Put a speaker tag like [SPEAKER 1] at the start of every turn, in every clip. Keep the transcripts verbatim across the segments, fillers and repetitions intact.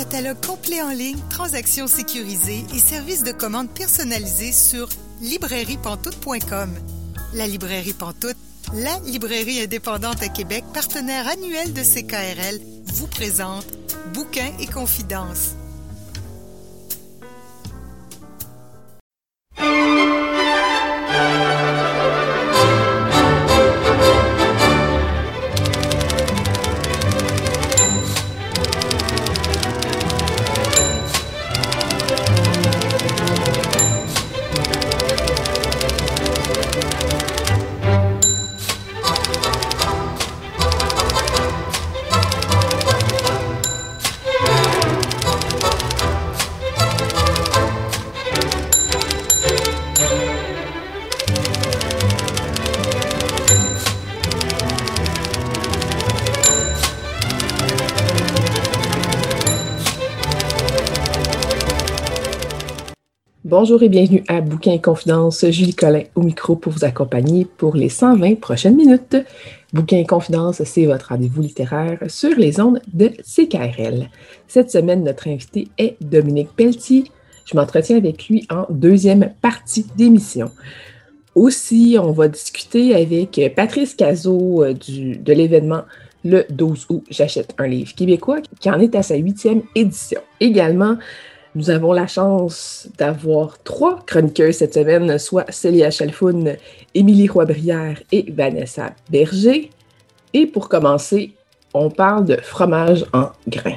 [SPEAKER 1] catalogue complet en ligne, transactions sécurisées et services de commande personnalisés sur librairie pantoute point com. La Librairie Pantoute, la librairie indépendante à Québec, partenaire annuel de C K R L, vous présente Bouquins et confidences.
[SPEAKER 2] Bonjour et bienvenue à Bouquins et confidences. Julie Collin au micro pour vous accompagner pour les cent vingt prochaines minutes. Bouquins et confidences, c'est votre rendez-vous littéraire sur les ondes de C K R L. Cette semaine, notre invité est Dominique Pelletier. Je m'entretiens avec lui en deuxième partie d'émission. Aussi, on va discuter avec Patrice Cazot euh, du, de l'événement le douze août, J'achète un livre québécois, qui en est à sa huitième édition. Également, nous avons la chance d'avoir trois chroniqueurs cette semaine, soit Célia Chalfoun, Émilie Roy-Brière et Vanessa Berger. Et pour commencer, on parle de fromage en grains.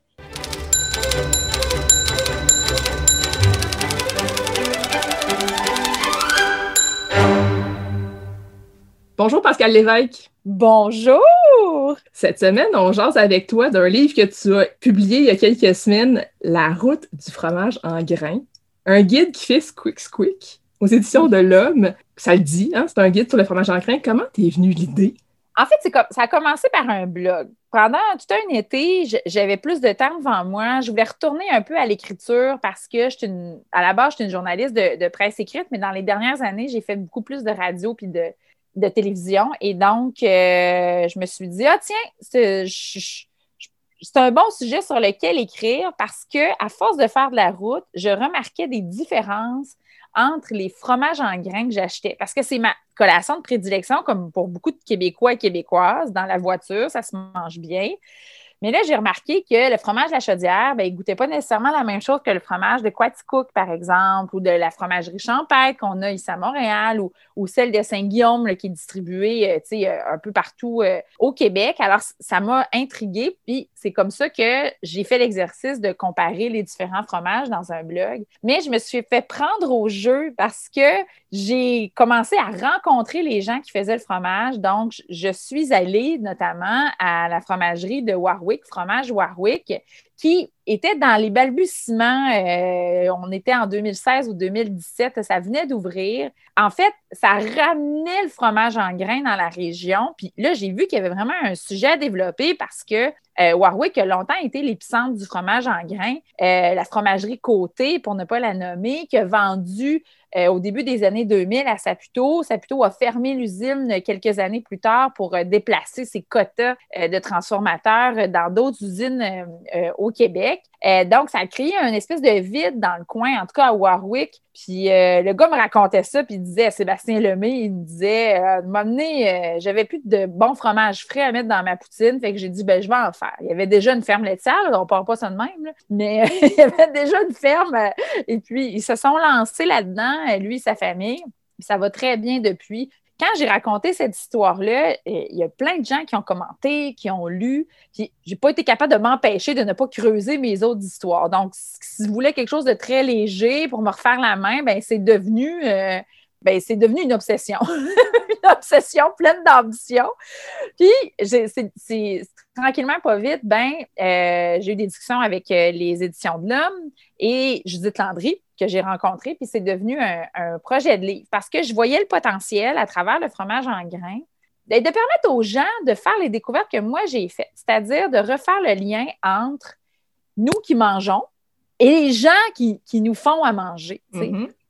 [SPEAKER 2] Bonjour Pascal Lévesque.
[SPEAKER 3] Bonjour!
[SPEAKER 2] Cette semaine, on jase avec toi d'un livre que tu as publié il y a quelques semaines, La route du fromage en grains. Un guide qui fait squick squick aux éditions de l'Homme. Ça le dit, hein? C'est un guide sur le fromage en grains. Comment t'es venue l'idée?
[SPEAKER 3] En fait, c'est comme, ça a commencé par un blog. Pendant tout un été, j'avais plus de temps devant moi. Je voulais retourner un peu à l'écriture parce que je une, à la base, je suis une journaliste de, de presse écrite, mais dans les dernières années, j'ai fait beaucoup plus de radio puis de de télévision. Et donc, euh, je me suis dit, ah tiens, c'est, je, je, c'est un bon sujet sur lequel écrire parce que à force de faire de la route, je remarquais des différences entre les fromages en grains que j'achetais. Parce que c'est ma collation de prédilection, comme pour beaucoup de Québécois et Québécoises, dans la voiture, ça se mange bien. Mais là, j'ai remarqué que le fromage de la Chaudière, ben, il ne goûtait pas nécessairement la même chose que le fromage de Quaticook, par exemple, ou de la fromagerie Champêtre qu'on a ici à Montréal, ou, ou celle de Saint-Guillaume là, qui est distribuée euh, tu sais, euh, un peu partout euh, au Québec. Alors, ça m'a intriguée, puis c'est comme ça que j'ai fait l'exercice de comparer les différents fromages dans un blog. Mais je me suis fait prendre au jeu parce que j'ai commencé à rencontrer les gens qui faisaient le fromage. Donc, je suis allée notamment à la fromagerie de Warwick, Fromage Warwick, qui était dans les balbutiements. Euh, on était en deux mille seize ou deux mille dix-sept, ça venait d'ouvrir. En fait, ça ramenait le fromage en grains dans la région. Puis là, j'ai vu qu'il y avait vraiment un sujet à développer parce que euh, Warwick a longtemps été l'épicentre du fromage en grains. Euh, la fromagerie Côté, pour ne pas la nommer, qui a vendu euh, au début des années deux mille à Saputo. Saputo a fermé l'usine quelques années plus tard pour euh, déplacer ses quotas euh, de transformateurs dans d'autres usines euh, euh, au Québec. Euh, donc, ça a créé une espèce de vide dans le coin, en tout cas à Warwick. Puis euh, le gars me racontait ça, puis il disait, Sébastien Lemay, il me disait, euh, de m'amener, euh, j'avais plus de bon fromage frais à mettre dans ma poutine, fait que j'ai dit, ben je vais en faire. Il y avait déjà une ferme laitière, là, on ne part pas ça de même, là, mais euh, il y avait déjà une ferme, euh, et puis ils se sont lancés là-dedans, lui et sa famille, puis ça va très bien depuis. Quand j'ai raconté cette histoire-là, il y a plein de gens qui ont commenté, qui ont lu, puis j'ai pas été capable de m'empêcher de ne pas creuser mes autres histoires. Donc, si vous voulez quelque chose de très léger pour me refaire la main, ben c'est devenu, euh, ben, c'est devenu une obsession. Une obsession pleine d'ambition. Puis, j'ai, c'est, c'est tranquillement, pas vite, ben, euh, j'ai eu des discussions avec euh, les éditions de l'Homme et Judith Landry, que j'ai rencontré, puis c'est devenu un, un projet de livre parce que je voyais le potentiel à travers le fromage en grains de, de permettre aux gens de faire les découvertes que moi j'ai faites, c'est-à-dire de refaire le lien entre nous qui mangeons et les gens qui, qui nous font à manger. Mm-hmm.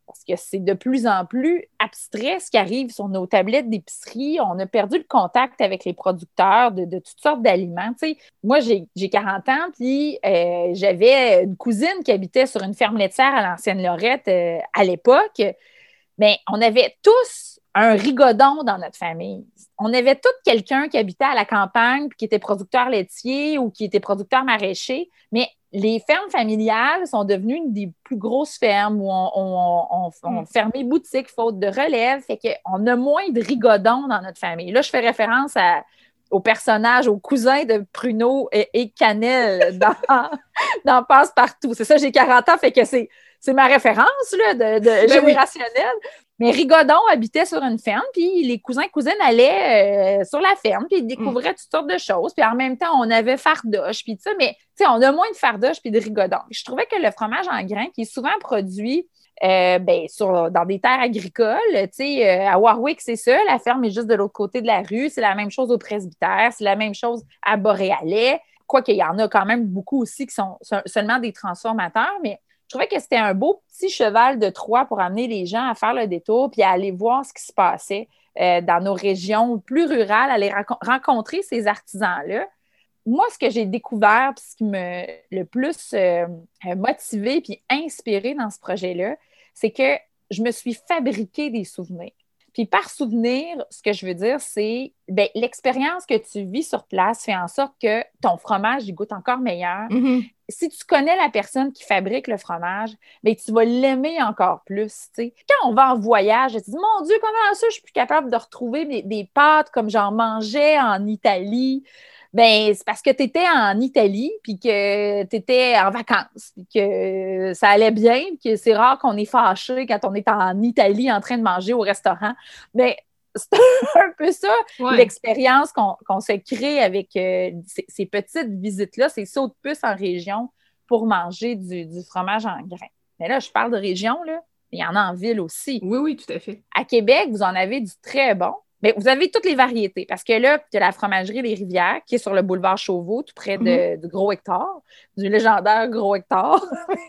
[SPEAKER 3] parce que c'est de plus en plus abstrait ce qui arrive sur nos tablettes d'épicerie. On a perdu le contact avec les producteurs de, de toutes sortes d'aliments. Tu sais, moi, j'ai, j'ai quarante ans, puis euh, j'avais une cousine qui habitait sur une ferme laitière à l'ancienne Lorette euh, à l'époque. Mais on avait tous un rigodon dans notre famille. On avait tous quelqu'un qui habitait à la campagne, puis qui était producteur laitier ou qui était producteur maraîcher, mais les fermes familiales sont devenues une des plus grosses fermes où on, on, on, on fermait boutique faute de relève. Fait qu'on a moins de rigodons dans notre famille. Là, je fais référence à, au personnage, au cousin de Pruneau et, et Cannelle dans, dans Passe-Partout. C'est ça, j'ai quarante ans, fait que c'est, c'est ma référence là, de, de
[SPEAKER 2] ben
[SPEAKER 3] générationnelle.
[SPEAKER 2] Oui.
[SPEAKER 3] Mais Rigodon habitait sur une ferme, puis les cousins et cousines allaient euh, sur la ferme, puis ils découvraient mm. toutes sortes de choses. Puis en même temps, on avait fardoche, puis ça, mais tu sais, on a moins de fardoche puis de Rigodon. Je trouvais que le fromage en grains, qui est souvent produit euh, ben, sur, dans des terres agricoles, tu sais, euh, à Warwick, c'est ça, la ferme est juste de l'autre côté de la rue. C'est la même chose au Presbytère, c'est la même chose à Boréalais. Quoiqu'il y en a quand même beaucoup aussi qui sont seulement des transformateurs, mais je trouvais que c'était un beau petit cheval de Troie pour amener les gens à faire le détour puis à aller voir ce qui se passait euh, dans nos régions plus rurales, aller rac- rencontrer ces artisans-là. Moi, ce que j'ai découvert puis ce qui m'a le plus euh, motivé puis inspiré dans ce projet-là, c'est que je me suis fabriqué des souvenirs. Puis par souvenir, ce que je veux dire, c'est ben, l'expérience que tu vis sur place fait en sorte que ton fromage, il goûte encore meilleur.
[SPEAKER 2] Mm-hmm.
[SPEAKER 3] Si tu connais la personne qui fabrique le fromage, bien, tu vas l'aimer encore plus. T'sais. Quand on va en voyage, tu te dis, mon Dieu, comment ça, je suis plus capable de retrouver des, des pâtes comme j'en mangeais en Italie. Ben, c'est parce que tu étais en Italie, puis que tu étais en vacances, puis que ça allait bien, puis que c'est rare qu'on est fâché quand on est en Italie en train de manger au restaurant. Mais c'est un peu ça, ouais. L'expérience qu'on, qu'on se crée avec euh, ces, ces petites visites-là, ces sauts de puce en région pour manger du, du fromage en grains. Mais là, je parle de région, là, il y en a en ville aussi.
[SPEAKER 2] Oui, oui, tout à fait.
[SPEAKER 3] À Québec, vous en avez du très bon. Mais vous avez toutes les variétés, parce que là, il y a la fromagerie Les Rivières, qui est sur le boulevard Chauveau, tout près de, mm-hmm. du Gros Hector, du légendaire Gros Hector,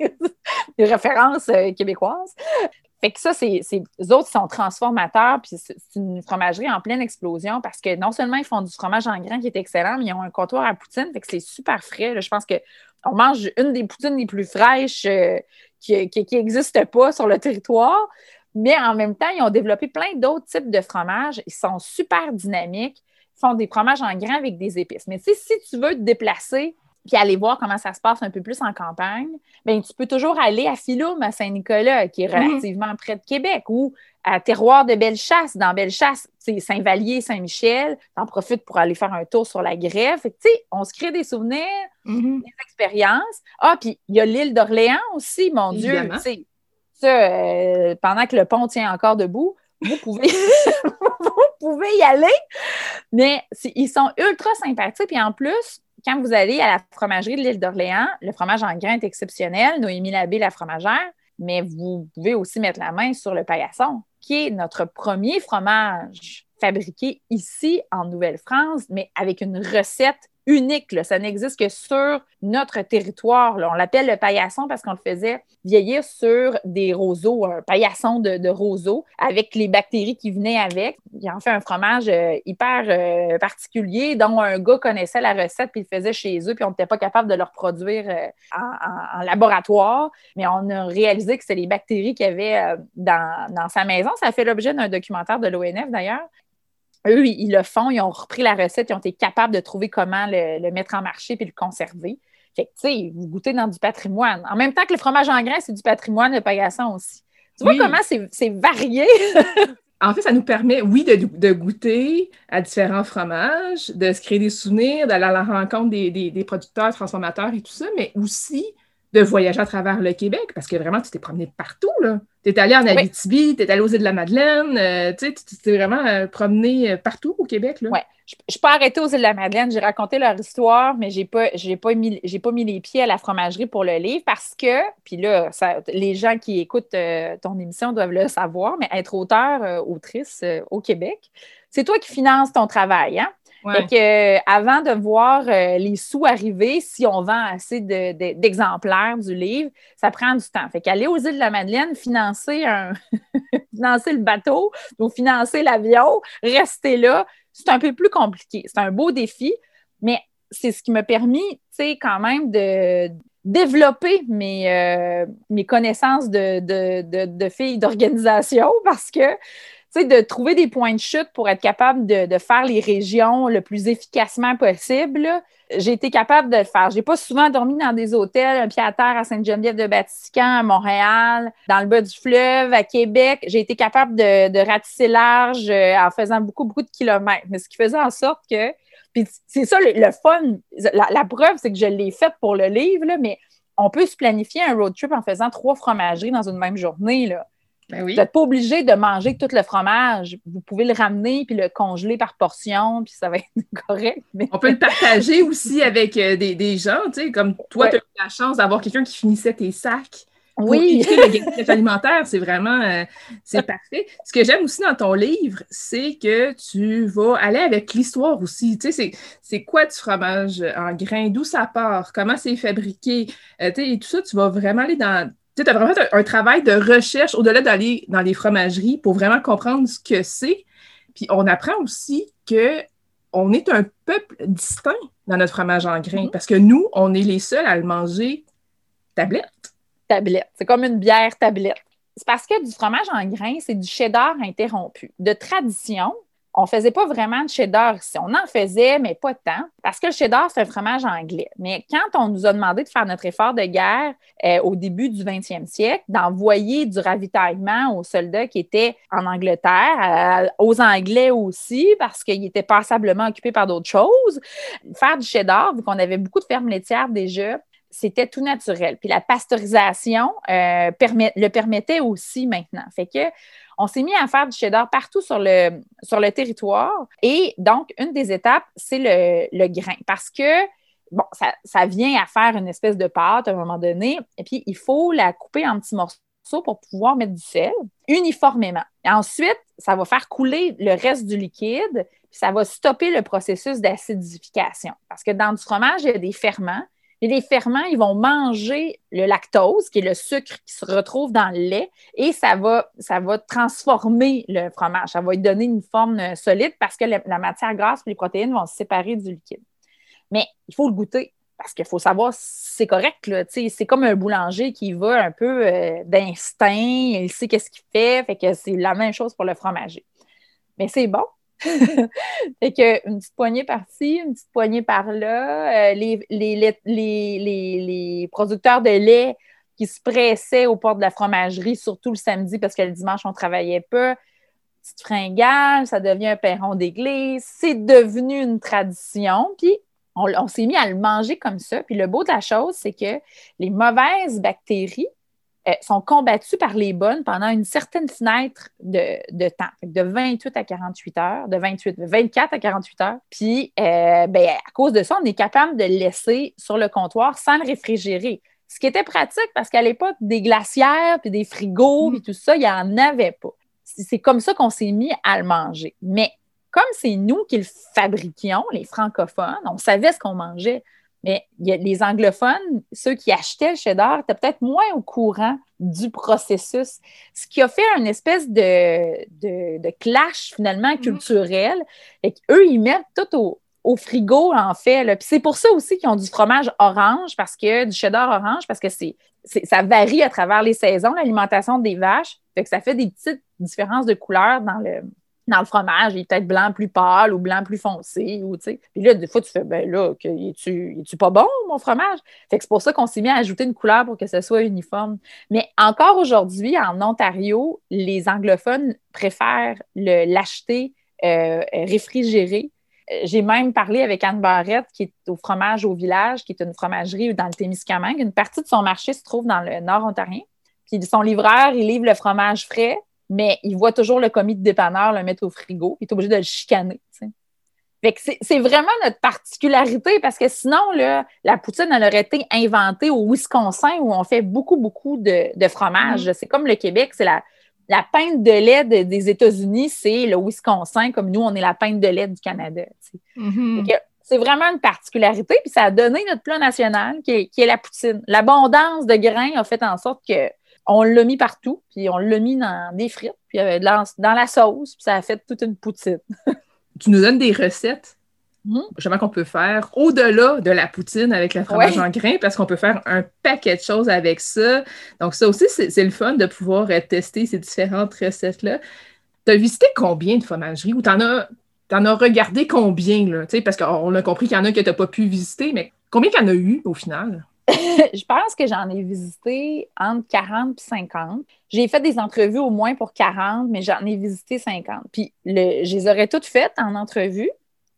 [SPEAKER 3] des références euh, québécoises. Fait que ça, c'est, c'est, les autres sont transformateurs, puis c'est, c'est une fromagerie en pleine explosion, parce que non seulement ils font du fromage en grains qui est excellent, mais ils ont un comptoir à poutine, fait que c'est super frais. Là. Je pense qu'on mange une des poutines les plus fraîches euh, qui n'existent pas sur le territoire. Mais en même temps, ils ont développé plein d'autres types de fromages. Ils sont super dynamiques. Ils font des fromages en grains avec des épices. Mais tu sais, si tu veux te déplacer puis aller voir comment ça se passe un peu plus en campagne, bien, tu peux toujours aller à Philum, à Saint-Nicolas, qui est relativement mmh. près de Québec, ou à Terroir de Bellechasse. Dans Bellechasse, c'est Saint-Vallier, Saint-Michel. Tu en profites pour aller faire un tour sur la grève. Fait que, tu sais, on se crée des souvenirs, mmh. des expériences. Ah, puis il y a l'île d'Orléans aussi, mon Évidemment. Dieu, tu sais. Ça, euh, pendant que le pont tient encore debout, vous pouvez, vous pouvez y aller, mais ils sont ultra sympathiques. Puis en plus, quand vous allez à la fromagerie de l'île d'Orléans, le fromage en grains est exceptionnel, Noémie Labbé, la fromagère, mais vous pouvez aussi mettre la main sur le paillasson, qui est notre premier fromage fabriqué ici en Nouvelle-France, mais avec une recette unique. Là. Ça n'existe que sur notre territoire. Là. On l'appelle le paillasson parce qu'on le faisait vieillir sur des roseaux, un paillasson de, de roseaux avec les bactéries qui venaient avec. Il en fait un fromage euh, hyper euh, particulier dont un gars connaissait la recette puis il le faisait chez eux puis on n'était pas capable de le reproduire euh, en, en, en laboratoire. Mais on a réalisé que c'était les bactéries qu'il y avait euh, dans, dans sa maison. Ça a fait l'objet d'un documentaire de l'O N F d'ailleurs. Eux, ils le font, ils ont repris la recette, ils ont été capables de trouver comment le, le mettre en marché puis le conserver. Fait que, tu sais, vous goûtez dans du patrimoine. En même temps que le fromage en grains, c'est du patrimoine, le paillasson aussi. Tu vois oui. comment c'est, c'est varié?
[SPEAKER 2] En fait, ça nous permet, oui, de, de goûter à différents fromages, de se créer des souvenirs, d'aller à la rencontre des, des, des producteurs, transformateurs et tout ça, mais aussi de voyager à travers le Québec, parce que vraiment, tu t'es promené partout, là. Tu es allé en Abitibi, oui. tu es allé aux Îles-de-la-Madeleine, euh, tu sais, tu t'es vraiment euh, promené partout au Québec, là.
[SPEAKER 3] Oui. Je ne suis pas arrêtée aux Îles-de-la-Madeleine, j'ai raconté leur histoire, mais je n'ai pas, j'ai pas, mis, j'ai pas mis les pieds à la fromagerie pour le livre parce que, puis là, ça, les gens qui écoutent euh, ton émission doivent le savoir, mais être auteur, euh, autrice euh, au Québec, c'est toi qui finances ton travail, hein? Ouais. Fait que, euh, avant de voir euh, les sous arriver, si on vend assez de, de, d'exemplaires du livre, ça prend du temps. Fait qu'aller aux îles de la Madeleine, financer, un financer le bateau ou financer l'avion, rester là, c'est un peu plus compliqué. C'est un beau défi, mais c'est ce qui m'a permis, tu sais, quand même de développer mes, euh, mes connaissances de, de, de, de filles d'organisation parce que tu sais, de trouver des points de chute pour être capable de, de faire les régions le plus efficacement possible, là, j'ai été capable de le faire. J'ai pas souvent dormi dans des hôtels, un pied à terre à Sainte-Geneviève-de-Batiscan, à Montréal, dans le bas du fleuve, à Québec. J'ai été capable de, de ratisser large euh, en faisant beaucoup, beaucoup de kilomètres. Mais ce qui faisait en sorte que... Puis c'est ça, le, le fun. La, la preuve, c'est que je l'ai faite pour le livre, là, mais on peut se planifier un road trip en faisant trois fromageries dans une même journée, là.
[SPEAKER 2] Ben oui.
[SPEAKER 3] Vous n'êtes pas obligé de manger tout le fromage. Vous pouvez le ramener puis le congeler par portion, puis ça va être correct. Mais...
[SPEAKER 2] On peut le partager aussi avec euh, des, des gens, tu sais, comme toi, ouais. Tu as eu la chance d'avoir quelqu'un qui finissait tes sacs. Pour
[SPEAKER 3] oui.
[SPEAKER 2] éviter le gaspillage alimentaire, c'est vraiment, euh, c'est parfait. Ce que j'aime aussi dans ton livre, c'est que tu vas aller avec l'histoire aussi. Tu sais, c'est, c'est quoi du fromage en grains, d'où ça part, comment c'est fabriqué, euh, tu sais, et tout ça, tu vas vraiment aller dans... Tu as vraiment fait un, un travail de recherche au-delà d'aller dans les fromageries pour vraiment comprendre ce que c'est. Puis on apprend aussi qu'on est un peuple distinct dans notre fromage en grains mm-hmm. parce que nous, on est les seuls à le manger tablette.
[SPEAKER 3] Tablette. C'est comme une bière tablette. C'est parce que du fromage en grains, c'est du cheddar interrompu. De tradition, on ne faisait pas vraiment de cheddar ici. On en faisait, mais pas tant, parce que le cheddar, c'est un fromage anglais. Mais quand on nous a demandé de faire notre effort de guerre euh, au début du vingtième siècle, d'envoyer du ravitaillement aux soldats qui étaient en Angleterre, euh, aux Anglais aussi, parce qu'ils étaient passablement occupés par d'autres choses, faire du cheddar, vu qu'on avait beaucoup de fermes laitières déjà, c'était tout naturel. Puis la pasteurisation euh, permet, le permettait aussi maintenant. Fait que on s'est mis à faire du cheddar partout sur le, sur le territoire. Et donc, une des étapes, c'est le, le grain. Parce que, bon, ça, ça vient à faire une espèce de pâte à un moment donné. Et puis, il faut la couper en petits morceaux pour pouvoir mettre du sel uniformément. Et ensuite, ça va faire couler le reste du liquide. Puis ça va stopper le processus d'acidification. Parce que dans du fromage, il y a des ferments. Et les ferments, ils vont manger le lactose, qui est le sucre qui se retrouve dans le lait, et ça va, ça va transformer le fromage. Ça va lui donner une forme solide parce que la, la matière grasse et les protéines vont se séparer du liquide. Mais il faut le goûter parce qu'il faut savoir si c'est correct, là. C'est comme un boulanger qui va un peu euh, d'instinct, il sait qu'est-ce qu'il fait, fait que c'est la même chose pour le fromager. Mais c'est bon. Fait que une petite poignée par-ci, une petite poignée par-là. Euh, les, les, les, les, les producteurs de lait qui se pressaient aux portes de la fromagerie, surtout le samedi parce que le dimanche, on ne travaillait pas. Petite fringale, ça devient un perron d'église. C'est devenu une tradition. Puis, on, on s'est mis à le manger comme ça. Puis, le beau de la chose, c'est que les mauvaises bactéries euh, sont combattues par les bonnes pendant une certaine fenêtre de, de temps. De vingt-huit à quarante-huit heures, de vingt-huit, vingt-quatre à quarante-huit heures. Puis, euh, ben, à cause de ça, on est capable de le laisser sur le comptoir sans le réfrigérer. Ce qui était pratique parce qu'à l'époque, des glacières puis des frigos puis tout ça, il n'y en avait pas. C'est comme ça qu'on s'est mis à le manger. Mais comme c'est nous qui le fabriquions, les francophones, on savait ce qu'on mangeait. Mais y a les anglophones, ceux qui achetaient le cheddar, étaient peut-être moins au courant du processus. Ce qui a fait une espèce de, de, de clash, finalement, culturel. Et qu'eux, ils mettent tout au, au frigo, en fait. Là. Puis c'est pour ça aussi qu'ils ont du fromage orange, parce que du cheddar orange, parce que c'est, c'est, ça varie à travers les saisons, l'alimentation des vaches. Fait que ça fait des petites différences de couleur dans le... dans le fromage, il est peut-être blanc plus pâle ou blanc plus foncé. Ou, tu sais. Puis là, des fois, tu fais, ben là, que, es-tu, es-tu pas bon, mon fromage? Fait que c'est pour ça qu'on s'est mis à ajouter une couleur pour que ce soit uniforme. Mais encore aujourd'hui, en Ontario, les anglophones préfèrent le, l'acheter euh, réfrigéré. J'ai même parlé avec Anne Barrette, qui est au Fromage au Village, qui est une fromagerie dans le Témiscamingue. Une partie de son marché se trouve dans le nord ontarien. Puis son livreur, il livre le fromage frais, mais il voit toujours le commis de dépanneur le mettre au frigo. Il est obligé de le chicaner. T'sais. Fait que c'est, c'est vraiment notre particularité parce que sinon, là, la poutine, elle aurait été inventée au Wisconsin où on fait beaucoup, beaucoup de, de fromage. Mm. C'est comme le Québec, c'est la, la pinte de lait de, des États-Unis, c'est le Wisconsin, comme nous, on est la pinte de lait du Canada. Mm-hmm. Donc, c'est vraiment une particularité, puis ça a donné notre plat national, qui est, qui est la poutine. L'abondance de grains a fait en sorte qu'on l'a mis partout, puis on l'a mis dans des frites, puis dans, dans la sauce, puis ça a fait toute une poutine.
[SPEAKER 2] Tu nous donnes des recettes? Mmh. Justement qu'on peut faire au-delà de la poutine avec le fromage ouais. en grains, parce qu'on peut faire un paquet de choses avec ça. Donc ça aussi, c'est, c'est le fun de pouvoir euh, tester ces différentes recettes-là. Tu as visité combien de fromageries ou tu en as, t'en as regardé combien? Là? Parce qu'on a compris qu'il y en a que tu n'as pas pu visiter, mais combien qu'il y en a eu au final?
[SPEAKER 3] Je pense que j'en ai visité entre quarante et cinquante. J'ai fait des entrevues au moins pour quarante, mais j'en ai visité cinquante. Puis le, je les aurais toutes faites en entrevue.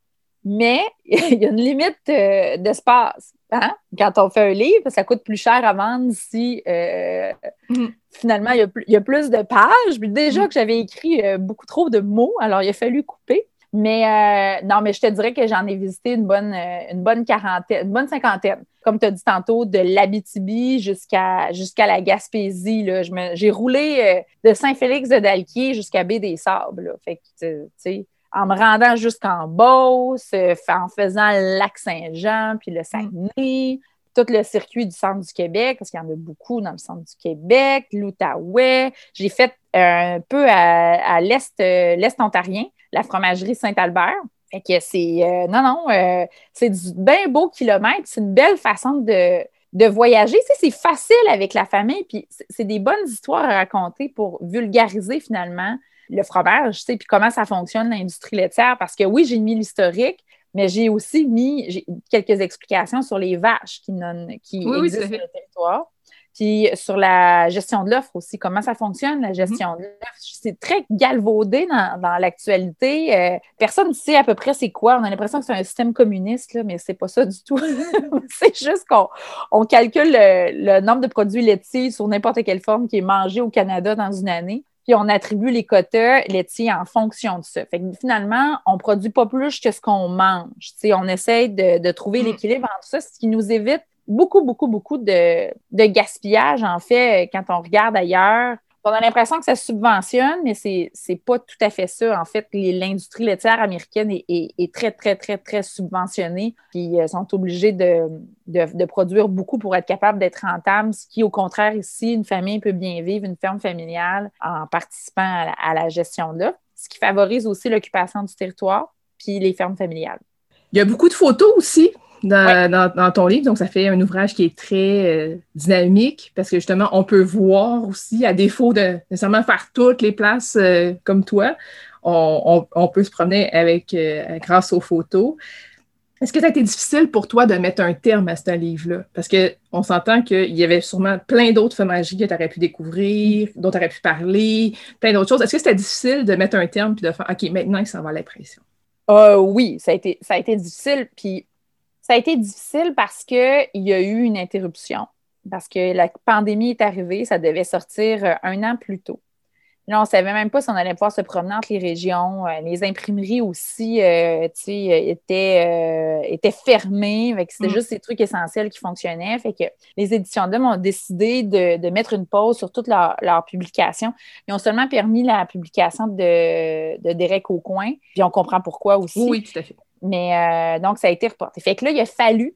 [SPEAKER 3] Mais il y a une limite euh, d'espace. Hein? Quand on fait un livre, ça coûte plus cher à vendre si euh, mm. finalement il y, a plus, il y a plus de pages. Puis déjà mm. que j'avais écrit euh, beaucoup trop de mots, alors il a fallu couper. Mais euh, non, mais je te dirais que j'en ai visité une bonne, euh, une bonne quarantaine, une bonne cinquantaine. Comme tu as dit tantôt, de l'Abitibi jusqu'à, jusqu'à la Gaspésie. Là. Je me, j'ai roulé euh, de Saint-Félix-de-Dalquier jusqu'à Baie-des-Sables. Là. Fait que, tu sais, en me rendant jusqu'en Beauce, en faisant le Lac-Saint-Jean, puis le Saguenay, mm. tout le circuit du centre du Québec, parce qu'il y en a beaucoup dans le centre du Québec, l'Outaouais. J'ai fait un peu à, à l'est, euh, l'est ontarien, la fromagerie Saint-Albert. Fait que c'est, euh, non, non, euh, c'est du bien beau kilomètre. C'est une belle façon de, de voyager. Tu sais, c'est facile avec la famille, puis c'est, c'est des bonnes histoires à raconter pour vulgariser finalement le fromage, tu sais, puis comment ça fonctionne l'industrie laitière, parce que oui, j'ai mis l'historique, mais j'ai aussi mis j'ai quelques explications sur les vaches qui, non, qui oui, existent oui, sur le territoire, puis sur la gestion de l'offre aussi, comment ça fonctionne, la gestion mm-hmm. de l'offre. C'est très galvaudé dans, dans l'actualité. Euh, personne ne sait à peu près c'est quoi. On a l'impression que c'est un système communiste, là, mais c'est pas ça du tout. C'est juste qu'on on calcule le, le nombre de produits laitiers sur n'importe quelle forme qui est mangé au Canada dans une année. Puis on attribue les quotas laitiers en fonction de ça. Fait que finalement, on ne produit pas plus que ce qu'on mange. T'sais, on essaie de, de trouver l'équilibre entre ça, ce qui nous évite beaucoup, beaucoup, beaucoup de, de gaspillage, en fait, quand on regarde ailleurs. On a l'impression que ça subventionne, mais c'est, c'est pas tout à fait ça. En fait, les, l'industrie laitière américaine est, est, est très, très, très, très subventionnée. Puis ils sont obligés de, de, de produire beaucoup pour être capable d'être rentable, ce qui, au contraire, ici, une famille peut bien vivre, une ferme familiale, en participant à la, à la gestion de l'offre, ce qui favorise aussi l'occupation du territoire, puis les fermes familiales.
[SPEAKER 2] Il y a beaucoup de photos aussi. Dans, ouais. dans, dans ton livre, donc ça fait un ouvrage qui est très euh, dynamique parce que justement, on peut voir aussi, à défaut de nécessairement faire toutes les places euh, comme toi, on, on, on peut se promener avec euh, grâce aux photos. Est-ce que ça a été difficile pour toi de mettre un terme à ce livre-là? Parce qu'on s'entend qu'il y avait sûrement plein d'autres fromageries que tu aurais pu découvrir, dont tu aurais pu parler, plein d'autres choses. Est-ce que c'était difficile de mettre un terme puis de faire « OK, maintenant, ça va à l'impression ».
[SPEAKER 3] Euh, oui, ça a été, ça a été difficile, puis ça a été difficile parce qu'il y a eu une interruption, parce que la pandémie est arrivée, ça devait sortir un an plus tôt. Là, on ne savait même pas si on allait pouvoir se promener entre les régions. Les imprimeries aussi euh, étaient, euh, étaient fermées. Fait que c'était mm. juste ces trucs essentiels qui fonctionnaient. Fait que les éditions d'Hommes ont décidé de, de mettre une pause sur toutes leurs leur publications. Ils ont seulement permis la publication de, de Derek Aucoin. Puis on comprend pourquoi aussi.
[SPEAKER 2] Oui, tout à fait.
[SPEAKER 3] Mais euh, donc, ça a été reporté. Fait que là, il a fallu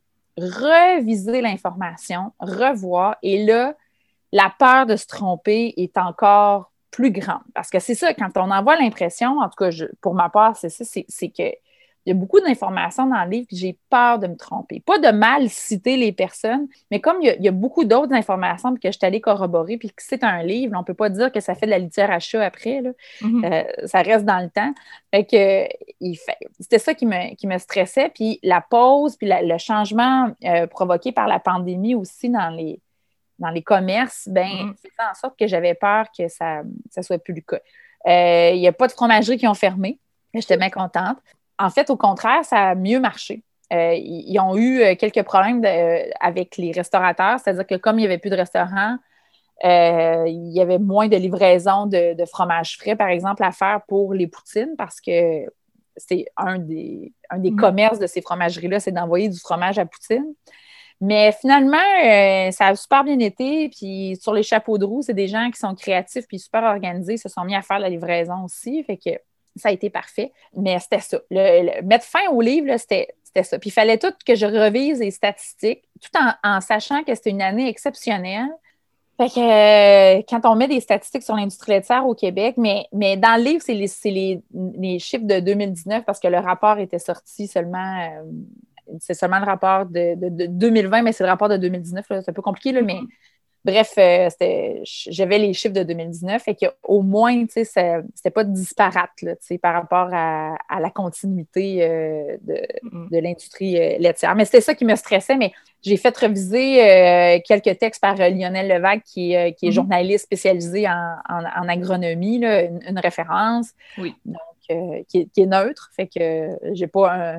[SPEAKER 3] reviser l'information, revoir. Et là, la peur de se tromper est encore plus grande. Parce que c'est ça, quand on envoie l'impression, en tout cas, je, pour ma part, c'est ça, c'est, c'est que il y a beaucoup d'informations dans le livre, puis j'ai peur de me tromper. Pas de mal citer les personnes, mais comme il y a, il y a beaucoup d'autres informations puis que je suis allée corroborer, puis que c'est un livre, on ne peut pas dire que ça fait de la litière à chat après. Là. Mm-hmm. Euh, ça reste dans le temps. Fait que, il fait, c'était ça qui me, qui me stressait. Puis la pause, puis la, le changement euh, provoqué par la pandémie aussi dans les, dans les commerces, ben, mm-hmm. faisait en sorte que j'avais peur que ça ne soit plus le cas. Euh, il n'y a pas de fromageries qui ont fermé. J'étais bien contente. En fait, au contraire, ça a mieux marché. Euh, ils ont eu quelques problèmes de, euh, avec les restaurateurs, c'est-à-dire que comme il n'y avait plus de restaurants, euh, il y avait moins de livraison de, de fromage frais, par exemple, à faire pour les poutines, parce que c'est un des, un des mmh. commerces de ces fromageries-là, c'est d'envoyer du fromage à poutine. Mais finalement, euh, ça a super bien été. Puis sur les chapeaux de roue, c'est des gens qui sont créatifs puis super organisés, se sont mis à faire la livraison aussi. Fait que ça a été parfait. Mais c'était ça. Le, le, mettre fin au livre, là, c'était, c'était ça. Puis il fallait tout que je revise les statistiques, tout en, en sachant que c'était une année exceptionnelle. Fait que euh, quand on met des statistiques sur l'industrie laitière au Québec, mais, mais dans le livre, c'est les, c'est les, les chiffres de deux mille dix-neuf parce que le rapport était sorti seulement, euh, c'est seulement le rapport de, de, de deux mille vingt, mais c'est le rapport de deux mille dix-neuf, là, c'est un peu compliqué, là, mais bref, euh, c'était, j'avais les chiffres de deux mille dix-neuf, fait qu'au moins, tu sais, ça, c'était pas disparate, là, tu sais, par rapport à, à la continuité euh, de, de l'industrie euh, laitière. Mais c'était ça qui me stressait, mais j'ai fait reviser euh, quelques textes par euh, Lionel Levac, qui, euh, qui est journaliste spécialisé en, en, en agronomie, là, une, une référence.
[SPEAKER 2] Oui.
[SPEAKER 3] Donc, euh, qui, est, qui est neutre, fait que euh, j'ai pas un...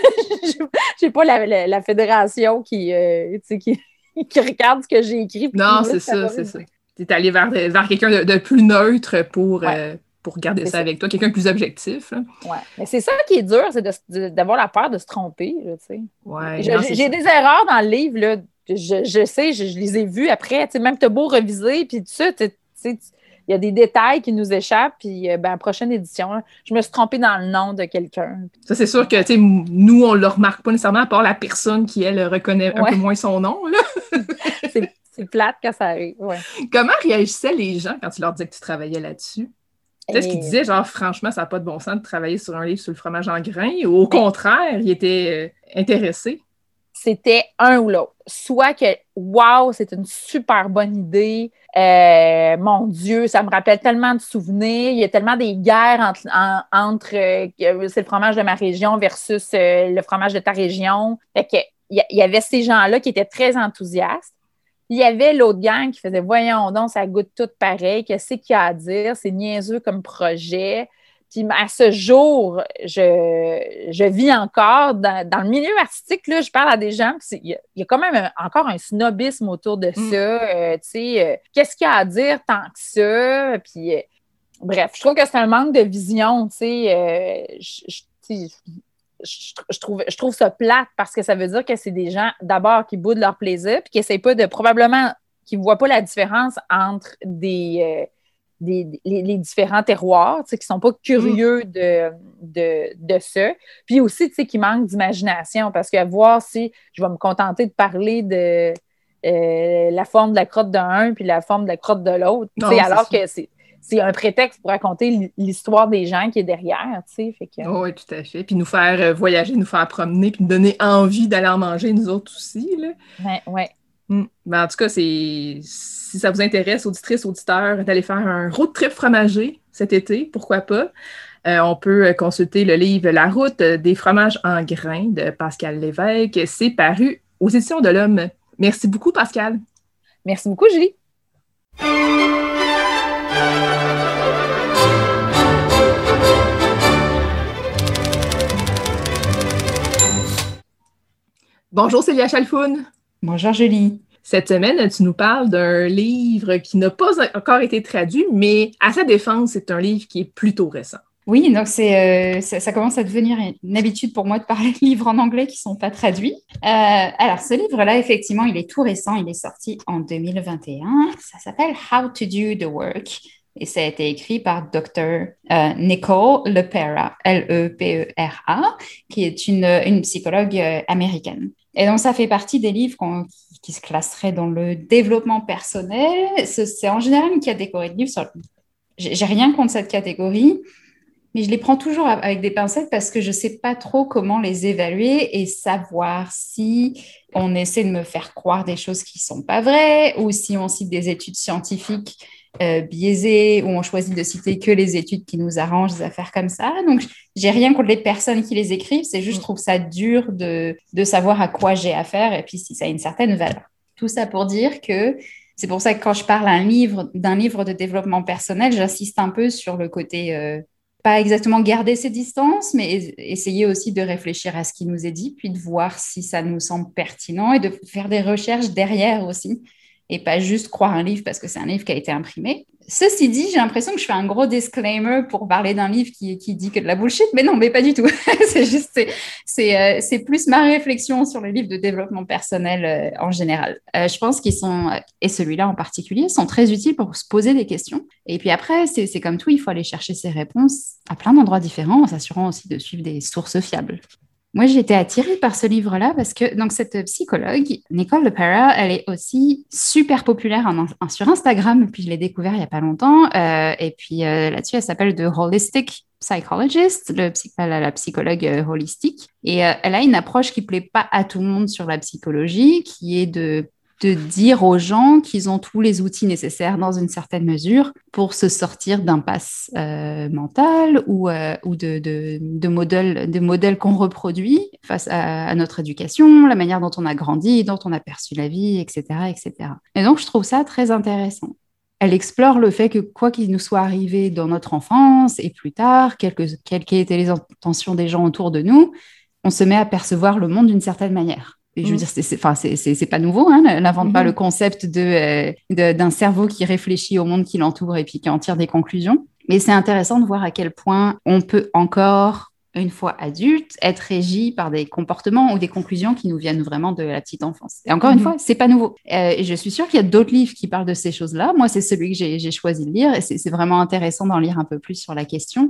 [SPEAKER 3] j'ai pas la, la, la fédération qui, euh, tu sais, qui... qui regarde ce que j'ai écrit.
[SPEAKER 2] Non, c'est ça, c'est ça. Tu es allé vers, vers quelqu'un de, de plus neutre pour, ouais. euh, pour garder ça, ça avec toi, quelqu'un de plus objectif.
[SPEAKER 3] Oui, mais c'est ça qui est dur, c'est de, de, d'avoir la peur de se tromper. Là, tu sais.
[SPEAKER 2] Ouais,
[SPEAKER 3] je,
[SPEAKER 2] non,
[SPEAKER 3] j'ai
[SPEAKER 2] ça.
[SPEAKER 3] des erreurs dans le livre, là, je, je sais, je, je les ai vues après. Tu sais, même tu as beau reviser, puis tout ça, tu sais, il y a des détails qui nous échappent, puis ben, la prochaine édition, là, je me suis trompée dans le nom de quelqu'un.
[SPEAKER 2] Ça, c'est sûr que nous, on ne le remarque pas nécessairement, à part la personne qui, elle, reconnaît ouais. un peu moins son nom. Là.
[SPEAKER 3] c'est, c'est plate quand ça arrive. Ouais.
[SPEAKER 2] Comment réagissaient les gens quand tu leur disais que tu travaillais là-dessus? Est-ce qu'ils disaient, genre, franchement, ça n'a pas de bon sens de travailler sur un livre sur le fromage en grains, ou au contraire, ils étaient euh, intéressés?
[SPEAKER 3] C'était un ou l'autre. Soit que, wow, c'est une super bonne idée. Euh, mon Dieu, ça me rappelle tellement de souvenirs. Il y a tellement des guerres entre, en, entre euh, c'est le fromage de ma région versus euh, le fromage de ta région. Fait que, il y, y avait ces gens-là qui étaient très enthousiastes. Il y avait l'autre gang qui faisait, voyons donc, ça goûte tout pareil. Qu'est-ce qu'il y a à dire? C'est niaiseux comme projet. Puis à ce jour, je, je vis encore dans, dans le milieu artistique, là, je parle à des gens, il y, y a quand même un, encore un snobisme autour de mm. ça. Euh, tu sais, euh, qu'est-ce qu'il y a à dire tant que ça? Puis, euh, bref, je trouve que c'est un manque de vision. Tu sais, euh, je, je, je, je, trouve, je trouve ça plate parce que ça veut dire que c'est des gens, d'abord, qui boudent leur plaisir, puis qui n'essayent pas de, probablement, qui ne voient pas la différence entre des... Euh, Des, les, les différents terroirs, qui ne sont pas curieux de, de, de ça. Puis aussi, qui manquent d'imagination, parce qu'à voir si je vais me contenter de parler de euh, la forme de la crotte d'un puis la forme de la crotte de l'autre, non, alors ça. que c'est, c'est un prétexte pour raconter l'histoire des gens qui est derrière. Fait que...
[SPEAKER 2] oh, oui, tout à fait. Puis nous faire voyager, nous faire promener, puis nous donner envie d'aller en manger, nous autres aussi.
[SPEAKER 3] Oui, oui.
[SPEAKER 2] Mm. Ben, en tout cas, c'est... si ça vous intéresse, auditrices, auditeurs, d'aller faire un road trip fromager cet été, pourquoi pas. Euh, on peut consulter le livre « La route des fromages en grains » de Pascal Lévesque. C'est paru aux Éditions de l'Homme. Merci beaucoup, Pascal.
[SPEAKER 3] Merci beaucoup, Julie.
[SPEAKER 2] Bonjour, Célia Chalfoun.
[SPEAKER 4] Bonjour Julie.
[SPEAKER 2] Cette semaine, tu nous parles d'un livre qui n'a pas encore été traduit, mais à sa défense, c'est un livre qui est plutôt récent.
[SPEAKER 4] Oui, donc c'est, euh, ça, ça commence à devenir une habitude pour moi de parler de livres en anglais qui ne sont pas traduits. Euh, alors, ce livre-là, effectivement, il est tout récent. Il est sorti en deux mille vingt et un. Ça s'appelle « How to do the work ». Et ça a été écrit par docteur euh, Nicole Lepera, L E P E R A, qui est une, une psychologue euh, américaine. Et donc, ça fait partie des livres qu'on, qui se classeraient dans le développement personnel. C'est, c'est en général une catégorie de livres. Sur... J'ai, j'ai rien contre cette catégorie, mais je les prends toujours avec des pincettes parce que je ne sais pas trop comment les évaluer et savoir si on essaie de me faire croire des choses qui ne sont pas vraies ou si on cite des études scientifiques Euh, biaisées, où on choisit de citer que les études qui nous arrangent, des affaires comme ça. Donc, j'ai rien contre les personnes qui les écrivent, c'est juste, je trouve ça dur de, de savoir à quoi j'ai affaire et puis si ça a une certaine valeur. Tout ça pour dire que c'est pour ça que quand je parle un livre, d'un livre de développement personnel, j'insiste un peu sur le côté, euh, pas exactement garder ses distances, mais essayer aussi de réfléchir à ce qui nous est dit, puis de voir si ça nous semble pertinent et de faire des recherches derrière aussi. Et pas juste croire un livre parce que c'est un livre qui a été imprimé. Ceci dit, j'ai l'impression que je fais un gros disclaimer pour parler d'un livre qui, qui dit que de la bullshit, mais non, mais pas du tout. c'est juste, c'est, c'est, euh, c'est plus ma réflexion sur les livres de développement personnel euh, en général. Euh, je pense qu'ils sont, et celui-là en particulier, sont très utiles pour se poser des questions. Et puis après, c'est, c'est comme tout, il faut aller chercher ses réponses à plein d'endroits différents, en s'assurant aussi de suivre des sources fiables. Moi, j'ai été attirée par ce livre-là parce que donc, cette psychologue, Nicole LePera, elle est aussi super populaire en, en, sur Instagram. Puis je l'ai découvert il n'y a pas longtemps. Euh, et puis euh, là-dessus, elle s'appelle The Holistic Psychologist, le, la, la psychologue euh, holistique. Et euh, elle a une approche qui ne plaît pas à tout le monde sur la psychologie, qui est de de dire aux gens qu'ils ont tous les outils nécessaires dans une certaine mesure pour se sortir d'impasse euh, mentale ou, euh, ou de, de, de, modèles, de modèles qu'on reproduit face à, à notre éducation, la manière dont on a grandi, dont on a perçu la vie, et cetera, et cetera. Et donc, je trouve ça très intéressant. Elle explore le fait que quoi qu'il nous soit arrivé dans notre enfance et plus tard, quelles qu'aient été les intentions des gens autour de nous, on se met à percevoir le monde d'une certaine manière. Et je veux dire, c'est, c'est, enfin, c'est, c'est, c'est pas nouveau, hein, n'invente mm-hmm. pas le concept de, euh, de, d'un cerveau qui réfléchit au monde qui l'entoure et puis qui en tire des conclusions. Mais c'est intéressant de voir à quel point on peut encore, une fois adulte, être régi par des comportements ou des conclusions qui nous viennent vraiment de la petite enfance. Et encore mm-hmm. une fois, c'est pas nouveau. Euh, et je suis sûre qu'il y a d'autres livres qui parlent de ces choses-là. Moi, c'est celui que j'ai, j'ai choisi de lire et c'est, c'est vraiment intéressant d'en lire un peu plus sur la question.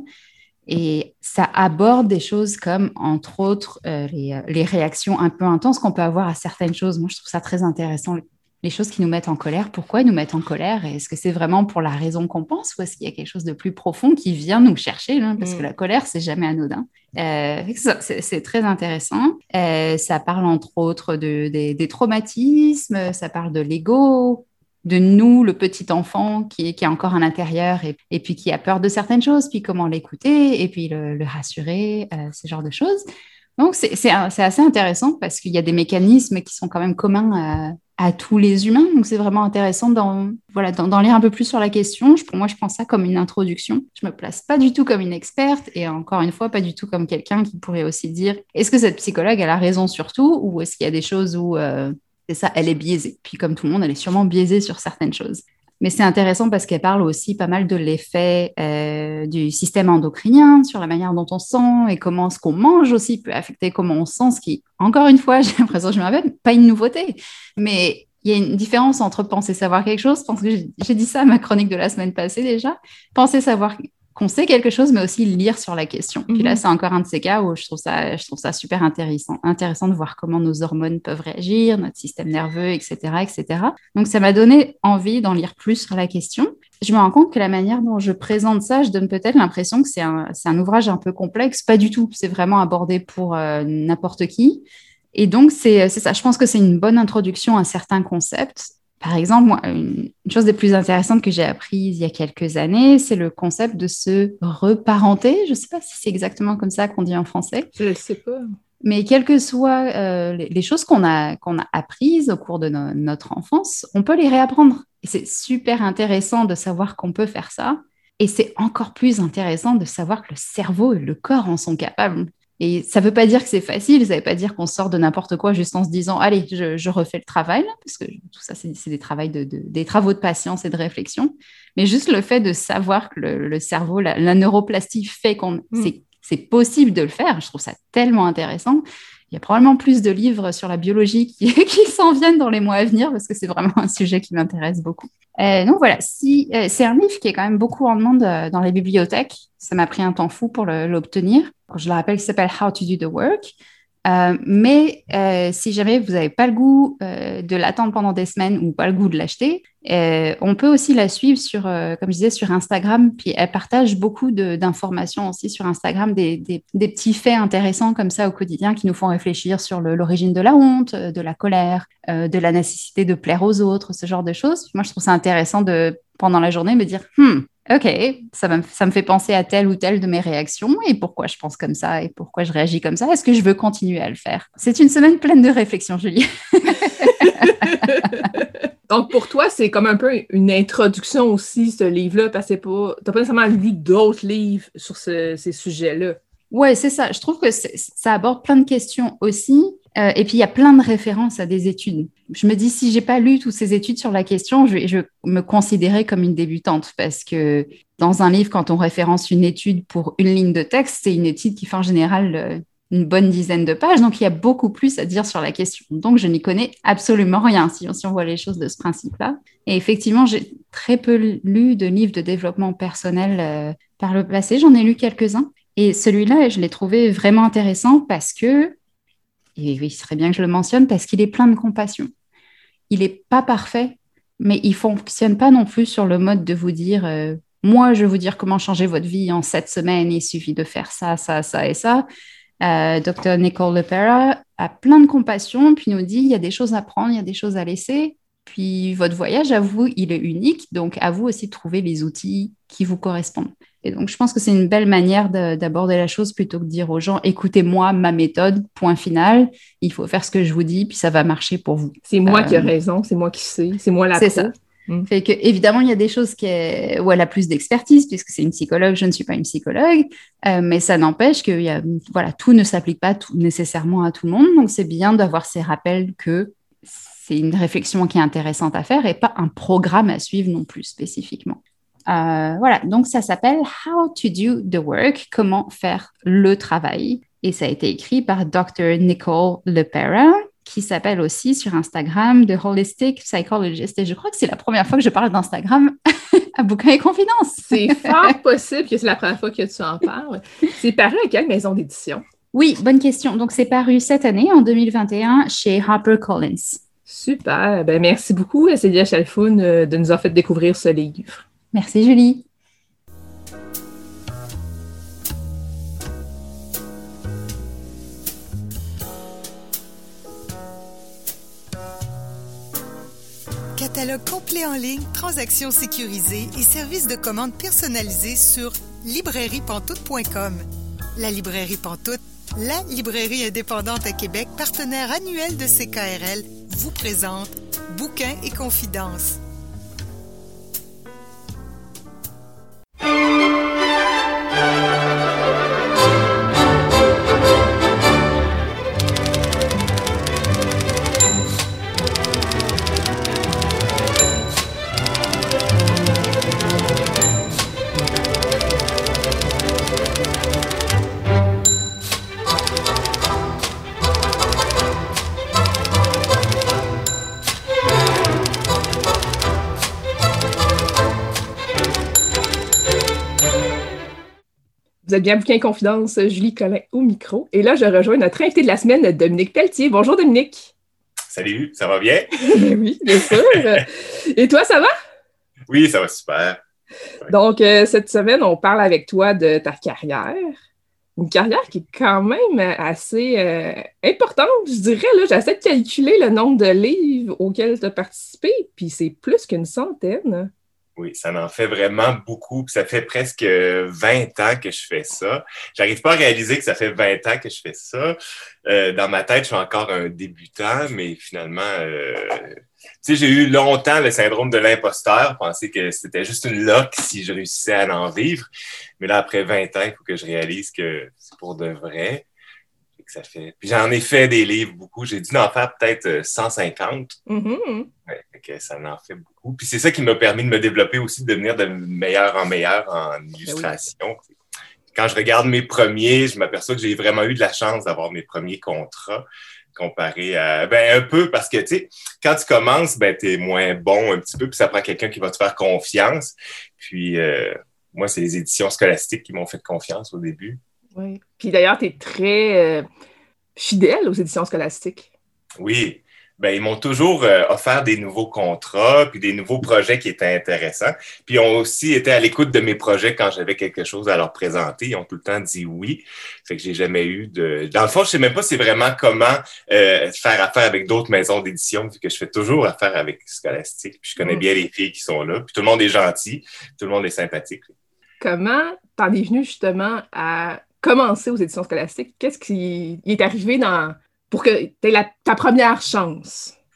[SPEAKER 4] Et ça aborde des choses comme, entre autres, euh, les, les réactions un peu intenses qu'on peut avoir à certaines choses. Moi, je trouve ça très intéressant. Les choses qui nous mettent en colère, pourquoi ils nous mettent en colère? Et est-ce que c'est vraiment pour la raison qu'on pense ou est-ce qu'il y a quelque chose de plus profond qui vient nous chercher là? Parce mmh. que la colère, c'est jamais anodin. Euh, c'est, c'est très intéressant. Euh, ça parle, entre autres, de, des, des traumatismes, ça parle de l'ego, de nous, le petit enfant qui, qui a encore un intérieur et, et puis qui a peur de certaines choses, puis comment l'écouter et puis le, le rassurer, euh, ce genre de choses. Donc, c'est, c'est, c'est assez intéressant parce qu'il y a des mécanismes qui sont quand même communs à, à tous les humains. Donc, c'est vraiment intéressant d'en, voilà, d'en, d'en lire un peu plus sur la question. Je, pour moi, je prends ça comme une introduction. Je ne me place pas du tout comme une experte et encore une fois, pas du tout comme quelqu'un qui pourrait aussi dire est-ce que cette psychologue, elle a raison sur tout ou est-ce qu'il y a des choses où... Euh, c'est ça, elle est biaisée. Puis comme tout le monde, elle est sûrement biaisée sur certaines choses. Mais c'est intéressant parce qu'elle parle aussi pas mal de l'effet euh, du système endocrinien sur la manière dont on sent et comment ce qu'on mange aussi peut affecter comment on sent, ce qui, encore une fois, j'ai l'impression que je me rappelle, pas une nouveauté. Mais il y a une différence entre penser savoir quelque chose, je pense que j'ai, j'ai dit ça à ma chronique de la semaine passée déjà, penser savoir qu'on sait quelque chose, mais aussi lire sur la question. Mm-hmm. Puis là, c'est encore un de ces cas où je trouve ça, je trouve ça super intéressant, intéressant de voir comment nos hormones peuvent réagir, notre système nerveux, et cetera, et cetera. Donc, ça m'a donné envie d'en lire plus sur la question. Je me rends compte que la manière dont je présente ça, je donne peut-être l'impression que c'est un, c'est un ouvrage un peu complexe. Pas du tout. C'est vraiment abordé pour euh, n'importe qui. Et donc, c'est, c'est ça. Je pense que c'est une bonne introduction à certains concepts. Par exemple, moi, une, une chose des plus intéressantes que j'ai apprise il y a quelques années, c'est le concept de se reparenter. Je ne sais pas si c'est exactement comme ça qu'on dit en français.
[SPEAKER 2] Je ne sais pas.
[SPEAKER 4] Mais quelles que soient euh, les, les choses qu'on a, qu'on a apprises au cours de no- notre enfance, on peut les réapprendre. Et c'est super intéressant de savoir qu'on peut faire ça. Et c'est encore plus intéressant de savoir que le cerveau et le corps en sont capables. Et ça ne veut pas dire que c'est facile, ça ne veut pas dire qu'on sort de n'importe quoi juste en se disant « Allez, je, je refais le travail », là, parce que tout ça, c'est, c'est des, travaux de, de, des travaux de patience et de réflexion. Mais juste le fait de savoir que le, le cerveau, la, la neuroplastie fait qu'on... Mm. C'est, c'est possible de le faire, je trouve ça tellement intéressant. Il y a probablement plus de livres sur la biologie qui, qui s'en viennent dans les mois à venir parce que c'est vraiment un sujet qui m'intéresse beaucoup. Euh, donc voilà, si, euh, c'est un livre qui est quand même beaucoup en demande euh, dans les bibliothèques. Ça m'a pris un temps fou pour le, l'obtenir. Je le rappelle, il s'appelle How to do the work. Euh, mais euh, si jamais vous n'avez pas le goût euh, de l'attendre pendant des semaines ou pas le goût de l'acheter, euh, on peut aussi la suivre sur, euh, comme je disais, sur Instagram. Puis elle partage beaucoup de, d'informations aussi sur Instagram, des, des, des petits faits intéressants comme ça au quotidien qui nous font réfléchir sur le, l'origine de la honte, de la colère, euh, de la nécessité de plaire aux autres, ce genre de choses. Moi, je trouve ça intéressant de, pendant la journée, me dire hmm, OK, ça me, ça me fait penser à telle ou telle de mes réactions et pourquoi je pense comme ça et pourquoi je réagis comme ça. Est-ce que je veux continuer à le faire? C'est une semaine pleine de réflexions, Julie.
[SPEAKER 2] Donc, pour toi, c'est comme un peu une introduction aussi, ce livre-là, parce que tu n'as pas nécessairement lu d'autres livres sur ce, ces sujets-là.
[SPEAKER 4] Ouais, c'est ça. Je trouve que c'est- ça aborde plein de questions aussi. Euh, et puis, il y a plein de références à des études. Je me dis, si j'ai pas lu toutes ces études sur la question, je vais, je vais me considérer comme une débutante parce que dans un livre, quand on référence une étude pour une ligne de texte, c'est une étude qui fait en général euh, une bonne dizaine de pages. Donc, il y a beaucoup plus à dire sur la question. Donc, je n'y connais absolument rien si, on- si on voit les choses de ce principe-là. Et effectivement, j'ai très peu lu de livres de développement personnel euh, par le passé. J'en ai lu quelques-uns. Et celui-là, je l'ai trouvé vraiment intéressant parce que, et il serait bien que je le mentionne, parce qu'il est plein de compassion. Il n'est pas parfait, mais il ne fonctionne pas non plus sur le mode de vous dire, euh, moi, je vais vous dire comment changer votre vie en sept semaines, il suffit de faire ça, ça, ça et ça. Euh, docteur Nicole LePera a plein de compassion, puis nous dit, il y a des choses à prendre, il y a des choses à laisser. Puis votre voyage, à vous, il est unique, donc à vous aussi de trouver les outils qui vous correspondent. Et donc, je pense que c'est une belle manière de- d'aborder la chose plutôt que de dire aux gens, écoutez-moi, ma méthode, point final, il faut faire ce que je vous dis, puis ça va marcher pour vous.
[SPEAKER 2] C'est moi
[SPEAKER 4] Euh,
[SPEAKER 2] qui ai raison, c'est moi qui sais, c'est moi la
[SPEAKER 4] c'est
[SPEAKER 2] pro.
[SPEAKER 4] ça.
[SPEAKER 2] Mm.
[SPEAKER 4] Fait que, évidemment, il y a des choses qui est- où elle a plus d'expertise, puisque c'est une psychologue, je ne suis pas une psychologue, euh, mais ça n'empêche que y a, voilà, tout ne s'applique pas tout, nécessairement à tout le monde. Donc, c'est bien d'avoir ces rappels que c'est une réflexion qui est intéressante à faire et pas un programme à suivre non plus spécifiquement. Euh, voilà, donc ça s'appelle How to do the work, comment faire le travail. Et ça a été écrit par docteur Nicole LePera, qui s'appelle aussi sur Instagram The Holistic Psychologist. Et je crois que c'est la première fois que je parle d'Instagram à Bouquins et Confidences.
[SPEAKER 2] C'est fort possible que c'est la première fois que tu en parles. C'est paru à quelle maison d'édition?
[SPEAKER 4] Oui, bonne question. Donc, c'est paru cette année, en deux mille vingt et un, chez HarperCollins.
[SPEAKER 2] Super. Ben, merci beaucoup, Célia Chalfoun, euh, de nous avoir fait découvrir ce livre.
[SPEAKER 4] Merci, Julie.
[SPEAKER 1] Catalogue complet en ligne, transactions sécurisées et services de commande personnalisés sur librairie pantoute point com. La Librairie Pantoute, la librairie indépendante à Québec, partenaire annuel de C K R L, vous présente Bouquins et Confidences.
[SPEAKER 2] Vous êtes bien à Bouquins et Confidences, Julie Collin au micro. Et là, je rejoins notre invité de la semaine, Dominique Pelletier. Bonjour, Dominique.
[SPEAKER 5] Salut, ça va bien?
[SPEAKER 2] Oui, bien sûr. Et toi, ça va?
[SPEAKER 5] Oui, ça va super.
[SPEAKER 2] Donc, euh, cette semaine, on parle avec toi de ta carrière. Une carrière qui est quand même assez euh, importante, je dirais. Là, j'essaie de calculer le nombre de livres auxquels tu as participé, puis c'est plus qu'une centaine.
[SPEAKER 5] Oui, ça en fait vraiment beaucoup. Puis ça fait presque vingt ans que je fais ça. J'arrive pas à réaliser que ça fait vingt ans que je fais ça. Euh, dans ma tête, je suis encore un débutant, mais finalement, euh, tu sais, j'ai eu longtemps le syndrome de l'imposteur, penser que c'était juste une loque si je réussissais à en vivre. Mais là, après vingt ans, il faut que je réalise que c'est pour de vrai. Que ça fait... Puis j'en ai fait des livres beaucoup. J'ai dû en faire peut-être cent cinquante.
[SPEAKER 2] Mm-hmm.
[SPEAKER 5] Ouais, fait que ça en fait beaucoup. Puis c'est ça qui m'a permis de me développer aussi, de devenir de meilleur en meilleur en illustration. Oui. Quand je regarde mes premiers, je m'aperçois que j'ai vraiment eu de la chance d'avoir mes premiers contrats comparé à... Ben un peu, parce que, tu sais, quand tu commences, ben t'es moins bon un petit peu, puis ça prend quelqu'un qui va te faire confiance. Puis euh, moi, c'est les éditions scolastiques qui m'ont fait confiance au début.
[SPEAKER 2] Oui. Puis d'ailleurs, tu es très euh, fidèle aux éditions scolastiques.
[SPEAKER 5] Oui. Ben, ils m'ont toujours euh, offert des nouveaux contrats puis des nouveaux projets qui étaient intéressants. Puis ils ont aussi été à l'écoute de mes projets quand j'avais quelque chose à leur présenter. Ils ont tout le temps dit oui. Fait que j'ai jamais eu de... Dans le fond, je sais même pas c'est vraiment comment euh, faire affaire avec d'autres maisons d'édition, vu que je fais toujours affaire avec Scholastique. Puis je connais mmh. bien les filles qui sont là. Puis tout le monde est gentil. Tout le monde est sympathique.
[SPEAKER 2] Comment t'en es venu justement à commencer aux éditions scolastiques? Qu'est-ce qui est arrivé dans... pour que tu aies la, ta première chance?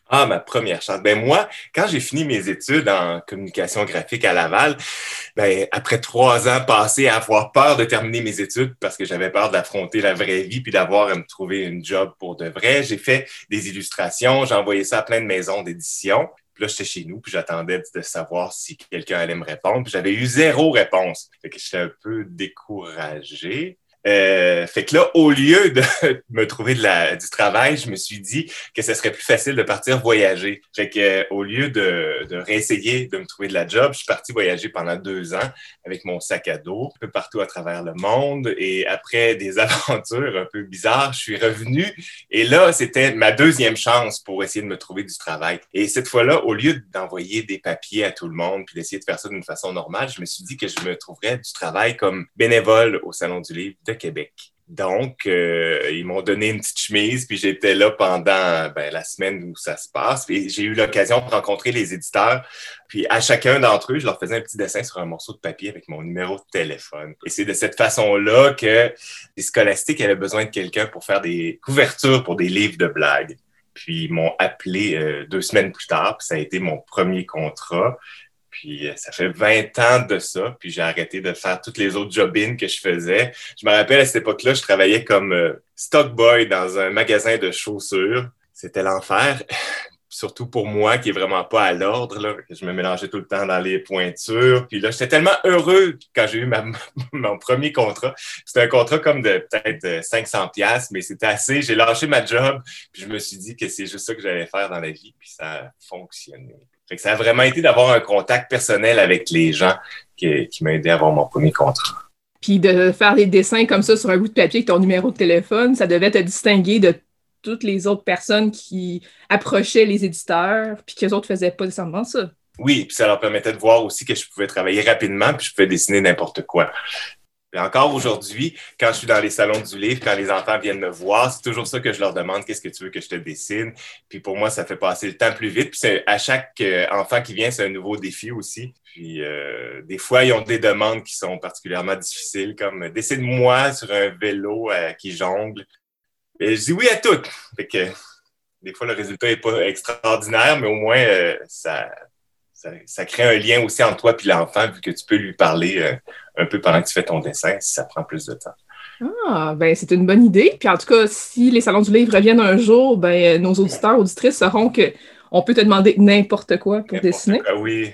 [SPEAKER 5] Ah, ma première chance. Ben moi, quand j'ai fini mes études en communication graphique à Laval, ben après trois ans passés à avoir peur de terminer mes études parce que j'avais peur d'affronter la vraie vie puis d'avoir à me trouver une job pour de vrai, j'ai fait des illustrations, j'ai envoyé ça à plein de maisons d'édition. Puis là, j'étais chez nous, puis j'attendais de savoir si quelqu'un allait me répondre. Puis j'avais eu zéro réponse. Fait que j'étais un peu découragé. Euh, fait que là, au lieu de me trouver de la, du travail, je me suis dit que ce serait plus facile de partir voyager. Fait que, euh, au lieu de, de réessayer de me trouver de la job, je suis parti voyager pendant deux ans avec mon sac à dos, un peu partout à travers le monde. Et après des aventures un peu bizarres, je suis revenu. Et là, c'était ma deuxième chance pour essayer de me trouver du travail. Et cette fois-là, au lieu d'envoyer des papiers à tout le monde puis d'essayer de faire ça d'une façon normale, je me suis dit que je me trouverais du travail comme bénévole au Salon du Livre de Québec. Donc, euh, ils m'ont donné une petite chemise, puis j'étais là pendant ben, la semaine où ça se passe. Et j'ai eu l'occasion de rencontrer les éditeurs. Puis à chacun d'entre eux, je leur faisais un petit dessin sur un morceau de papier avec mon numéro de téléphone. Et c'est de cette façon-là que les Scolastiques avaient besoin de quelqu'un pour faire des couvertures pour des livres de blagues. Puis ils m'ont appelé euh, deux semaines plus tard, puis ça a été mon premier contrat. Puis ça fait vingt ans de ça, puis j'ai arrêté de faire toutes les autres job-ins que je faisais. Je me rappelle, à cette époque-là, je travaillais comme euh, stock boy dans un magasin de chaussures. C'était l'enfer, surtout pour moi qui est vraiment pas à l'ordre, là. Je me mélangeais tout le temps dans les pointures. Puis là, j'étais tellement heureux quand j'ai eu ma, mon premier contrat. C'était un contrat comme de peut-être cinq cents dollars, mais c'était assez. J'ai lâché ma job, puis je me suis dit que c'est juste ça que j'allais faire dans la vie, puis ça a fonctionné. Fait que ça a vraiment été d'avoir un contact personnel avec les gens qui, qui m'a aidé à avoir mon premier contrat.
[SPEAKER 2] Puis de faire des dessins comme ça sur un bout de papier avec ton numéro de téléphone, ça devait te distinguer de toutes les autres personnes qui approchaient les éditeurs puis qu'eux autres faisaient pas nécessairement ça.
[SPEAKER 5] Oui, puis ça leur permettait de voir aussi que je pouvais travailler rapidement puis je pouvais dessiner n'importe quoi. Et encore aujourd'hui, quand je suis dans les salons du livre, quand les enfants viennent me voir, c'est toujours ça que je leur demande, qu'est-ce que tu veux que je te dessine? Puis pour moi, ça fait passer le temps plus vite. Puis c'est, à chaque euh, enfant qui vient, c'est un nouveau défi aussi. Puis euh, des fois, ils ont des demandes qui sont particulièrement difficiles, comme « dessine-moi sur un vélo euh, qui jongle ». Et je dis oui à tout. Fait que des fois, le résultat n'est pas extraordinaire, mais au moins, euh, ça... Ça, ça crée un lien aussi entre toi et l'enfant, vu que tu peux lui parler euh, un peu pendant que tu fais ton dessin, si ça prend plus de temps.
[SPEAKER 2] Ah, ben c'est une bonne idée. Puis en tout cas, si les salons du livre reviennent un jour, ben nos auditeurs, auditrices sauront qu'on peut te demander n'importe quoi pour
[SPEAKER 5] n'importe
[SPEAKER 2] dessiner.
[SPEAKER 5] Quoi, oui.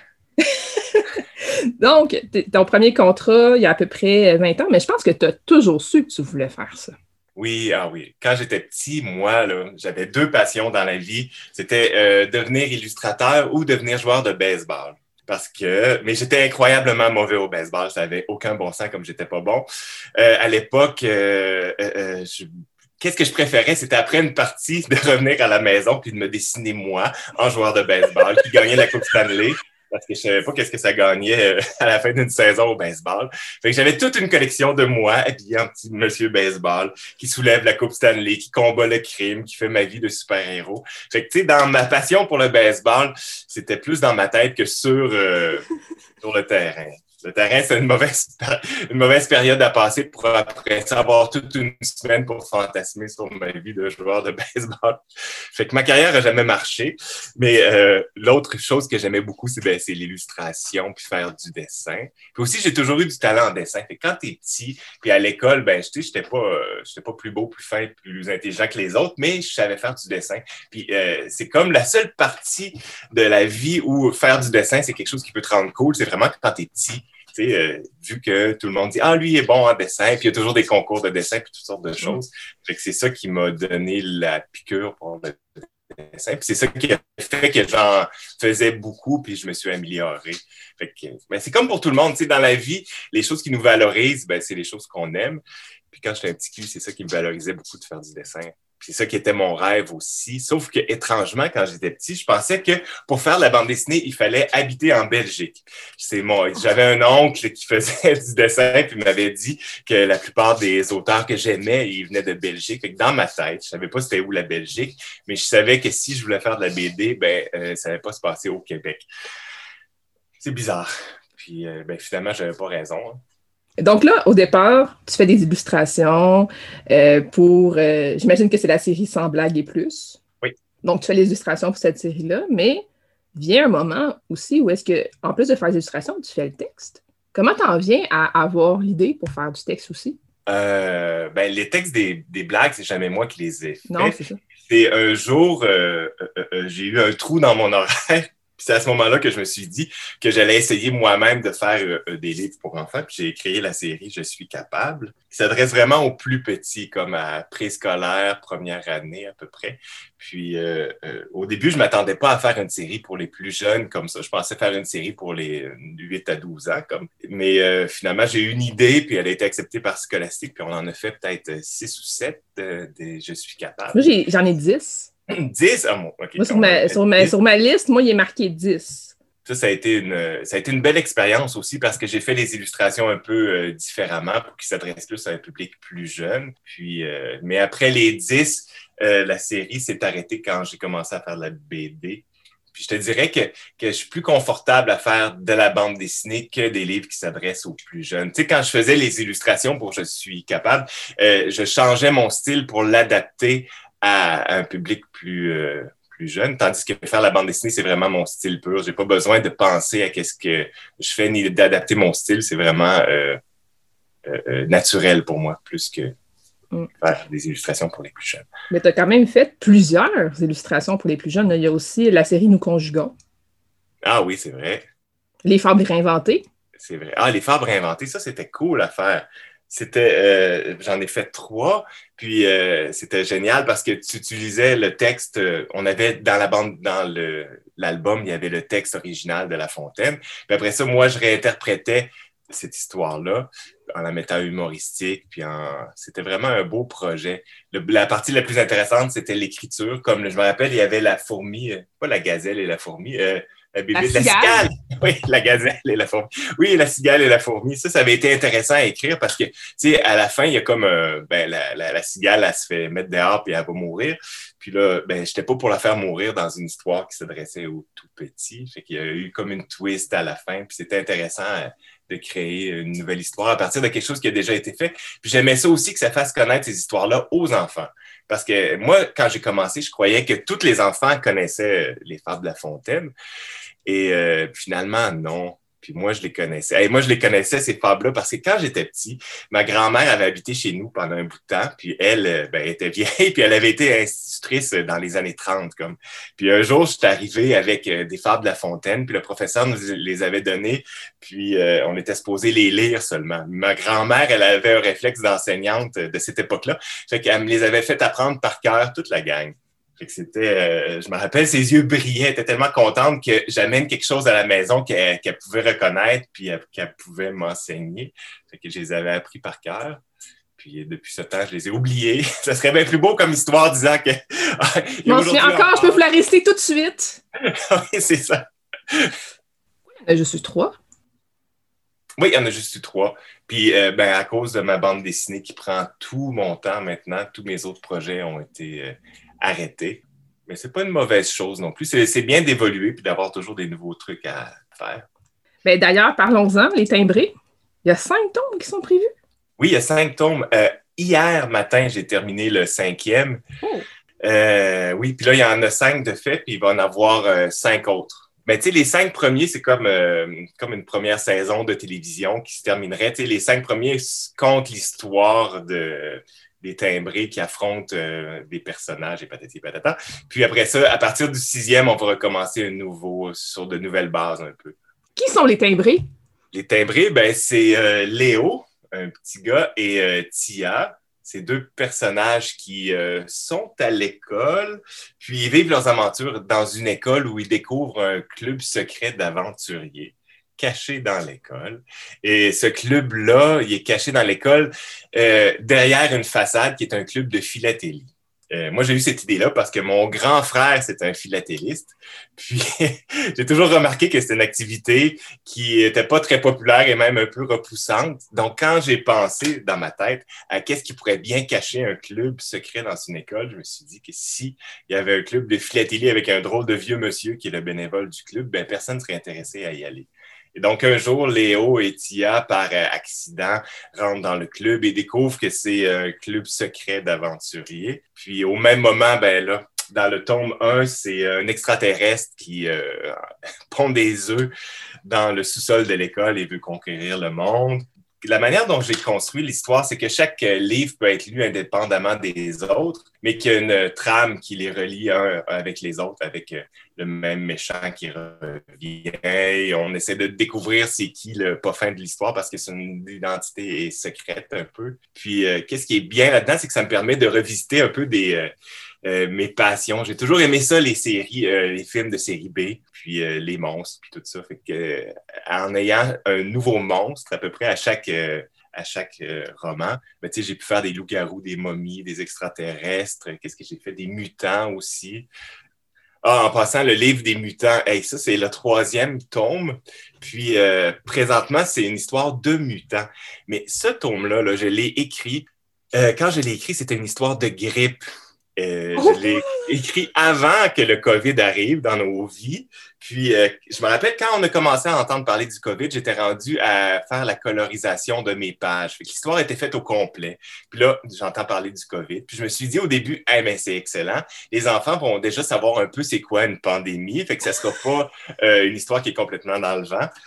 [SPEAKER 2] Donc, ton premier contrat, il y a à peu près vingt ans, mais je pense que tu as toujours su que tu voulais faire ça.
[SPEAKER 5] Oui, ah oui. Quand j'étais petit, moi, là, j'avais deux passions dans la vie. C'était euh, devenir illustrateur ou devenir joueur de baseball. Parce que, mais j'étais incroyablement mauvais au baseball. Ça n'avait aucun bon sens comme j'étais pas bon. Euh, à l'époque, euh, euh, je... qu'est-ce que je préférais? C'était après une partie de revenir à la maison puis de me dessiner moi en joueur de baseball qui gagnait la Coupe Stanley. Parce que je savais pas qu'est-ce que ça gagnait à la fin d'une saison au baseball. Fait que j'avais toute une collection de moi habillé en petit monsieur baseball qui soulève la Coupe Stanley, qui combat le crime, qui fait ma vie de super-héros. Fait que tu sais, dans ma passion pour le baseball, c'était plus dans ma tête que sur, euh, sur le terrain. Le terrain, c'est une mauvaise, une mauvaise période à passer pour après ça avoir toute une semaine pour fantasmer sur ma vie de joueur de baseball. Fait que ma carrière n'a jamais marché. Mais euh, l'autre chose que j'aimais beaucoup, c'est, ben, c'est l'illustration puis faire du dessin. Puis aussi, j'ai toujours eu du talent en dessin. Fait que quand t'es petit, puis à l'école, ben, tu sais, j'étais pas, euh, j'étais pas plus beau, plus fin, plus intelligent que les autres, mais je savais faire du dessin. Puis euh, c'est comme la seule partie de la vie où faire du dessin, c'est quelque chose qui peut te rendre cool. C'est vraiment quand t'es petit. Tu sais, euh, vu que tout le monde dit « Ah, lui, il est bon en dessin », puis il y a toujours des concours de dessin, puis toutes sortes de choses. Fait que c'est ça qui m'a donné la piqûre pour le dessin. Puis c'est ça qui a fait que j'en faisais beaucoup, puis je me suis amélioré. Fait que, ben, c'est comme pour tout le monde, tu sais, dans la vie, les choses qui nous valorisent, ben, c'est les choses qu'on aime. Puis quand j'étais un petit cul, c'est ça qui me valorisait beaucoup de faire du dessin. Puis c'est ça qui était mon rêve aussi. Sauf que, étrangement, quand j'étais petit, je pensais que pour faire de la bande dessinée, il fallait habiter en Belgique. C'est moi. J'avais un oncle qui faisait du dessin puis m'avait dit que la plupart des auteurs que j'aimais, ils venaient de Belgique. Fait que dans ma tête, je savais pas c'était où la Belgique, mais je savais que si je voulais faire de la B D, ben, euh, ça n'allait pas se passer au Québec. C'est bizarre. Puis, euh, ben, finalement, j'avais pas raison. Hein.
[SPEAKER 2] Donc là, au départ, tu fais des illustrations euh, pour... Euh, j'imagine que c'est la série Sans blague et plus.
[SPEAKER 5] Oui.
[SPEAKER 2] Donc, tu fais les illustrations pour cette série-là, mais vient un moment aussi où est-ce que, en plus de faire les illustrations, tu fais le texte. Comment t'en viens à avoir l'idée pour faire du texte aussi?
[SPEAKER 5] Euh, ben, les textes des, des blagues, c'est jamais moi qui les ai faits.
[SPEAKER 2] Non, c'est ça.
[SPEAKER 5] C'est un jour, euh, euh, euh, j'ai eu un trou dans mon horaire. Puis c'est à ce moment-là que je me suis dit que j'allais essayer moi-même de faire euh, des livres pour enfants. Puis j'ai créé la série Je suis capable, qui s'adresse vraiment aux plus petits, comme à préscolaire, première année à peu près. Puis euh, euh, au début, je m'attendais pas à faire une série pour les plus jeunes comme ça. Je pensais faire une série pour les huit à douze ans. Comme. Mais euh, finalement, j'ai eu une idée, puis elle a été acceptée par Scholastic. Puis on en a fait peut-être six ou sept euh, des Je suis capable.
[SPEAKER 2] Moi, j'ai, j'en ai dix.
[SPEAKER 5] dix? Ah bon, OK.
[SPEAKER 2] Moi, sur ma, sur, ma, sur ma liste, moi, il est marqué dix.
[SPEAKER 5] Ça, ça a été une, ça a été une belle expérience aussi parce que j'ai fait les illustrations un peu euh, différemment pour qu'ils s'adressent plus à un public plus jeune. Puis, euh, mais après les dix, euh, la série s'est arrêtée quand j'ai commencé à faire de la B D. Puis je te dirais que, que je suis plus confortable à faire de la bande dessinée que des livres qui s'adressent aux plus jeunes. Tu sais, quand je faisais les illustrations pour Je suis capable, euh, je changeais mon style pour l'adapter à un public plus, euh, plus jeune, tandis que faire la bande dessinée, c'est vraiment mon style pur. J'ai pas besoin de penser à qu'est-ce que je fais ni d'adapter mon style. C'est vraiment euh, euh, naturel pour moi, plus que mm. faire des illustrations pour les plus jeunes.
[SPEAKER 2] Mais tu as quand même fait plusieurs illustrations pour les plus jeunes. Il y a aussi la série Nous conjuguons.
[SPEAKER 5] Ah oui, c'est vrai.
[SPEAKER 2] Les fables réinventées.
[SPEAKER 5] C'est vrai. Ah, les fables réinventées, ça, c'était cool à faire. C'était, euh, j'en ai fait trois, puis euh, c'était génial parce que tu utilisais le texte, euh, on avait dans la bande, dans le, l'album, il y avait le texte original de La Fontaine. Puis après ça, moi, je réinterprétais cette histoire-là en la mettant humoristique, puis en... c'était vraiment un beau projet. Le, la partie la plus intéressante, c'était l'écriture. Comme je me rappelle, il y avait la fourmi, euh, pas la gazelle et la fourmi, euh, La, bébé, la, cigale. la cigale! Oui, la gazelle et la fourmi. Oui, la cigale et la fourmi. Ça, ça avait été intéressant à écrire parce que, tu sais, à la fin, il y a comme, euh, ben, la, la, la cigale, elle se fait mettre dehors puis elle va mourir. Puis là, ben, j'étais pas pour la faire mourir dans une histoire qui s'adressait aux tout petits. Fait qu'il y a eu comme une twist à la fin. Puis c'était intéressant de créer une nouvelle histoire à partir de quelque chose qui a déjà été fait. Puis j'aimais ça aussi que ça fasse connaître ces histoires-là aux enfants. Parce que moi, quand j'ai commencé, je croyais que tous les enfants connaissaient les fables de La Fontaine. Et euh, finalement, non. Puis moi, je les connaissais. Et moi, je les connaissais, ces fables-là, parce que quand j'étais petit, ma grand-mère avait habité chez nous pendant un bout de temps. Puis elle, ben, elle était vieille, puis elle avait été institutrice dans les années trente. Comme. Puis un jour, je suis arrivé avec euh, des fables de La Fontaine, puis le professeur nous les avait données, puis euh, on était supposé les lire seulement. Ma grand-mère, elle avait un réflexe d'enseignante de cette époque-là. Fait qu'elle me les avait fait apprendre par cœur, toute la gang. Fait que c'était, euh, je me rappelle, ses yeux brillaient, elle était tellement contente que j'amène quelque chose à la maison qu'elle, qu'elle pouvait reconnaître puis qu'elle pouvait m'enseigner. Fait que je les avais appris par cœur. Puis depuis ce temps, je les ai oubliés. Ça serait bien plus beau comme histoire disant que...
[SPEAKER 2] Je m'en souviens encore, encore, je peux vous la réciter tout de suite.
[SPEAKER 5] Oui, c'est ça.
[SPEAKER 2] Il y en a juste eu trois.
[SPEAKER 5] Oui, il y en a juste eu trois. Puis euh, ben, à cause de ma bande dessinée qui prend tout mon temps maintenant, tous mes autres projets ont été... Euh, arrêter. Mais c'est pas une mauvaise chose non plus. C'est, c'est bien d'évoluer puis d'avoir toujours des nouveaux trucs à faire.
[SPEAKER 2] Ben, d'ailleurs, parlons-en, les timbrés. Il y a cinq tomes qui sont prévus.
[SPEAKER 5] Oui, il y a cinq tomes. Euh, hier matin, j'ai terminé le cinquième. Oh. Euh, oui, puis là, il y en a cinq de fait, puis il va en avoir euh, cinq autres. Mais tu sais, les cinq premiers, c'est comme, euh, comme une première saison de télévision qui se terminerait. Tu sais, les cinq premiers comptent l'histoire de... des timbrés qui affrontent euh, des personnages et patati patata. Puis après ça, à partir du sixième, on va recommencer un nouveau, sur de nouvelles bases un peu.
[SPEAKER 2] Qui sont les timbrés?
[SPEAKER 5] Les timbrés, ben, c'est euh, Léo, un petit gars, et euh, Tia. C'est deux personnages qui euh, sont à l'école, puis ils vivent leurs aventures dans une école où ils découvrent un club secret d'aventuriers caché dans l'école. Et ce club-là, il est caché dans l'école euh, derrière une façade qui est un club de philatélie. Euh, moi, j'ai eu cette idée-là parce que mon grand frère, c'est un philatéliste. Puis, j'ai toujours remarqué que c'était une activité qui était pas très populaire et même un peu repoussante. Donc, quand j'ai pensé dans ma tête à qu'est-ce qui pourrait bien cacher un club secret dans une école, je me suis dit que si il y avait un club de philatélie avec un drôle de vieux monsieur qui est le bénévole du club, ben personne ne serait intéressé à y aller. Et donc, un jour, Léo et Tia, par accident, rentrent dans le club et découvrent que c'est un club secret d'aventuriers. Puis, au même moment, ben là, dans le tome un, c'est un extraterrestre qui euh, pond des œufs dans le sous-sol de l'école et veut conquérir le monde. La manière dont j'ai construit l'histoire, c'est que chaque livre peut être lu indépendamment des autres, mais qu'il y a une trame qui les relie un avec les autres, avec le même méchant qui revient. Et on essaie de découvrir c'est qui le pas fin de l'histoire parce que c'est une identité secrète un peu. Puis, euh, qu'est-ce qui est bien là-dedans, c'est que ça me permet de revisiter un peu des... Euh, Euh, mes passions. J'ai toujours aimé ça, les séries, euh, les films de série B, puis euh, les monstres, puis tout ça. Fait que, euh, en ayant un nouveau monstre à peu près à chaque, euh, à chaque euh, roman, ben, tu sais, j'ai pu faire des loups-garous, des momies, des extraterrestres. Qu'est-ce que j'ai fait? Des mutants aussi. Ah, en passant, le livre des mutants, hey, ça, c'est le troisième tome. Puis, euh, présentement, c'est une histoire de mutants. Mais ce tome-là, là, je l'ai écrit. Euh, quand je l'ai écrit, c'était une histoire de grippe. Euh, je l'ai écrit avant que le COVID arrive dans nos vies. Puis, euh, je me rappelle, quand on a commencé à entendre parler du COVID, j'étais rendu à faire la colorisation de mes pages. Fait que l'histoire était faite au complet. Puis là, j'entends parler du COVID. Puis je me suis dit au début, hey, mais c'est excellent. Les enfants vont déjà savoir un peu c'est quoi une pandémie. Fait que ça sera pas euh, une histoire qui est complètement dans le vent.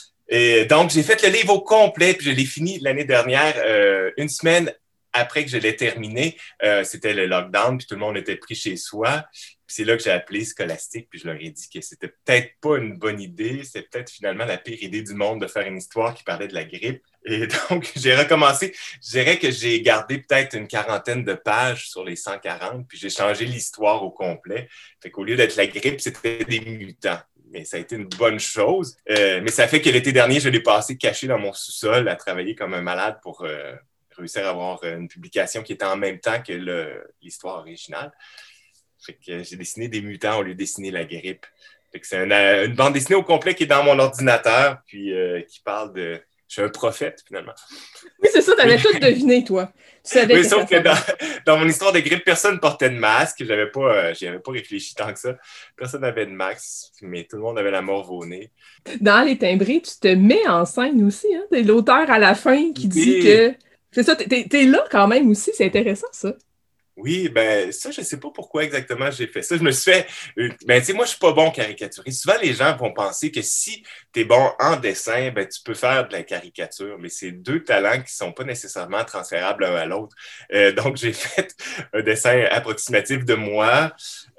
[SPEAKER 5] Et donc, j'ai fait le livre au complet. Puis je l'ai fini l'année dernière, euh, une semaine après que je l'ai terminé, euh, c'était le lockdown, puis tout le monde était pris chez soi. Puis c'est là que j'ai appelé Scholastique, puis je leur ai dit que c'était peut-être pas une bonne idée, c'était peut-être finalement la pire idée du monde de faire une histoire qui parlait de la grippe. Et donc, j'ai recommencé. Je dirais que j'ai gardé peut-être une quarantaine de pages sur les cent quarante, puis j'ai changé l'histoire au complet. Fait qu'au lieu d'être la grippe, c'était des mutants. Mais ça a été une bonne chose. Euh, mais ça fait que l'été dernier, je l'ai passé caché dans mon sous-sol à travailler comme un malade pour... Euh, réussir à avoir une publication qui était en même temps que le, l'histoire originale. Fait que j'ai dessiné des mutants au lieu de dessiner la grippe. Fait que c'est une, une bande dessinée au complet qui est dans mon ordinateur, puis euh, qui parle de... Je suis un prophète, finalement.
[SPEAKER 2] Oui, c'est ça, tu avais tout deviné, toi. Tu savais
[SPEAKER 5] oui,
[SPEAKER 2] que
[SPEAKER 5] sauf que dans, dans mon histoire de grippe, personne ne portait de masque. J'avais pas, euh, j'y avais pas réfléchi tant que ça. Personne n'avait de masque, mais tout le monde avait la morve au nez.
[SPEAKER 2] Dans Les Timbrés, tu te mets en scène aussi. Hein? T'es l'auteur à la fin qui
[SPEAKER 5] oui.
[SPEAKER 2] dit que... C'est ça, t'es, t'es là quand même aussi, c'est intéressant ça.
[SPEAKER 5] Oui, ben ça, je sais pas pourquoi exactement j'ai fait ça. Je me suis fait... Ben tu sais, moi, je suis pas bon caricaturiste. Souvent, les gens vont penser que si tu es bon en dessin, ben tu peux faire de la caricature. Mais c'est deux talents qui sont pas nécessairement transférables l'un à l'autre. Euh, donc, j'ai fait un dessin approximatif de moi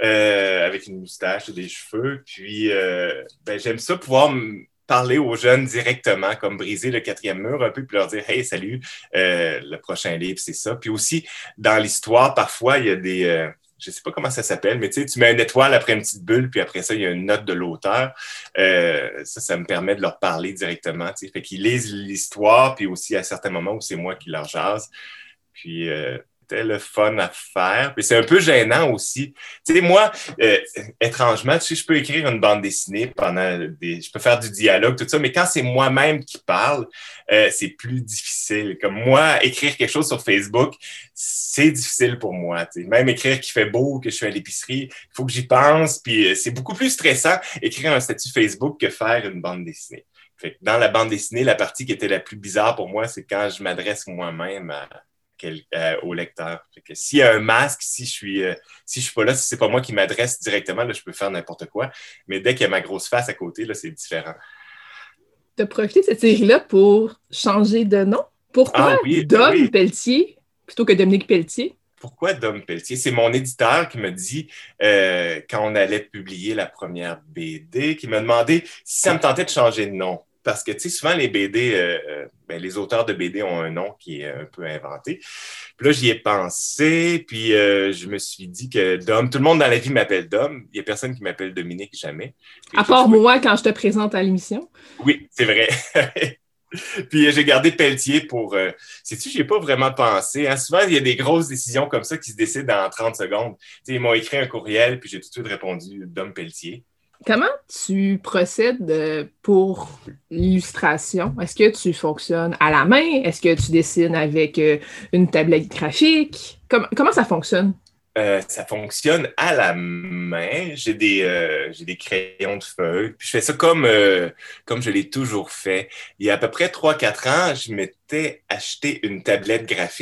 [SPEAKER 5] euh, avec une moustache et des cheveux. Puis, euh, ben j'aime ça pouvoir... M- parler aux jeunes directement, comme briser le quatrième mur un peu, puis leur dire « Hey, salut, euh, le prochain livre, c'est ça. » Puis aussi, dans l'histoire, parfois, il y a des... Euh, je sais pas comment ça s'appelle, mais tu sais, tu mets une étoile après une petite bulle, puis après ça, il y a une note de l'auteur. Euh, ça, ça me permet de leur parler directement, tu sais. Fait qu'ils lisent l'histoire, puis aussi à certains moments où c'est moi qui leur jase. Puis... Euh, c'était le fun à faire. Puis c'est un peu gênant aussi. Tu sais, moi, euh, étrangement, tu sais, je peux écrire une bande dessinée pendant des... Je peux faire du dialogue, tout ça, mais quand c'est moi-même qui parle, euh, c'est plus difficile. Comme moi, écrire quelque chose sur Facebook, c'est difficile pour moi. Tu sais. Même écrire qu'il fait beau, que je suis à l'épicerie, il faut que j'y pense. Puis c'est beaucoup plus stressant écrire un statut Facebook que faire une bande dessinée. Fait que dans la bande dessinée, la partie qui était la plus bizarre pour moi, c'est quand je m'adresse moi-même à Quel, euh, au lecteur. Fait que s'il y a un masque, si je suis euh, si je suis pas là, si c'est pas moi qui m'adresse directement, là, je peux faire n'importe quoi. Mais dès qu'il y a ma grosse face à côté, là, c'est différent.
[SPEAKER 2] Tu as profité de cette série-là pour changer de nom. Pourquoi
[SPEAKER 5] ah, oui,
[SPEAKER 2] Dom
[SPEAKER 5] oui.
[SPEAKER 2] Pelletier plutôt que Dominique Pelletier?
[SPEAKER 5] Pourquoi Dom Pelletier? C'est mon éditeur qui me dit, euh, quand on allait publier la première B D, qui m'a demandé si ça me tentait de changer de nom. Parce que, tu sais, souvent, les B D, euh, ben, les auteurs de B D ont un nom qui est un peu inventé. Puis là, j'y ai pensé, puis euh, je me suis dit que Dom, tout le monde dans la vie m'appelle Dom. Il n'y a personne qui m'appelle Dominique, jamais. Puis
[SPEAKER 2] à part moi, moi, quand je te présente à l'émission.
[SPEAKER 5] Oui, c'est vrai. Puis j'ai gardé Pelletier pour... Euh, sais-tu, j'y ai pas vraiment pensé. Hein? Souvent, il y a des grosses décisions comme ça qui se décident en trente secondes. Tu sais, ils m'ont écrit un courriel, puis j'ai tout de suite répondu Dom Pelletier.
[SPEAKER 2] Comment tu procèdes pour l'illustration? Est-ce que tu fonctionnes à la main? Est-ce que tu dessines avec une tablette graphique? Comment, comment ça fonctionne?
[SPEAKER 5] Euh, ça fonctionne à la main. J'ai des, euh, j'ai des crayons de feuille. Puis je fais ça comme, euh, comme je l'ai toujours fait. Il y a à peu près trois quatre ans, je m'étais acheté une tablette graphique.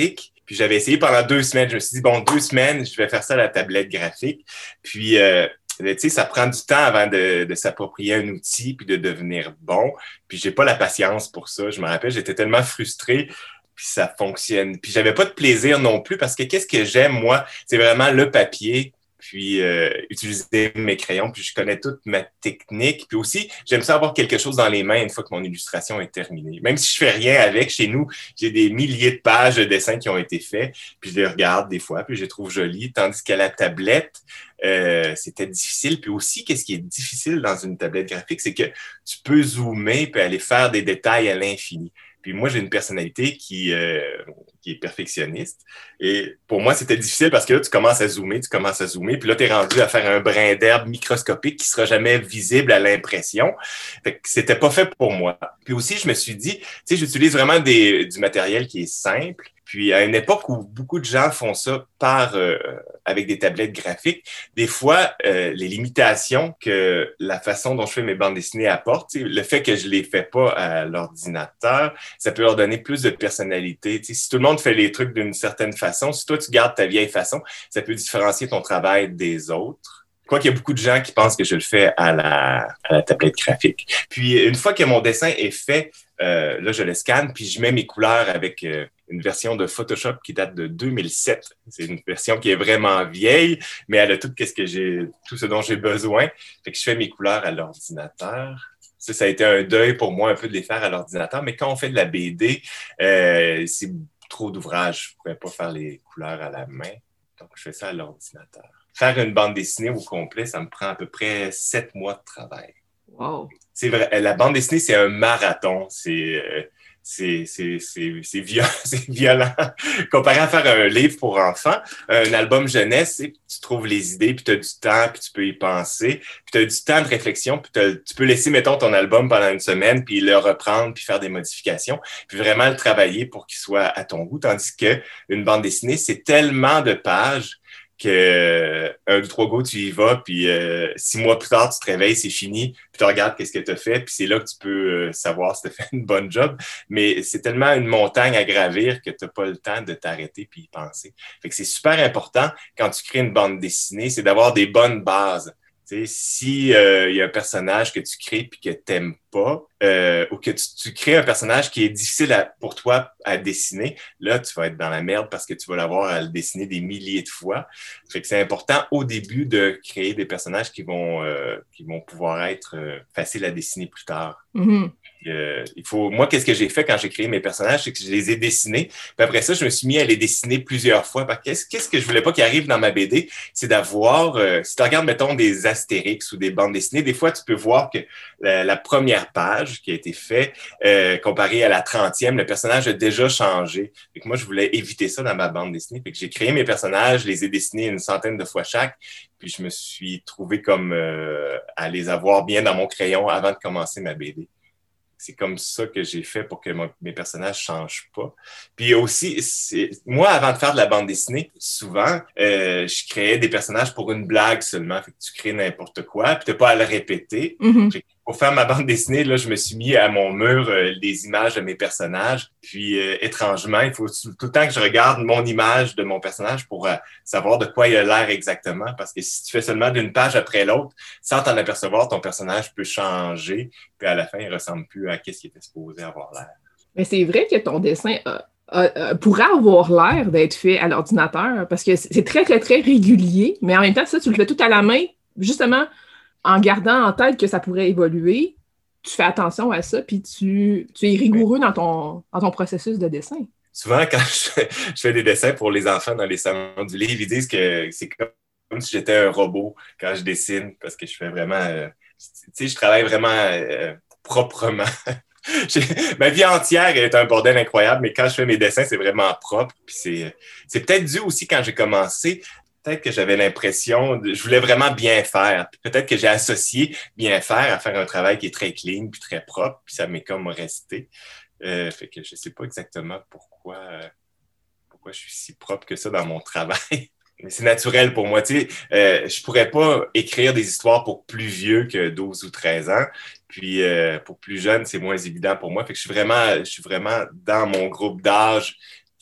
[SPEAKER 5] Puis j'avais essayé pendant deux semaines. Je me suis dit, bon, deux semaines, je vais faire ça à la tablette graphique. Puis, euh, tu sais, ça prend du temps avant de, de s'approprier un outil puis de devenir bon. Puis j'ai pas la patience pour ça. Je me rappelle, j'étais tellement frustré. Puis ça fonctionne. Puis j'avais pas de plaisir non plus parce que qu'est-ce que j'aime, moi, c'est vraiment le papier, puis euh, utiliser mes crayons, puis je connais toute ma technique. Puis aussi, j'aime ça avoir quelque chose dans les mains une fois que mon illustration est terminée. Même si je fais rien avec, chez nous, j'ai des milliers de pages de dessins qui ont été faits, puis je les regarde des fois, puis je les trouve jolis. Tandis qu'à la tablette, euh, c'était difficile. Puis aussi, qu'est-ce qui est difficile dans une tablette graphique, c'est que tu peux zoomer puis aller faire des détails à l'infini. Puis moi, j'ai une personnalité qui, euh, qui est perfectionniste. Et pour moi, c'était difficile parce que là, tu commences à zoomer, tu commences à zoomer. Puis là, tu es rendu à faire un brin d'herbe microscopique qui sera jamais visible à l'impression. Fait que c'était pas fait pour moi. Puis aussi, je me suis dit, tu sais, j'utilise vraiment des, du matériel qui est simple. Puis à une époque où beaucoup de gens font ça par euh, avec des tablettes graphiques, des fois, euh, les limitations que la façon dont je fais mes bandes dessinées apporte, le fait que je les fais pas à l'ordinateur, ça peut leur donner plus de personnalité. T'sais, si tout le monde fait les trucs d'une certaine façon, si toi, tu gardes ta vieille façon, ça peut différencier ton travail des autres. Je crois qu'il y a beaucoup de gens qui pensent que je le fais à la, à la tablette graphique. Puis, une fois que mon dessin est fait, euh, là, je le scanne, puis je mets mes couleurs avec euh, une version de Photoshop qui date de deux mille sept. C'est une version qui est vraiment vieille, mais elle a tout, qu'est-ce que j'ai, tout ce dont j'ai besoin. Fait que je fais mes couleurs à l'ordinateur. Ça, ça a été un deuil pour moi un peu de les faire à l'ordinateur, mais quand on fait de la B D, euh, c'est trop d'ouvrage. Je ne pourrais pas faire les couleurs à la main, donc je fais ça à l'ordinateur. Faire une bande dessinée au complet, ça me prend à peu près sept mois de travail.
[SPEAKER 2] Wow!
[SPEAKER 5] C'est vrai, la bande dessinée, c'est un marathon. C'est, euh, c'est, c'est, c'est, c'est, violent, c'est violent. Comparé à faire un livre pour enfants, un album jeunesse, tu trouves les idées, puis tu as du temps, puis tu peux y penser, puis tu as du temps de réflexion, puis tu peux laisser, mettons, ton album pendant une semaine, puis le reprendre, puis faire des modifications, puis vraiment le travailler pour qu'il soit à ton goût. Tandis que une bande dessinée, c'est tellement de pages que euh, un, deux, trois go, tu y vas, puis euh, six mois plus tard, tu te réveilles, c'est fini, puis tu regardes qu'est-ce que tu as fait, puis c'est là que tu peux euh, savoir si tu as fait une bonne job. Mais c'est tellement une montagne à gravir que tu n'as pas le temps de t'arrêter puis y penser. Fait que c'est super important, quand tu crées une bande dessinée, c'est d'avoir des bonnes bases. Tu sais, si euh, y a un personnage que tu crées puis que t'aimes pas, euh, ou que tu, tu crées un personnage qui est difficile à, pour toi à dessiner, là, tu vas être dans la merde parce que tu vas l'avoir à le dessiner des milliers de fois. Fait que c'est important au début de créer des personnages qui vont, euh, qui vont pouvoir être euh, faciles à dessiner plus tard.
[SPEAKER 2] Mm-hmm.
[SPEAKER 5] Euh, il faut, moi, qu'est-ce que j'ai fait quand j'ai créé mes personnages, c'est que je les ai dessinés. Puis après ça, je me suis mis à les dessiner plusieurs fois. Parce que qu'est-ce, qu'est-ce que je voulais pas qu'il arrive dans ma B D, c'est d'avoir, euh, si tu regardes, mettons, des Astérix ou des bandes dessinées, des fois, tu peux voir que la, la première page qui a été faite, euh, comparée à la trentième, le personnage a déjà changé. Fait que moi, je voulais éviter ça dans ma bande dessinée. Fait que j'ai créé mes personnages, je les ai dessinés une centaine de fois chaque. Puis je me suis trouvé comme euh, à les avoir bien dans mon crayon avant de commencer ma B D. C'est comme ça que j'ai fait pour que mon, mes personnages ne changent pas. Puis aussi, c'est, moi, avant de faire de la bande dessinée, souvent, euh, je créais des personnages pour une blague seulement. Fait que tu crées n'importe quoi, puis tu n'as pas à le répéter. Mm-hmm. Pour faire ma bande dessinée, là, je me suis mis à mon mur euh, les images de mes personnages. Puis, euh, étrangement, il faut tout le temps que je regarde mon image de mon personnage pour euh, savoir de quoi il a l'air exactement. Parce que si tu fais seulement d'une page après l'autre, sans t'en apercevoir, ton personnage peut changer. Puis à la fin, il ne ressemble plus à ce qu'il était supposé avoir l'air.
[SPEAKER 2] Mais c'est vrai que ton dessin a, a, a, pourrait avoir l'air d'être fait à l'ordinateur parce que c'est très, très, très régulier. Mais en même temps, ça, tu le fais tout à la main, justement, en gardant en tête que ça pourrait évoluer. Tu fais attention à ça, puis tu, tu es rigoureux dans ton, dans ton processus de dessin.
[SPEAKER 5] Souvent, quand je, je fais des dessins pour les enfants dans les salons du livre, ils disent que c'est comme, comme si j'étais un robot quand je dessine, parce que je fais vraiment... Euh, tu sais, je travaille vraiment euh, proprement. Ma vie entière est un bordel incroyable, mais quand je fais mes dessins, c'est vraiment propre. Puis c'est, c'est peut-être dû aussi quand j'ai commencé... Peut-être que j'avais l'impression, de, je voulais vraiment bien faire. Puis peut-être que j'ai associé bien faire à faire un travail qui est très clean puis très propre, puis ça m'est comme resté. Euh, fait que je sais pas exactement pourquoi, euh, pourquoi je suis si propre que ça dans mon travail. Mais c'est naturel pour moi. Tu sais, euh, je pourrais pas écrire des histoires pour plus vieux que douze ou treize ans. Puis euh, pour plus jeune, c'est moins évident pour moi. Fait que je suis vraiment, je suis vraiment dans mon groupe d'âge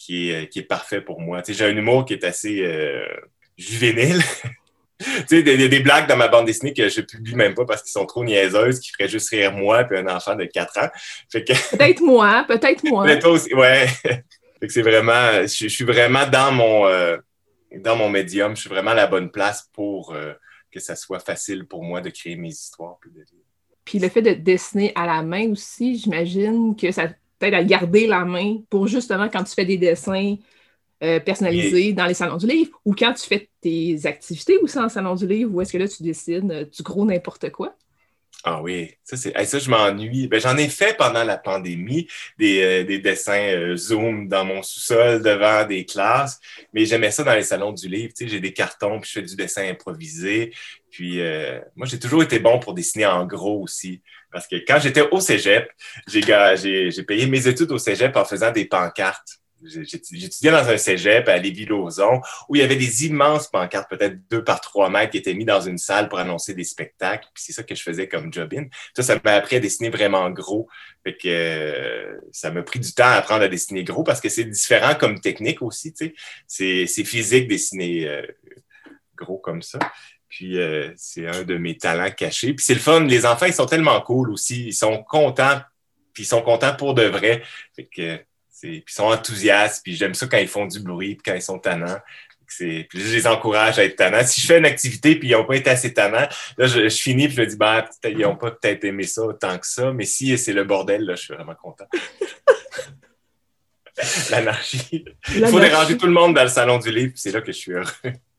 [SPEAKER 5] qui est, qui est parfait pour moi. Tu sais, j'ai un humour qui est assez euh, juvénile. Tu sais, il y a des blagues dans ma bande dessinée que je publie même pas parce qu'ils sont trop niaiseuses, qui feraient juste rire moi puis un enfant de quatre ans. Fait que...
[SPEAKER 2] Peut-être moi, peut-être moi.
[SPEAKER 5] Mais toi aussi, ouais. Fait que c'est vraiment, je, je suis vraiment dans mon, euh, dans mon médium, je suis vraiment à la bonne place pour euh, que ça soit facile pour moi de créer mes histoires. Puis, de...
[SPEAKER 2] puis le fait de dessiner à la main aussi, j'imagine que ça t'aide à garder la main pour justement quand tu fais des dessins Euh, personnalisé Et... dans les salons du livre, ou quand tu fais tes activités aussi en salon du livre, ou est-ce que là, tu dessines euh, du gros n'importe quoi?
[SPEAKER 5] Ah oui, ça, c'est... Hey, ça je m'ennuie. Ben, j'en ai fait pendant la pandémie, des, euh, des dessins euh, Zoom dans mon sous-sol devant des classes, mais j'aimais ça dans les salons du livre. Tu sais, j'ai des cartons, puis je fais du dessin improvisé. Puis euh, moi, j'ai toujours été bon pour dessiner en gros aussi, parce que quand j'étais au cégep, j'ai, j'ai, j'ai payé mes études au cégep en faisant des pancartes. J'étudiais dans un cégep à Lévis-Lauzon où il y avait des immenses pancartes, peut-être deux par trois mètres, qui étaient mis dans une salle pour annoncer des spectacles. Puis c'est ça que je faisais comme job-in. Ça, ça m'a appris à dessiner vraiment gros. Fait que euh, ça m'a pris du temps à apprendre à dessiner gros parce que c'est différent comme technique aussi, tu sais. C'est, c'est physique dessiner euh, gros comme ça. Puis euh, c'est un de mes talents cachés. Puis c'est le fun. Les enfants, ils sont tellement cool aussi. Ils sont contents. Puis ils sont contents pour de vrai. Fait que puis ils sont enthousiastes, puis j'aime ça quand ils font du bruit, puis quand ils sont tannants. C'est... Puis je les encourage à être tannants. Si je fais une activité, puis ils n'ont pas été assez tannants, là, je, je finis, puis je me dis, ben, ils n'ont pas peut-être aimé ça autant que ça, mais si c'est le bordel, là, je suis vraiment content. L'anarchie. Il faut déranger tout le monde dans le salon du livre, puis c'est là que je suis heureux.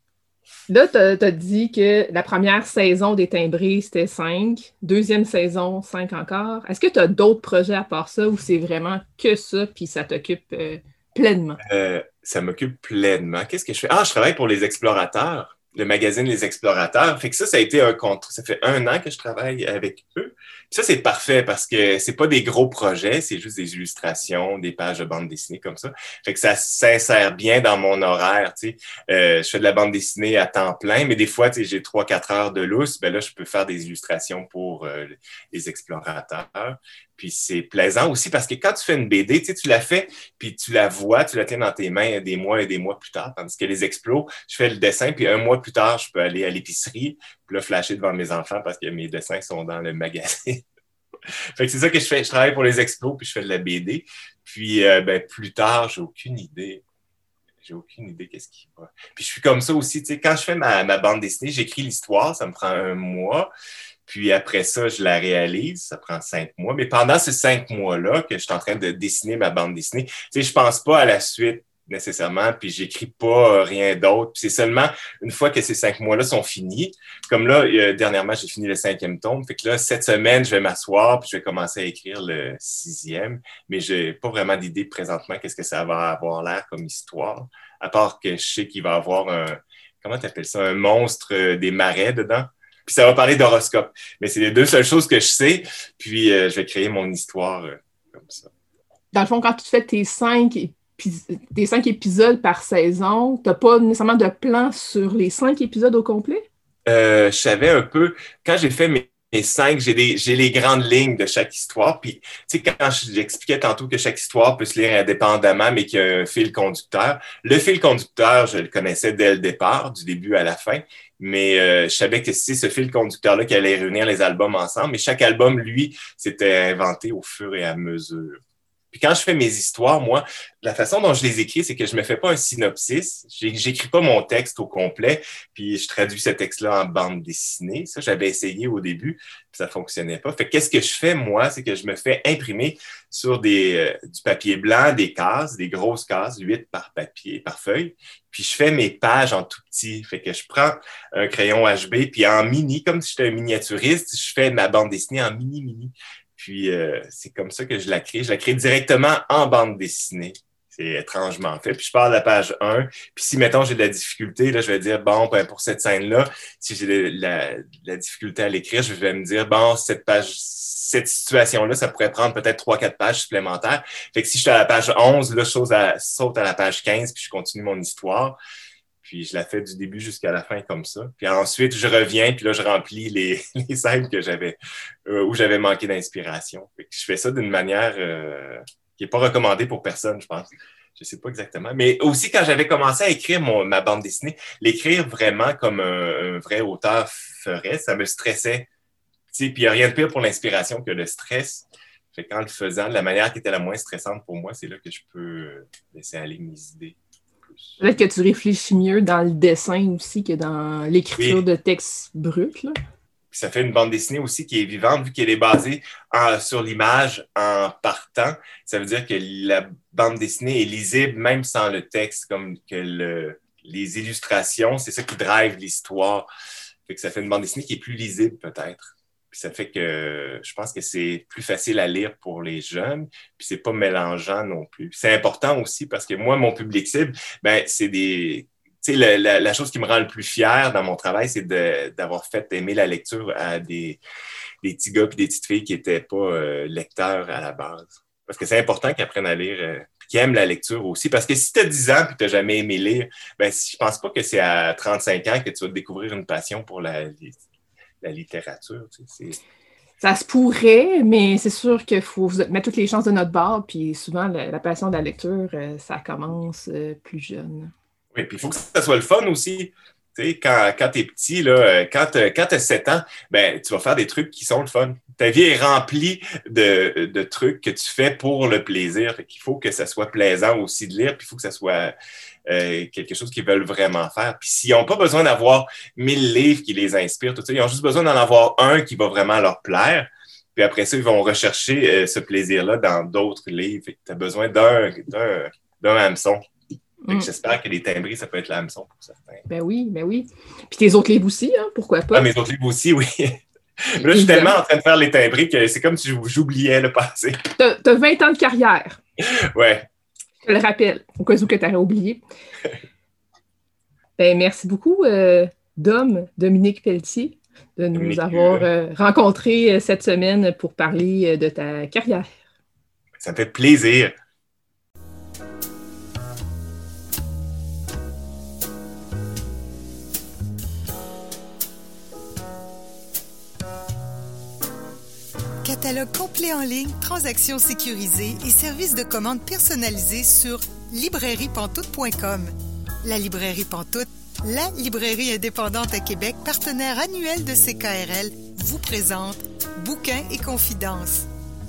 [SPEAKER 2] Là, tu as dit que la première saison des Timbrés, c'était cinq. Deuxième saison, cinq encore. Est-ce que tu as d'autres projets à part ça ou c'est vraiment que ça puis ça t'occupe euh, pleinement?
[SPEAKER 5] Euh, ça m'occupe pleinement. Qu'est-ce que je fais? Ah, je travaille pour Les Explorateurs, le magazine Les Explorateurs. Fait que ça, ça a été un contrat. Ça fait un an que je travaille avec eux. Puis ça, c'est parfait parce que c'est pas des gros projets, c'est juste des illustrations, des pages de bande dessinée comme ça. Fait que ça s'insère bien dans mon horaire, tu sais. Euh, je fais de la bande dessinée à temps plein, mais des fois, tu sais, j'ai trois, quatre heures de lousse. Ben là, je peux faire des illustrations pour euh, les explorateurs. Puis c'est plaisant aussi parce que quand tu fais une B D, tu sais, tu la fais, puis tu la vois, tu la tiens dans tes mains des mois et des mois plus tard. Tandis que les explos, je fais le dessin, puis un mois plus tard, je peux aller à l'épicerie, puis là, flasher devant mes enfants parce que mes dessins sont dans le magazine. Fait que c'est ça que je fais. Je travaille pour les explos, puis je fais de la B D. Puis euh, ben, plus tard, j'ai aucune idée. J'ai aucune idée qu'est-ce qui va. Puis je suis comme ça aussi, tu sais, quand je fais ma, ma bande dessinée, j'écris l'histoire, ça me prend un mois. Puis après ça, je la réalise, ça prend cinq mois. Mais pendant ces cinq mois-là que je suis en train de dessiner ma bande dessinée, tu sais, je pense pas à la suite nécessairement, puis j'écris pas rien d'autre. Puis c'est seulement une fois que ces cinq mois-là sont finis, comme là, euh, dernièrement, j'ai fini le cinquième tome, fait que là, cette semaine, je vais m'asseoir, puis je vais commencer à écrire le sixième, mais j'ai pas vraiment d'idée présentement qu'est-ce que ça va avoir l'air comme histoire, à part que je sais qu'il va y avoir un, comment t'appelles ça, un monstre euh, des marais dedans. Puis ça va parler d'horoscope. Mais c'est les deux seules choses que je sais. Puis euh, je vais créer mon histoire euh, comme ça.
[SPEAKER 2] Dans le fond, quand tu fais tes cinq, épis- tes cinq épisodes par saison, tu n'as pas nécessairement de plan sur les cinq épisodes au complet?
[SPEAKER 5] Euh, je savais un peu, quand j'ai fait mes, mes cinq, j'ai, des, j'ai les grandes lignes de chaque histoire. Puis, tu sais, quand j'expliquais tantôt que chaque histoire peut se lire indépendamment, mais qu'il y a un fil conducteur, le fil conducteur, je le connaissais dès le départ, du début à la fin. Mais euh, je savais que c'est ce fil conducteur-là qui allait réunir les albums ensemble. Mais chaque album, lui, c'était inventé au fur et à mesure. Puis quand je fais mes histoires, moi, la façon dont je les écris, c'est que je me fais pas un synopsis. J'écris pas mon texte au complet, puis je traduis ce texte-là en bande dessinée. Ça, j'avais essayé au début, puis ça fonctionnait pas. Fait que qu'est-ce que je fais, moi, c'est que je me fais imprimer sur des, euh, du papier blanc, des cases, des grosses cases, huit par papier, par feuille. Puis je fais mes pages en tout petit. Fait que je prends un crayon H B, puis en mini, comme si j'étais un miniaturiste, je fais ma bande dessinée en mini-mini. Puis, euh, c'est comme ça que je la crée. Je la crée directement en bande dessinée. C'est étrangement fait. Puis, je pars de la page un. Puis, si, mettons, j'ai de la difficulté, là, je vais dire, bon, ben, pour cette scène-là, si j'ai de la, de la difficulté à l'écrire, je vais me dire, bon, cette page, cette situation-là, ça pourrait prendre peut-être trois, quatre pages supplémentaires. Fait que si je suis à la page onze, là, je saute à, saute à la page quinze, puis je continue mon histoire. Puis je la fais du début jusqu'à la fin comme ça. Puis ensuite, je reviens, puis là, je remplis les, les scènes que j'avais, euh, où j'avais manqué d'inspiration. Fait que je fais ça d'une manière euh, qui n'est pas recommandée pour personne, je pense. Je sais pas exactement. Mais aussi, quand j'avais commencé à écrire mon, ma bande dessinée, l'écrire vraiment comme un, un vrai auteur ferait, ça me stressait. Tu sais, puis il n'y a rien de pire pour l'inspiration que le stress. Fait qu'en le faisant, de la manière qui était la moins stressante pour moi, c'est là que je peux laisser aller mes idées. Plus.
[SPEAKER 2] Peut-être que tu réfléchis mieux dans le dessin aussi que dans l'écriture oui. de textes bruts, là.
[SPEAKER 5] Puis ça fait une bande dessinée aussi qui est vivante, vu qu'elle est basée en, sur l'image en partant. Ça veut dire que la bande dessinée est lisible même sans le texte, comme que le, les illustrations, c'est ça qui drive l'histoire. Fait que ça fait une bande dessinée qui est plus lisible peut-être. Puis ça fait que je pense que c'est plus facile à lire pour les jeunes, puis c'est pas mélangeant non plus. Puis c'est important aussi parce que moi, mon public cible, ben c'est des... Tu sais, la, la, la chose qui me rend le plus fier dans mon travail, c'est de, d'avoir fait aimer la lecture à des, des petits gars et des petites filles qui n'étaient pas euh, lecteurs à la base. Parce que c'est important qu'ils apprennent à lire, euh, qu'ils aiment la lecture aussi. Parce que si tu as dix ans et que tu n'as jamais aimé lire, ben, je pense pas que c'est à trente-cinq ans que tu vas découvrir une passion pour la, la littérature. Tu sais, c'est...
[SPEAKER 2] Ça se pourrait, mais c'est sûr qu'il faut mettre toutes les chances de notre bord. Puis souvent, la, la passion de la lecture, euh, ça commence euh, plus jeune.
[SPEAKER 5] Oui, puis il faut que ça soit le fun aussi. Tu sais, quand, quand tu es petit, là, quand tu as sept ans, ben, tu vas faire des trucs qui sont le fun. Ta vie est remplie de, de trucs que tu fais pour le plaisir. Fait qu'il faut que ça soit plaisant aussi de lire, puis il faut que ça soit euh, quelque chose qu'ils veulent vraiment faire. Puis s'ils n'ont pas besoin d'avoir mille livres qui les inspirent, tout ça, ils ont juste besoin d'en avoir un qui va vraiment leur plaire. Puis après ça, ils vont rechercher euh, ce plaisir-là dans d'autres livres. Tu as besoin d'un, d'un, d'un hameçon. Mm. J'espère que les timbrés, ça peut être l'hameçon pour certains.
[SPEAKER 2] Ben oui, ben oui. Puis tes autres livres aussi, hein, pourquoi pas?
[SPEAKER 5] Ah, mes autres livres aussi, oui. Là, je suis tellement en train de faire les timbrés que c'est comme si j'oubliais le passé.
[SPEAKER 2] T'as, t'as vingt ans de carrière.
[SPEAKER 5] Ouais.
[SPEAKER 2] Je te le rappelle, au cas où que tu aurais oublié. Ben, merci beaucoup, euh, Dom, Dominique Pelletier, de nous Dominique, avoir euh, rencontrés cette semaine pour parler de ta carrière.
[SPEAKER 5] Ça me fait plaisir.
[SPEAKER 1] Catalogue complet en ligne, transactions sécurisées et services de commande personnalisés sur librairie pantoute point com. La Librairie Pantoute, la librairie indépendante à Québec, partenaire annuel de C K R L, vous présente Bouquins et confidences.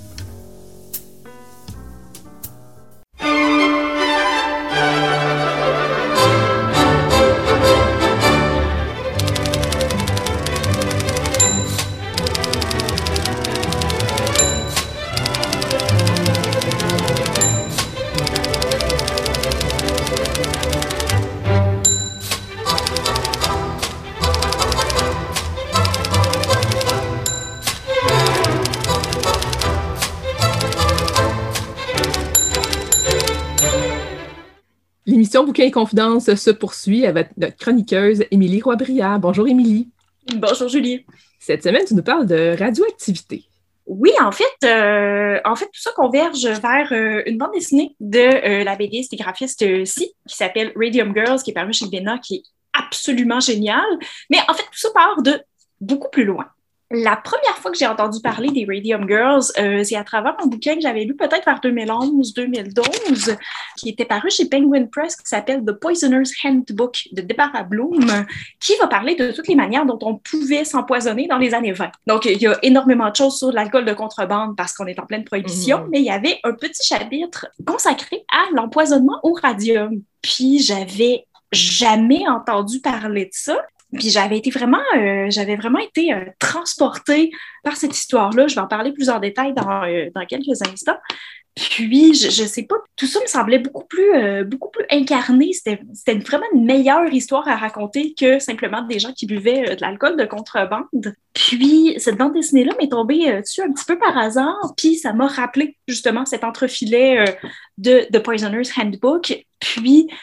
[SPEAKER 2] L'émission Bouquins et confidences se poursuit avec notre chroniqueuse Émilie Roy-Brillant. Bonjour Émilie.
[SPEAKER 6] Bonjour Julie.
[SPEAKER 2] Cette semaine, tu nous parles de radioactivité.
[SPEAKER 6] Oui, en fait, euh, en fait, tout ça converge vers euh, une bande dessinée de euh, la BDiste et graphiste euh, Si, qui s'appelle Radium Girls, qui est parue chez Béna, qui est absolument géniale. Mais en fait, tout ça part de beaucoup plus loin. La première fois que j'ai entendu parler des Radium Girls, euh, c'est à travers un bouquin que j'avais lu peut-être vers deux mille onze deux mille douze, qui était paru chez Penguin Press, qui s'appelle The Poisoner's Handbook de Deborah Bloom, qui va parler de toutes les manières dont on pouvait s'empoisonner dans les années vingt. Donc, il y a énormément de choses sur l'alcool de contrebande parce qu'on est en pleine prohibition, mmh. mais il y avait un petit chapitre consacré à l'empoisonnement au radium. Puis, j'avais jamais entendu parler de ça. Puis j'avais été vraiment, euh, j'avais vraiment été euh, transportée par cette histoire-là. Je vais en parler plus en détail dans, euh, dans quelques instants. Puis, je, je sais pas, tout ça me semblait beaucoup plus, euh, beaucoup plus incarné. C'était, c'était vraiment une meilleure histoire à raconter que simplement des gens qui buvaient euh, de l'alcool de contrebande. Puis, cette bande dessinée-là m'est tombée euh, dessus un petit peu par hasard. Puis, ça m'a rappelé justement cet entrefilet euh, de The Poisoner's Handbook. Puis,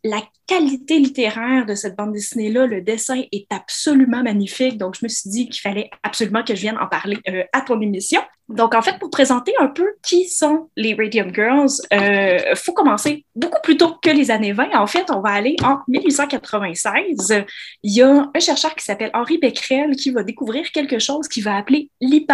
[SPEAKER 6] la qualité littéraire de cette bande dessinée-là, le dessin est absolument magnifique. Donc, je me suis dit qu'il fallait absolument que je vienne en parler euh, à ton émission. Donc, en fait, pour présenter un peu qui sont les Radium Girls, il euh, faut commencer beaucoup plus tôt que les années vingt. En fait, on va aller en dix-huit cent quatre-vingt-seize. Il y a un chercheur qui s'appelle Henri Becquerel qui va découvrir quelque chose qu'il va appeler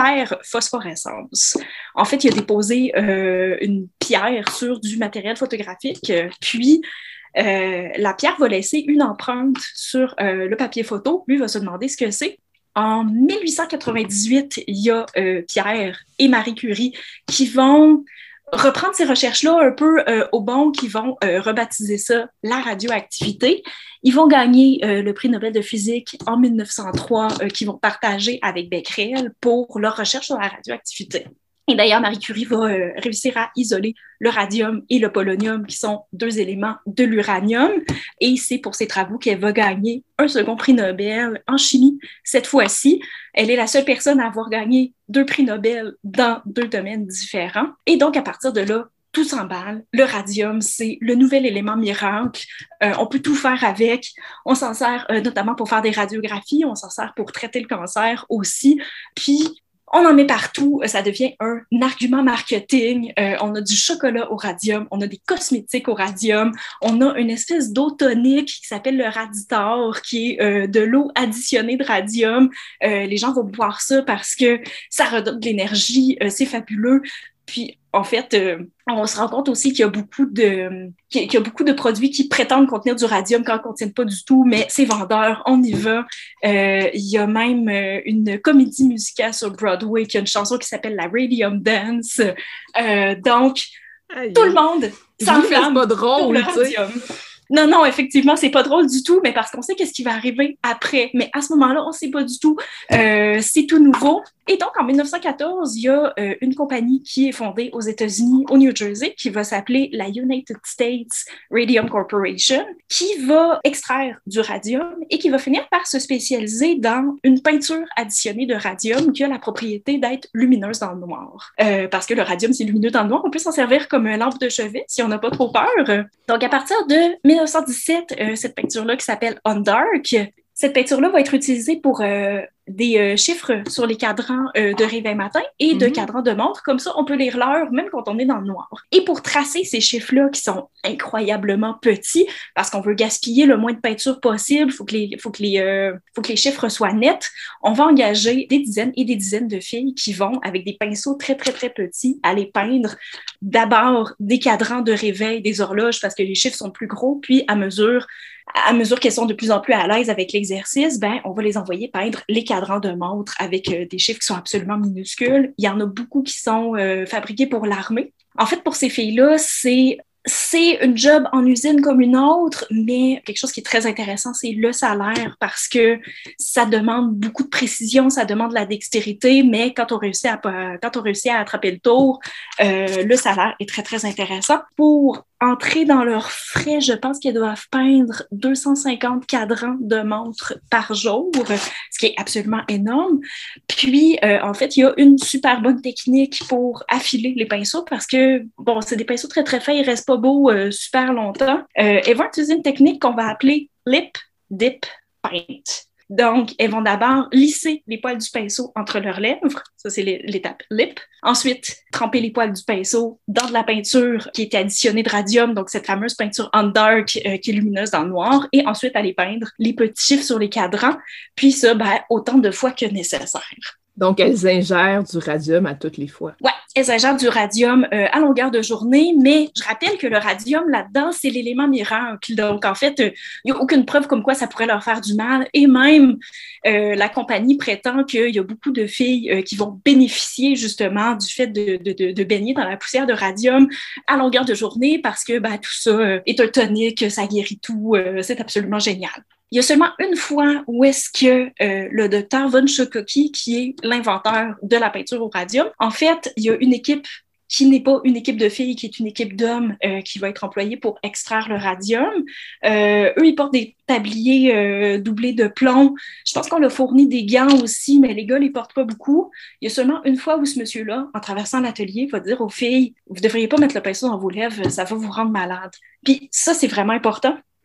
[SPEAKER 6] l'hyperphosphorescence. En fait, il a déposé euh, une pierre sur du matériel photographique, puis euh, la pierre va laisser une empreinte sur euh, le papier photo. Lui va se demander ce que c'est. En dix-huit cent quatre-vingt-dix-huit, il y a euh, Pierre et Marie Curie qui vont reprendre ces recherches-là un peu euh, au bon, qui vont euh, rebaptiser ça la radioactivité. Ils vont gagner euh, le prix Nobel de physique en mille neuf cent trois, euh, qu'ils vont partager avec Becquerel pour leur recherche sur la radioactivité. Et d'ailleurs, Marie Curie va euh, réussir à isoler le radium et le polonium, qui sont deux éléments de l'uranium. Et c'est pour ses travaux qu'elle va gagner un second prix Nobel en chimie. Cette fois-ci, elle est la seule personne à avoir gagné deux prix Nobel dans deux domaines différents. Et donc, à partir de là, tout s'emballe. Le radium, c'est le nouvel élément miracle. Euh, on peut tout faire avec. On s'en sert euh, notamment pour faire des radiographies. On s'en sert pour traiter le cancer aussi. Puis, on en met partout, ça devient un argument marketing. Euh, on a du chocolat au radium, on a des cosmétiques au radium, on a une espèce d'eau tonique qui s'appelle le Raditor, qui est euh, de l'eau additionnée de radium. Euh, les gens vont boire ça parce que ça redonne de l'énergie, euh, c'est fabuleux. Puis, en fait, euh, on se rend compte aussi qu'il y a beaucoup de, qu'il y a beaucoup de produits qui prétendent contenir du radium quand ils ne contiennent pas du tout, mais c'est vendeur, on y va. Euh, il y a même euh, une comédie musicale sur Broadway qui a une chanson qui s'appelle la Radium Dance. Euh, donc, Aïe. Tout le monde s'enflamme
[SPEAKER 2] pas drôle,
[SPEAKER 6] pour le radium. Non, non, effectivement, c'est pas drôle du tout, mais parce qu'on sait qu'est-ce qui va arriver après. Mais à ce moment-là, on sait pas du tout. Euh, c'est tout nouveau. Et donc, en mille neuf cent quatorze, il y a euh, une compagnie qui est fondée aux États-Unis, au New Jersey, qui va s'appeler la United States Radium Corporation, qui va extraire du radium et qui va finir par se spécialiser dans une peinture additionnée de radium qui a la propriété d'être lumineuse dans le noir. Euh, parce que le radium, c'est lumineux dans le noir. On peut s'en servir comme une lampe de chevet si on n'a pas trop peur. Donc, à partir de mille neuf cent dix-sept, euh, cette peinture-là qui s'appelle On Dark, cette peinture-là va être utilisée pour euh, des euh, chiffres sur les cadrans euh, de réveil matin et de mm-hmm. cadrans de montre. Comme ça, on peut les relire même quand on est dans le noir. Et pour tracer ces chiffres-là qui sont incroyablement petits, parce qu'on veut gaspiller le moins de peinture possible, il faut que les, faut que les, euh, faut que les chiffres soient nets, on va engager des dizaines et des dizaines de filles qui vont, avec des pinceaux très, très, très petits, aller peindre d'abord des cadrans de réveil, des horloges, parce que les chiffres sont plus gros, puis à mesure à mesure qu'elles sont de plus en plus à l'aise avec l'exercice, ben, on va les envoyer peindre les cadrans de montre avec euh, des chiffres qui sont absolument minuscules. Il y en a beaucoup qui sont euh, fabriqués pour l'armée. En fait, pour ces filles-là, c'est C'est une job en usine comme une autre, mais quelque chose qui est très intéressant, c'est le salaire parce que ça demande beaucoup de précision, ça demande de la dextérité, mais quand on réussit à, quand on réussit à attraper le tour, euh, le salaire est très, très intéressant. Pour entrer dans leurs frais, je pense qu'elles doivent peindre deux cent cinquante cadrans de montres par jour, ce qui est absolument énorme. Puis, euh, en fait, il y a une super bonne technique pour affiler les pinceaux parce que, bon, c'est des pinceaux très, très fins, ils restent pas beaux euh, super longtemps. Euh, elles vont utiliser une technique qu'on va appeler lip, dip, paint. Donc, elles vont d'abord lisser les poils du pinceau entre leurs lèvres. Ça, c'est l'étape lip. Ensuite, tremper les poils du pinceau dans de la peinture qui est additionnée de radium, donc cette fameuse peinture on dark euh, qui est lumineuse dans le noir. Et ensuite, aller peindre les petits chiffres sur les cadrans. Puis ça, ben, autant de fois que nécessaire.
[SPEAKER 2] Donc, elles ingèrent du radium à toutes les fois.
[SPEAKER 6] Oui, elles ingèrent du radium euh, à longueur de journée, mais je rappelle que le radium, là-dedans, c'est l'élément miracle. Donc, en fait, il euh, n'y a aucune preuve comme quoi ça pourrait leur faire du mal. Et même, euh, la compagnie prétend qu'il y a beaucoup de filles euh, qui vont bénéficier, justement, du fait de, de, de, de baigner dans la poussière de radium à longueur de journée parce que ben, tout ça euh, est un tonique, ça guérit tout, euh, c'est absolument génial. Il y a seulement une fois où est-ce que euh, le docteur von Schottky, qui est l'inventeur de la peinture au radium, en fait, il y a une équipe qui n'est pas une équipe de filles, qui est une équipe d'hommes euh, qui va être employée pour extraire le radium. Euh, eux, ils portent des tabliers euh, doublés de plomb. Je pense qu'on leur fournit des gants aussi, mais les gars, ils les portent pas beaucoup. Il y a seulement une fois où ce monsieur-là, en traversant l'atelier, va dire aux filles « Vous devriez pas mettre le pinceau dans vos lèvres, ça va vous rendre malade. » Puis ça, c'est vraiment important.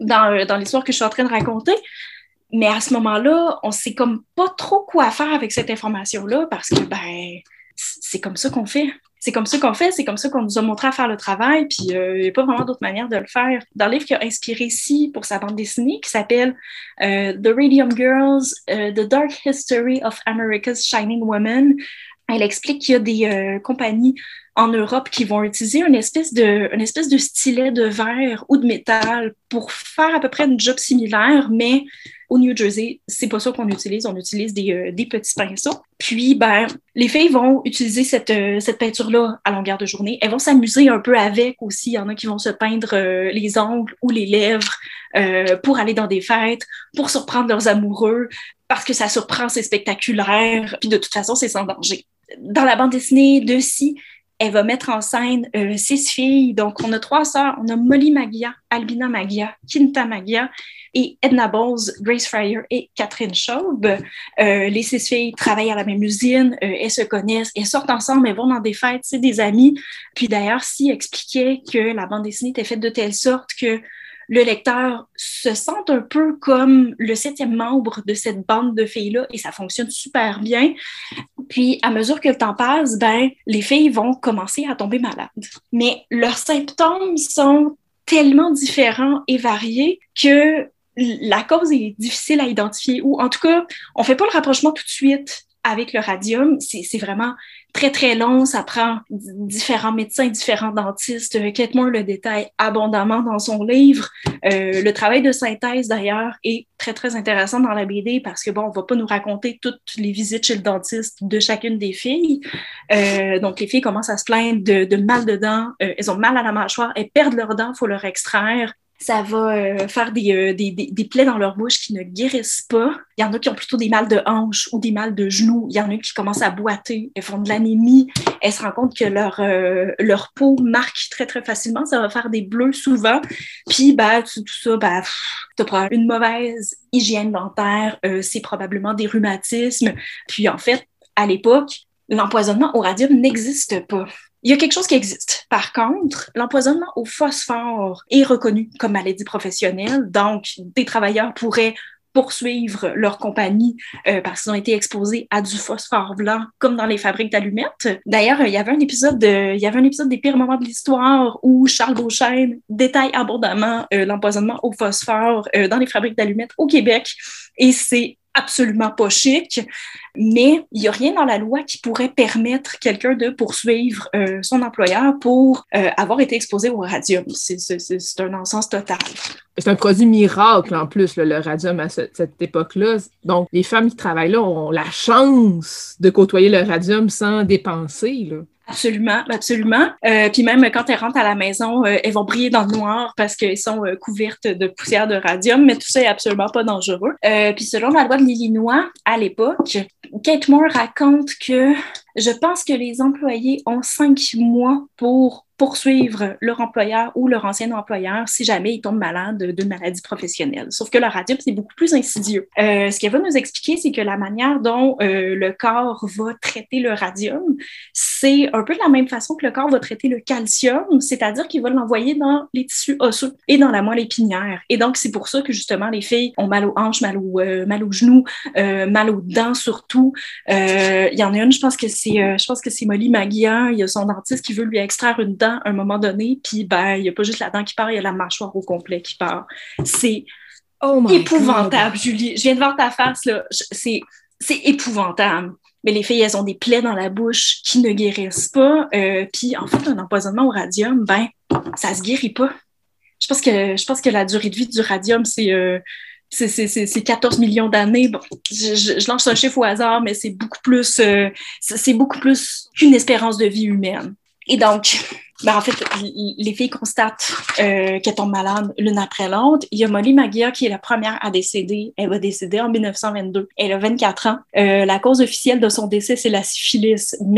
[SPEAKER 6] dans, dans l'histoire que je suis en train de raconter. Mais à ce moment-là, on sait comme pas trop quoi faire avec cette information-là parce que, ben, c'est comme ça qu'on fait. C'est comme ça qu'on fait, c'est comme ça qu'on nous a montré à faire le travail, puis il euh, n'y a pas vraiment d'autre manière de le faire. Dans le livre qui a inspiré Si pour sa bande dessinée, qui s'appelle euh, The Radium Girls, uh, The Dark History of America's Shining Women, elle explique qu'il y a des euh, compagnies en Europe qui vont utiliser une espèce de, une espèce de stylet de verre ou de métal pour faire à peu près une job similaire, mais au New Jersey, c'est pas ça qu'on utilise. On utilise des, euh, des petits pinceaux. Puis, ben, les filles vont utiliser cette, euh, cette peinture-là à longueur de journée. Elles vont s'amuser un peu avec aussi. Il y en a qui vont se peindre euh, les ongles ou les lèvres euh, pour aller dans des fêtes, pour surprendre leurs amoureux, parce que ça surprend, c'est spectaculaire. Puis de toute façon, c'est sans danger. Dans la bande dessinée de Si, elle va mettre en scène euh, six filles. Donc, on a trois sœurs. On a Molly Magia, Albina Magia, Quinta Magia et Edna Bowles, Grace Fryer et Catherine Schaub. Euh, les six filles travaillent à la même usine. Euh, elles se connaissent. Elles sortent ensemble. Elles vont dans des fêtes. C'est des amies. Puis d'ailleurs, Si expliquait que la bande dessinée était faite de telle sorte que le lecteur se sent un peu comme le septième membre de cette bande de filles-là et ça fonctionne super bien. Puis, à mesure que le temps passe, ben, les filles vont commencer à tomber malades. Mais leurs symptômes sont tellement différents et variés que la cause est difficile à identifier ou en tout cas, on fait pas le rapprochement tout de suite avec le radium. C'est, c'est vraiment très, très long. Ça prend différents médecins, différents dentistes. Kate Moore le détaille abondamment dans son livre. Euh, le travail de synthèse, d'ailleurs, est très, très intéressant dans la B D parce que, bon, on va pas nous raconter toutes les visites chez le dentiste de chacune des filles. Euh, donc, les filles commencent à se plaindre de, de mal de dents. Euh, elles ont mal à la mâchoire. Elles perdent leurs dents. Il faut leur extraire. Ça va euh, faire des, euh, des, des, des plaies dans leur bouche qui ne guérissent pas. Il y en a qui ont plutôt des mal de hanches ou des mal de genoux. Il y en a qui commencent à boiter. Elles font de l'anémie. Elles se rendent compte que leur, euh, leur peau marque très, très facilement. Ça va faire des bleus souvent. Puis, ben, tout, tout ça, ben, tu as une mauvaise hygiène dentaire. Euh, c'est probablement des rhumatismes. Puis, en fait, à l'époque, l'empoisonnement au radium n'existe pas. Il y a quelque chose qui existe. Par contre, l'empoisonnement au phosphore est reconnu comme maladie professionnelle. Donc, des travailleurs pourraient poursuivre leur compagnie euh, parce qu'ils ont été exposés à du phosphore blanc, comme dans les fabriques d'allumettes. D'ailleurs, euh, il y avait un épisode de, il y avait un épisode des pires moments de l'histoire où Charles Beauchesne détaille abondamment euh, l'empoisonnement au phosphore euh, dans les fabriques d'allumettes au Québec. Et c'est absolument pas chic, mais il n'y a rien dans la loi qui pourrait permettre quelqu'un de poursuivre euh, son employeur pour euh, avoir été exposé au radium. C'est, c'est, c'est un non-sens total.
[SPEAKER 2] C'est un produit miracle en plus, là, le radium à ce, cette époque-là. Donc, les femmes qui travaillent là ont la chance de côtoyer le radium sans dépenser, là.
[SPEAKER 6] Absolument, absolument. Euh, puis même quand elles rentrent à la maison, euh, elles vont briller dans le noir parce qu'elles sont euh, couvertes de poussière de radium, mais tout ça est absolument pas dangereux. Euh, puis selon la loi de l'Illinois, à l'époque, Kate Moore raconte que je pense que les employés ont cinq mois pour poursuivre leur employeur ou leur ancien employeur si jamais ils tombent malades d'une maladie professionnelle. Sauf que le radium, c'est beaucoup plus insidieux. Euh, ce qu'elle va nous expliquer, c'est que la manière dont euh, le corps va traiter le radium, c'est un peu de la même façon que le corps va traiter le calcium, c'est-à-dire qu'il va l'envoyer dans les tissus osseux et dans la moelle épinière. Et donc, c'est pour ça que justement, les filles ont mal aux hanches, mal, au, euh, mal aux genoux, euh, mal aux dents surtout. Euh, il y en a une, je pense que c'est, euh, je pense que c'est Molly Magia, il y a son dentiste qui veut lui extraire une dent à un moment donné, puis ben, il n'y a pas juste la dent qui part, il y a la mâchoire au complet qui part. C'est oh épouvantable, God. Julie. Je viens de voir ta face, là. C'est, c'est épouvantable. Mais les filles, elles ont des plaies dans la bouche qui ne guérissent pas. Euh, puis, en fait, un empoisonnement au radium, ben, ça se guérit pas. Je pense que, je pense que la durée de vie du radium, c'est... Euh, C'est, c'est, c'est, c'est quatorze millions d'années. Bon, je, je, je lance un chiffre au hasard, mais c'est beaucoup plus, euh, c'est, c'est beaucoup plus qu'une espérance de vie humaine. Et donc, ben en fait, les filles constatent euh, qu'elles tombent malades l'une après l'autre. Il y a Molly Magia qui est la première à décéder. Elle va décéder en dix-neuf cent vingt-deux. Elle a vingt-quatre ans. Euh, la cause officielle de son décès, c'est la syphilis, mais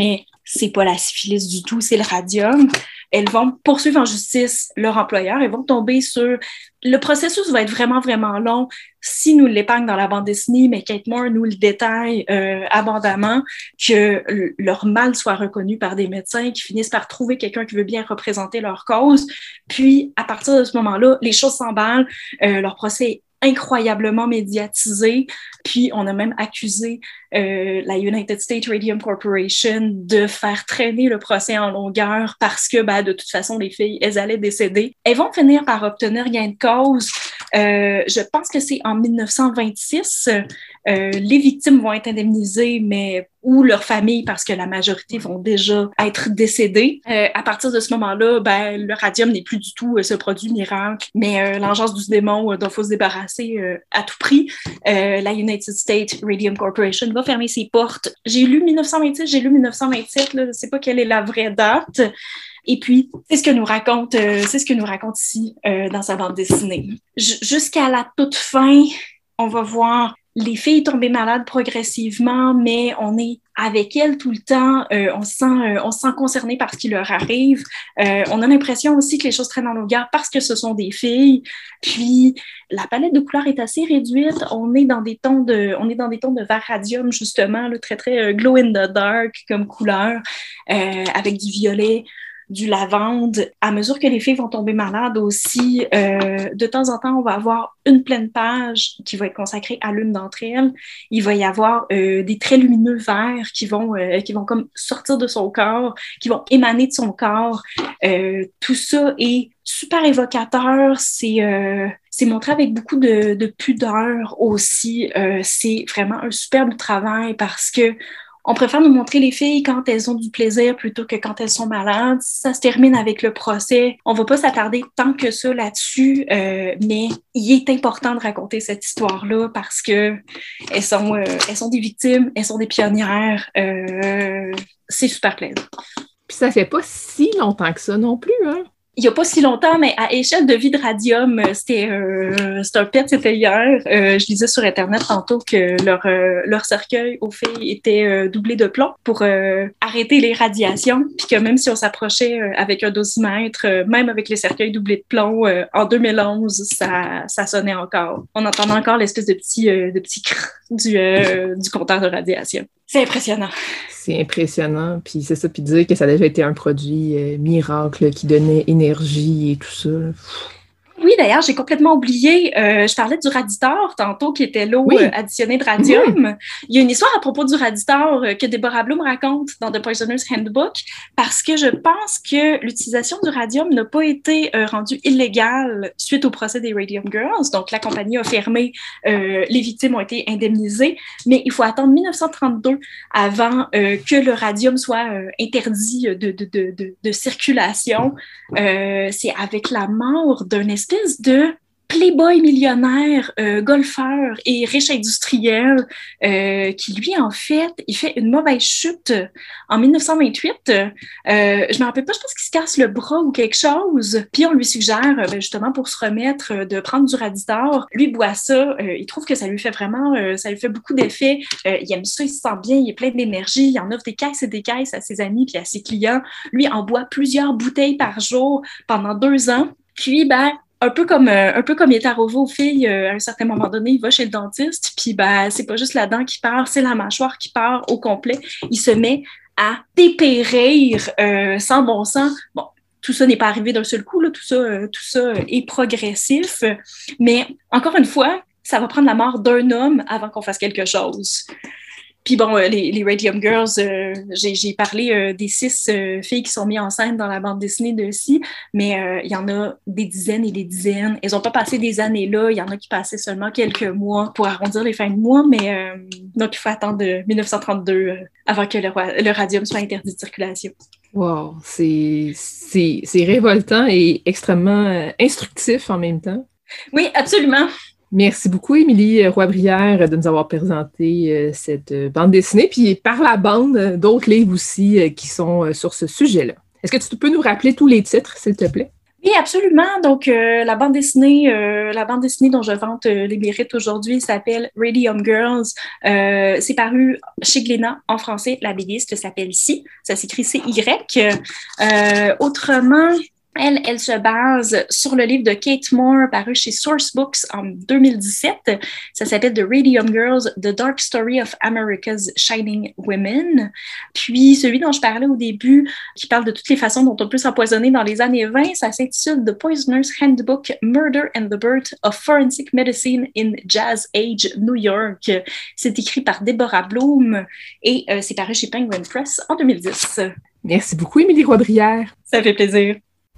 [SPEAKER 6] c'est pas la syphilis du tout, c'est le radium. Elles vont poursuivre en justice leur employeur. Elles vont tomber sur... Le processus va être vraiment, vraiment long si nous l'épargnent dans la bande dessinée, mais Kate Moore nous le détaille euh, abondamment, que leur mal soit reconnu par des médecins qui finissent par trouver quelqu'un qui veut bien représenter leur cause. Puis, à partir de ce moment-là, les choses s'emballent. Euh, leur procès est incroyablement médiatisé. Puis, on a même accusé euh, la United States Radium Corporation de faire traîner le procès en longueur parce que, ben, de toute façon, les filles, elles allaient décéder. Elles vont finir par obtenir gain de cause. Euh, je pense que c'est en mille neuf cent vingt-six. Euh, les victimes vont être indemnisées, mais ou leurs familles, parce que la majorité vont déjà être décédées. Euh, à partir de ce moment-là, ben, le radium n'est plus du tout euh, ce produit miracle, mais euh, l'engeance du démon euh, dont il faut se débarrasser euh, à tout prix. Euh, la United States Radium Corporation va fermer ses portes. J'ai lu mille neuf cent vingt-six, j'ai lu mille neuf cent vingt-sept, là, je ne sais pas quelle est la vraie date. Et puis, c'est ce que nous raconte, euh, c'est ce que nous raconte ici euh, dans sa bande dessinée. J- jusqu'à la toute fin, on va voir les filles tomber malades progressivement, mais on est avec elles tout le temps. Euh, on se sent, euh, on se sent concerné par ce qui leur arrive. Euh, on a l'impression aussi que les choses traînent en longueur parce que ce sont des filles. Puis la palette de couleurs est assez réduite. On est dans des tons de, on est dans des tons de vert radium justement, là, très très euh, glow in the dark comme couleur, euh, avec du violet, du lavande. À mesure que les filles vont tomber malades aussi, euh, de temps en temps, on va avoir une pleine page qui va être consacrée à l'une d'entre elles. Il va y avoir euh, des traits lumineux verts qui vont, euh, qui vont comme sortir de son corps, qui vont émaner de son corps. Euh, tout ça est super évocateur. C'est, euh, c'est montré avec beaucoup de, de pudeur aussi. Euh, c'est vraiment un superbe travail parce que on préfère nous montrer les filles quand elles ont du plaisir plutôt que quand elles sont malades. Ça se termine avec le procès. On va pas s'attarder tant que ça là-dessus, euh, mais il est important de raconter cette histoire-là parce que elles sont, euh, elles sont des victimes, elles sont des pionnières. Euh, c'est super plaisant.
[SPEAKER 2] Puis ça fait pas si longtemps que ça non plus, hein?
[SPEAKER 6] Il n'y a pas si longtemps, mais à échelle de vie de radium, c'était, euh, c'était un pet, c'était hier. Euh, je lisais sur Internet tantôt que leur, euh, leur cercueil aux filles était euh, doublé de plomb pour euh, arrêter les radiations, puis que même si on s'approchait euh, avec un dosimètre, euh, même avec les cercueils doublés de plomb, euh, en deux mille onze, ça, ça sonnait encore. On entendait encore l'espèce de petit, euh, de petit crrr du, euh, du compteur de radiation. C'est impressionnant.
[SPEAKER 2] C'est impressionnant, puis c'est ça, puis dire que ça a déjà été un produit euh, miracle qui donnait énergie et tout ça.
[SPEAKER 6] Oui, d'ailleurs, j'ai complètement oublié, euh, je parlais du Raditor tantôt, qui était l'eau
[SPEAKER 2] oui.
[SPEAKER 6] euh, additionnée de radium.
[SPEAKER 2] Mmh.
[SPEAKER 6] Il y a une histoire à propos du Raditor euh, que Deborah Bloom raconte dans The Poisoner's Handbook, parce que je pense que l'utilisation du radium n'a pas été euh, rendue illégale suite au procès des Radium Girls. Donc, la compagnie a fermé, euh, les victimes ont été indemnisées, mais il faut attendre mille neuf cent trente-deux avant euh, que le radium soit euh, interdit de, de, de, de, de circulation. Euh, c'est avec la mort d'un espèce de playboy millionnaire, euh, golfeur et riche industriel euh, qui, lui, en fait, il fait une mauvaise chute en mille neuf cent vingt-huit. Euh, je me rappelle pas, je pense qu'il se casse le bras ou quelque chose. Puis on lui suggère, euh, justement, pour se remettre, euh, de prendre du Raditor. Lui boit ça. Euh, il trouve que ça lui fait vraiment, euh, ça lui fait beaucoup d'effet. Euh, il aime ça, il se sent bien, il est plein d'énergie. Il en offre des caisses et des caisses à ses amis puis à ses clients. Lui en boit plusieurs bouteilles par jour pendant deux ans. Puis, ben, Un peu comme euh, un peu comme il est arrivé aux filles, euh, à un certain moment donné, il va chez le dentiste, puis ben c'est pas juste la dent qui part, c'est la mâchoire qui part au complet. Il se met à dépérir euh, sans bon sens. Bon, tout ça n'est pas arrivé d'un seul coup, là, tout ça, euh, tout ça est progressif, mais encore une fois, ça va prendre la mort d'un homme avant qu'on fasse quelque chose. Puis bon, euh, les, les Radium Girls, euh, j'ai, j'ai parlé euh, des six euh, filles qui sont mises en scène dans la bande dessinée de ci, mais euh, il y en a des dizaines et des dizaines. Elles n'ont pas passé des années là, il y en a qui passaient seulement quelques mois pour arrondir les fins de mois, mais euh, donc il faut attendre mille neuf cent trente-deux euh, avant que le, le radium soit interdit de circulation.
[SPEAKER 2] Wow, c'est, c'est, c'est révoltant et extrêmement euh, instructif en même temps.
[SPEAKER 6] Oui, absolument.
[SPEAKER 2] Merci beaucoup, Émilie Roy-Brière, de nous avoir présenté euh, cette euh, bande dessinée, puis par la bande, euh, d'autres livres aussi euh, qui sont euh, sur ce sujet-là. Est-ce que tu peux nous rappeler tous les titres, s'il te plaît?
[SPEAKER 6] Oui, absolument. Donc, euh, la bande dessinée, euh, la bande dessinée dont je vante euh, les mérites aujourd'hui s'appelle Radium Girls. Euh, c'est paru chez Glénat en français. La B D s'appelle Si. Ça s'écrit C Y. Euh, autrement, Elle, elle se base sur le livre de Kate Moore paru chez Source Books en deux mille dix-sept. Ça s'appelle The Radium Girls, The Dark Story of America's Shining Women. Puis celui dont je parlais au début, qui parle de toutes les façons dont on peut s'empoisonner dans les années vingt, ça s'intitule The Poisoner's Handbook, Murder and the Birth of Forensic Medicine in Jazz Age New York. C'est écrit par Deborah Bloom et euh, c'est paru chez Penguin Press en deux mille dix.
[SPEAKER 2] Merci beaucoup, Émilie Roy-Brière.
[SPEAKER 6] Ça fait plaisir.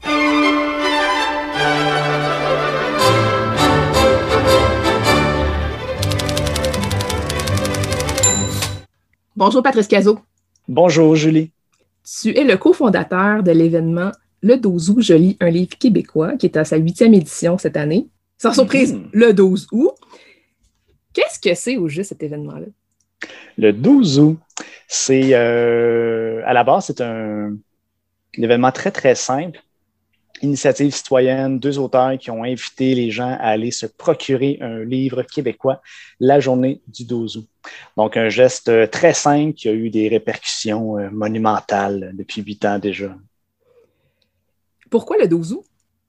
[SPEAKER 2] Bonjour Patrice Cazot.
[SPEAKER 7] Bonjour Julie.
[SPEAKER 2] Tu es le cofondateur de l'événement Le douze août, je lis un livre québécois qui est à sa huitième édition cette année. Sans surprise, mmh. le douze août. Qu'est-ce que c'est au juste cet événement-là?
[SPEAKER 7] Le douze août, c'est euh, à la base, c'est un, un événement très, très simple. Initiative citoyenne, deux auteurs qui ont invité les gens à aller se procurer un livre québécois la journée du douze août. Donc, un geste très simple qui a eu des répercussions euh, monumentales depuis huit ans déjà.
[SPEAKER 2] Pourquoi le douze août?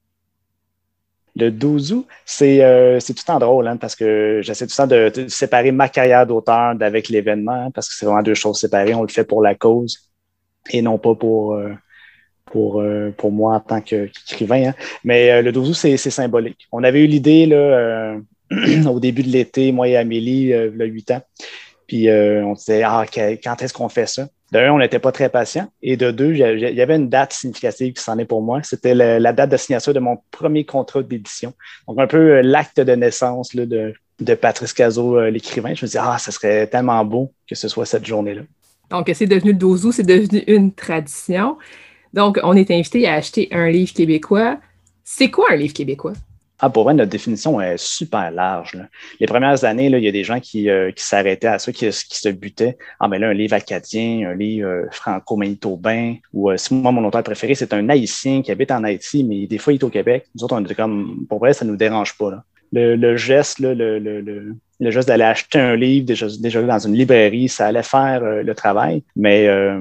[SPEAKER 7] Le douze août, c'est, euh, c'est tout le temps drôle hein, parce que j'essaie tout le temps de, de séparer ma carrière d'auteur d'avec l'événement hein, parce que c'est vraiment deux choses séparées. On le fait pour la cause et non pas pour... Euh, Pour, euh, pour moi en tant que, qu'écrivain. Hein. Mais euh, le douze août, c'est, c'est symbolique. On avait eu l'idée là, euh, au début de l'été, moi et Amélie, euh, il y a huit ans. Puis euh, on disait, ah, quand est-ce qu'on fait ça? De un, on n'était pas très patients. Et de deux, il y avait une date significative qui s'en est pour moi. C'était la, la date de signature de mon premier contrat d'édition. Donc, un peu euh, l'acte de naissance là, de, de Patrice Cazot, euh, l'écrivain. Je me disais, ah, ça serait tellement beau que ce soit cette journée-là.
[SPEAKER 2] Donc, c'est devenu le douze août, c'est devenu une tradition. Donc, on est invité à acheter un livre québécois. C'est quoi un livre québécois?
[SPEAKER 7] Ah, pour vrai, notre définition est super large. Là. Les premières années, là, il y a des gens qui, euh, qui s'arrêtaient à ça, qui, qui se butaient. Ah, mais là, un livre acadien, un livre euh, franco-manitobain, ou euh, si moi, mon auteur préféré, c'est un Haïtien qui habite en Haïti, mais des fois, il est au Québec. Nous autres, on était comme, pour vrai, ça ne nous dérange pas. Là. Le, le geste, là, le, le, le, le geste d'aller acheter un livre déjà, déjà dans une librairie, ça allait faire euh, le travail. Mais euh,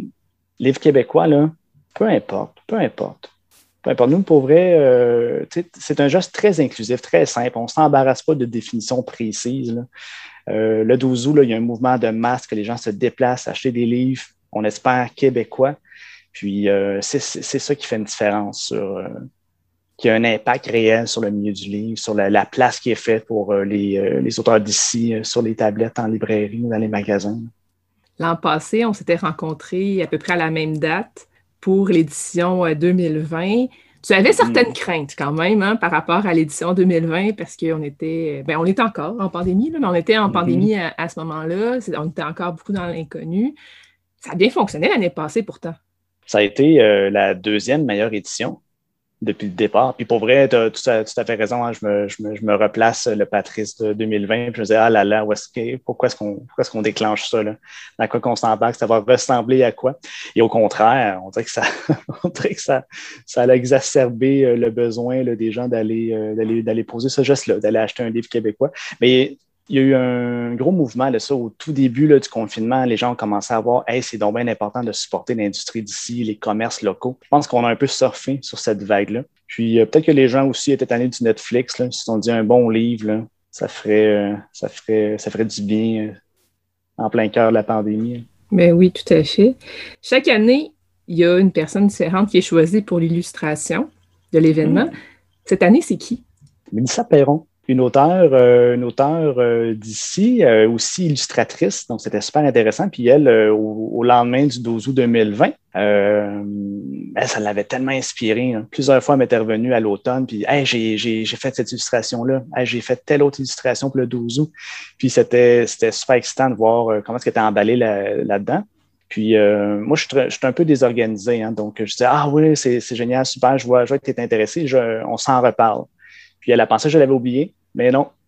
[SPEAKER 7] livre québécois, là, peu importe, peu importe. Peu importe. Nous, pour vrai, euh, c'est un geste très inclusif, très simple. On ne s'embarrasse pas de définition précise. Là. Euh, le douze août, là, il y a un mouvement de masse que les gens se déplacent, acheter des livres, on espère québécois. Puis, euh, c'est, c'est, c'est ça qui fait une différence, sur, euh, qui a un impact réel sur le milieu du livre, sur la, la place qui est faite pour euh, les, euh, les auteurs d'ici, euh, sur les tablettes en librairie ou dans les magasins.
[SPEAKER 2] L'an passé, on s'était rencontrés à peu près à la même date pour l'édition deux mille vingt. Tu avais certaines mmh. craintes quand même hein, par rapport à l'édition deux mille vingt parce qu'on était, ben on était encore en pandémie, là, mais on était en mmh. pandémie à, à ce moment-là. C'est, on était encore beaucoup dans l'inconnu. Ça a bien fonctionné l'année passée pourtant.
[SPEAKER 7] Ça a été euh, la deuxième meilleure édition depuis le départ. Puis pour vrai, tu as tout à fait raison. Hein, je, me, je, me, je me replace le Patrice de deux mille vingt. Puis je me disais, ah là là, où est-ce que, pourquoi, est-ce qu'on, pourquoi est-ce qu'on déclenche ça? Là? Dans quoi qu'on s'embarque? Ça va ressembler à quoi? Et au contraire, on dirait que ça, on dirait que ça, ça a exacerbé le besoin là, des gens d'aller, euh, d'aller, d'aller poser ce geste-là, d'aller acheter un livre québécois. Mais il y a eu un gros mouvement de ça au tout début là, du confinement. Les gens ont commencé à voir, hey, c'est donc bien important de supporter l'industrie d'ici, les commerces locaux. Je pense qu'on a un peu surfé sur cette vague-là. Puis euh, peut-être que les gens aussi étaient allés du Netflix. Là, ils se sont dit un bon livre, là, ça ferait, euh, ça ferait, ça ferait du bien euh, en plein cœur de la pandémie.
[SPEAKER 2] Ben oui, tout à fait. Chaque année, il y a une personne différente qui est choisie pour l'illustration de l'événement. Mmh. Cette année, c'est qui? Mélissa
[SPEAKER 7] Perron. Une auteure, euh, une auteure euh, d'ici, euh, aussi illustratrice, donc c'était super intéressant. Puis elle, euh, au, au lendemain du douze août deux mille vingt, euh, elle, ça l'avait tellement inspirée. Hein. Plusieurs fois, elle m'était revenue à l'automne, puis hey, j'ai, j'ai, j'ai fait cette illustration-là, hey, j'ai fait telle autre illustration pour le douze août. Puis c'était, c'était super excitant de voir euh, comment est-ce qu'elle était emballée là, là-dedans. Puis euh, moi, je suis, je suis un peu désorganisé, hein, donc je disais, ah oui, c'est, c'est génial, super, je vois, je vois que tu es intéressé, je, on s'en reparle. Puis elle a pensé que je l'avais oublié. Mais non,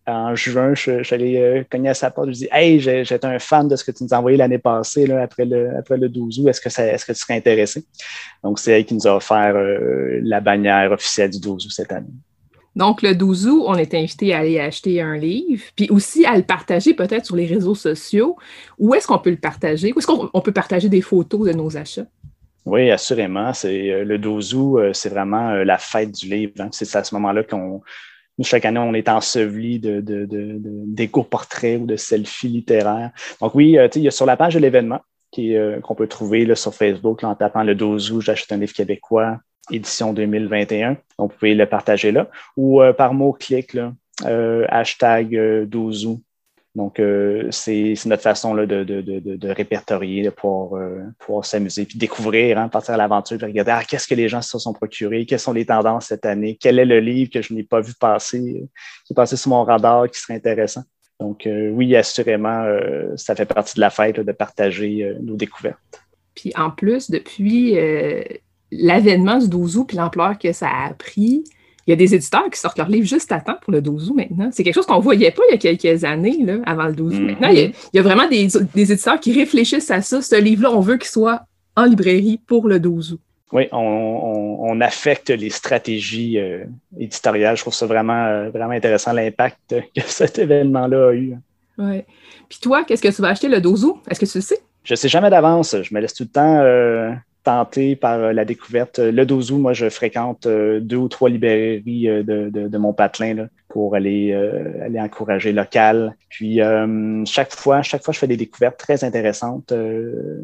[SPEAKER 7] en juin, je, je suis allé euh, cogner à sa porte. Je lui ai dit « Hey, j'ai- j'étais un fan de ce que tu nous as envoyé l'année passée, là, après, le, après le douze août. Est-ce que, ça, est-ce que tu serais intéressé? » Donc, c'est elle qui nous a offert euh, la bannière officielle du douze août cette année.
[SPEAKER 2] Donc, le douze août, on est invité à aller acheter un livre, puis aussi à le partager peut-être sur les réseaux sociaux. Où est-ce qu'on peut le partager? Où est-ce qu'on on peut partager des photos de nos achats?
[SPEAKER 7] Oui, assurément. C'est, euh, le douze août, euh, c'est vraiment euh, la fête du livre. Hein. C'est à ce moment-là qu'on, nous, chaque année, on est enseveli de, de, de, de, d'éco-portraits ou de selfies littéraires. Donc oui, euh, tu sais, il y a sur la page de l'événement qui, euh, qu'on peut trouver là, sur Facebook là, en tapant le douze août, j'achète un livre québécois, édition deux mille vingt et un. Donc, vous pouvez le partager là. Ou euh, par mot-clic, là, euh, hashtag euh, douze août. Donc, euh, c'est, c'est notre façon là, de, de, de, de répertorier, de pouvoir, euh, pouvoir s'amuser, puis découvrir, hein, partir à l'aventure, puis regarder ah, qu'est-ce que les gens se sont procurés, quelles sont les tendances cette année, quel est le livre que je n'ai pas vu passer, qui est passé sur mon radar, qui serait intéressant. Donc, euh, oui, assurément, euh, ça fait partie de la fête là, de partager euh, nos découvertes.
[SPEAKER 2] Puis en plus, depuis euh, l'avènement du douze août puis l'ampleur que ça a pris, il y a des éditeurs qui sortent leurs livres juste à temps pour le douze août maintenant. C'est quelque chose qu'on ne voyait pas il y a quelques années, là, avant le douze août. Mm-hmm. Maintenant, il y, a, il y a vraiment des, des éditeurs qui réfléchissent à ça. Ce livre-là, on veut qu'il soit en librairie pour le douze août.
[SPEAKER 7] Oui, on, on, on affecte les stratégies euh, éditoriales. Je trouve ça vraiment, euh, vraiment intéressant, l'impact que cet événement-là a eu.
[SPEAKER 2] Oui. Puis toi, qu'est-ce que tu vas acheter le douze août? Est-ce que tu le sais?
[SPEAKER 7] Je ne sais jamais d'avance. Je me laisse tout le temps euh, tenter par euh, la découverte. Le douze août, moi, je fréquente euh, deux ou trois librairies euh, de, de, de mon patelin là, pour aller, euh, aller encourager local. Puis, euh, chaque fois, chaque fois, je fais des découvertes très intéressantes. Euh,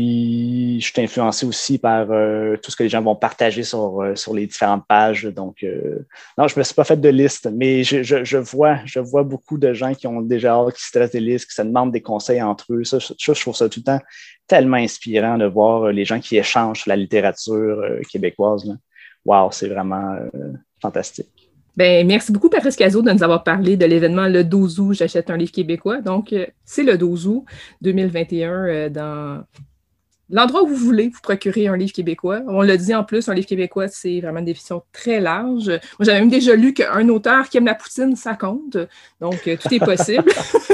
[SPEAKER 7] Puis, je suis influencé aussi par euh, tout ce que les gens vont partager sur, euh, sur les différentes pages. Donc, euh, non, je ne me suis pas fait de liste, mais je, je, je, vois, je vois beaucoup de gens qui ont déjà hâte, qui se dressent des listes, qui se demandent des conseils entre eux. Ça, je, je trouve ça tout le temps tellement inspirant de voir les gens qui échangent sur la littérature euh, québécoise. Là. Wow, c'est vraiment euh, fantastique.
[SPEAKER 2] Ben, merci beaucoup, Patrice Cazot, de nous avoir parlé de l'événement le douze août, j'achète un livre québécois. Donc, euh, c'est le douze août deux mille vingt et un euh, dans l'endroit où vous voulez vous procurer un livre québécois. On l'a dit en plus, un livre québécois, c'est vraiment une définition très large. Moi, j'avais même déjà lu qu'un auteur qui aime la poutine, ça compte. Donc, euh, tout est possible.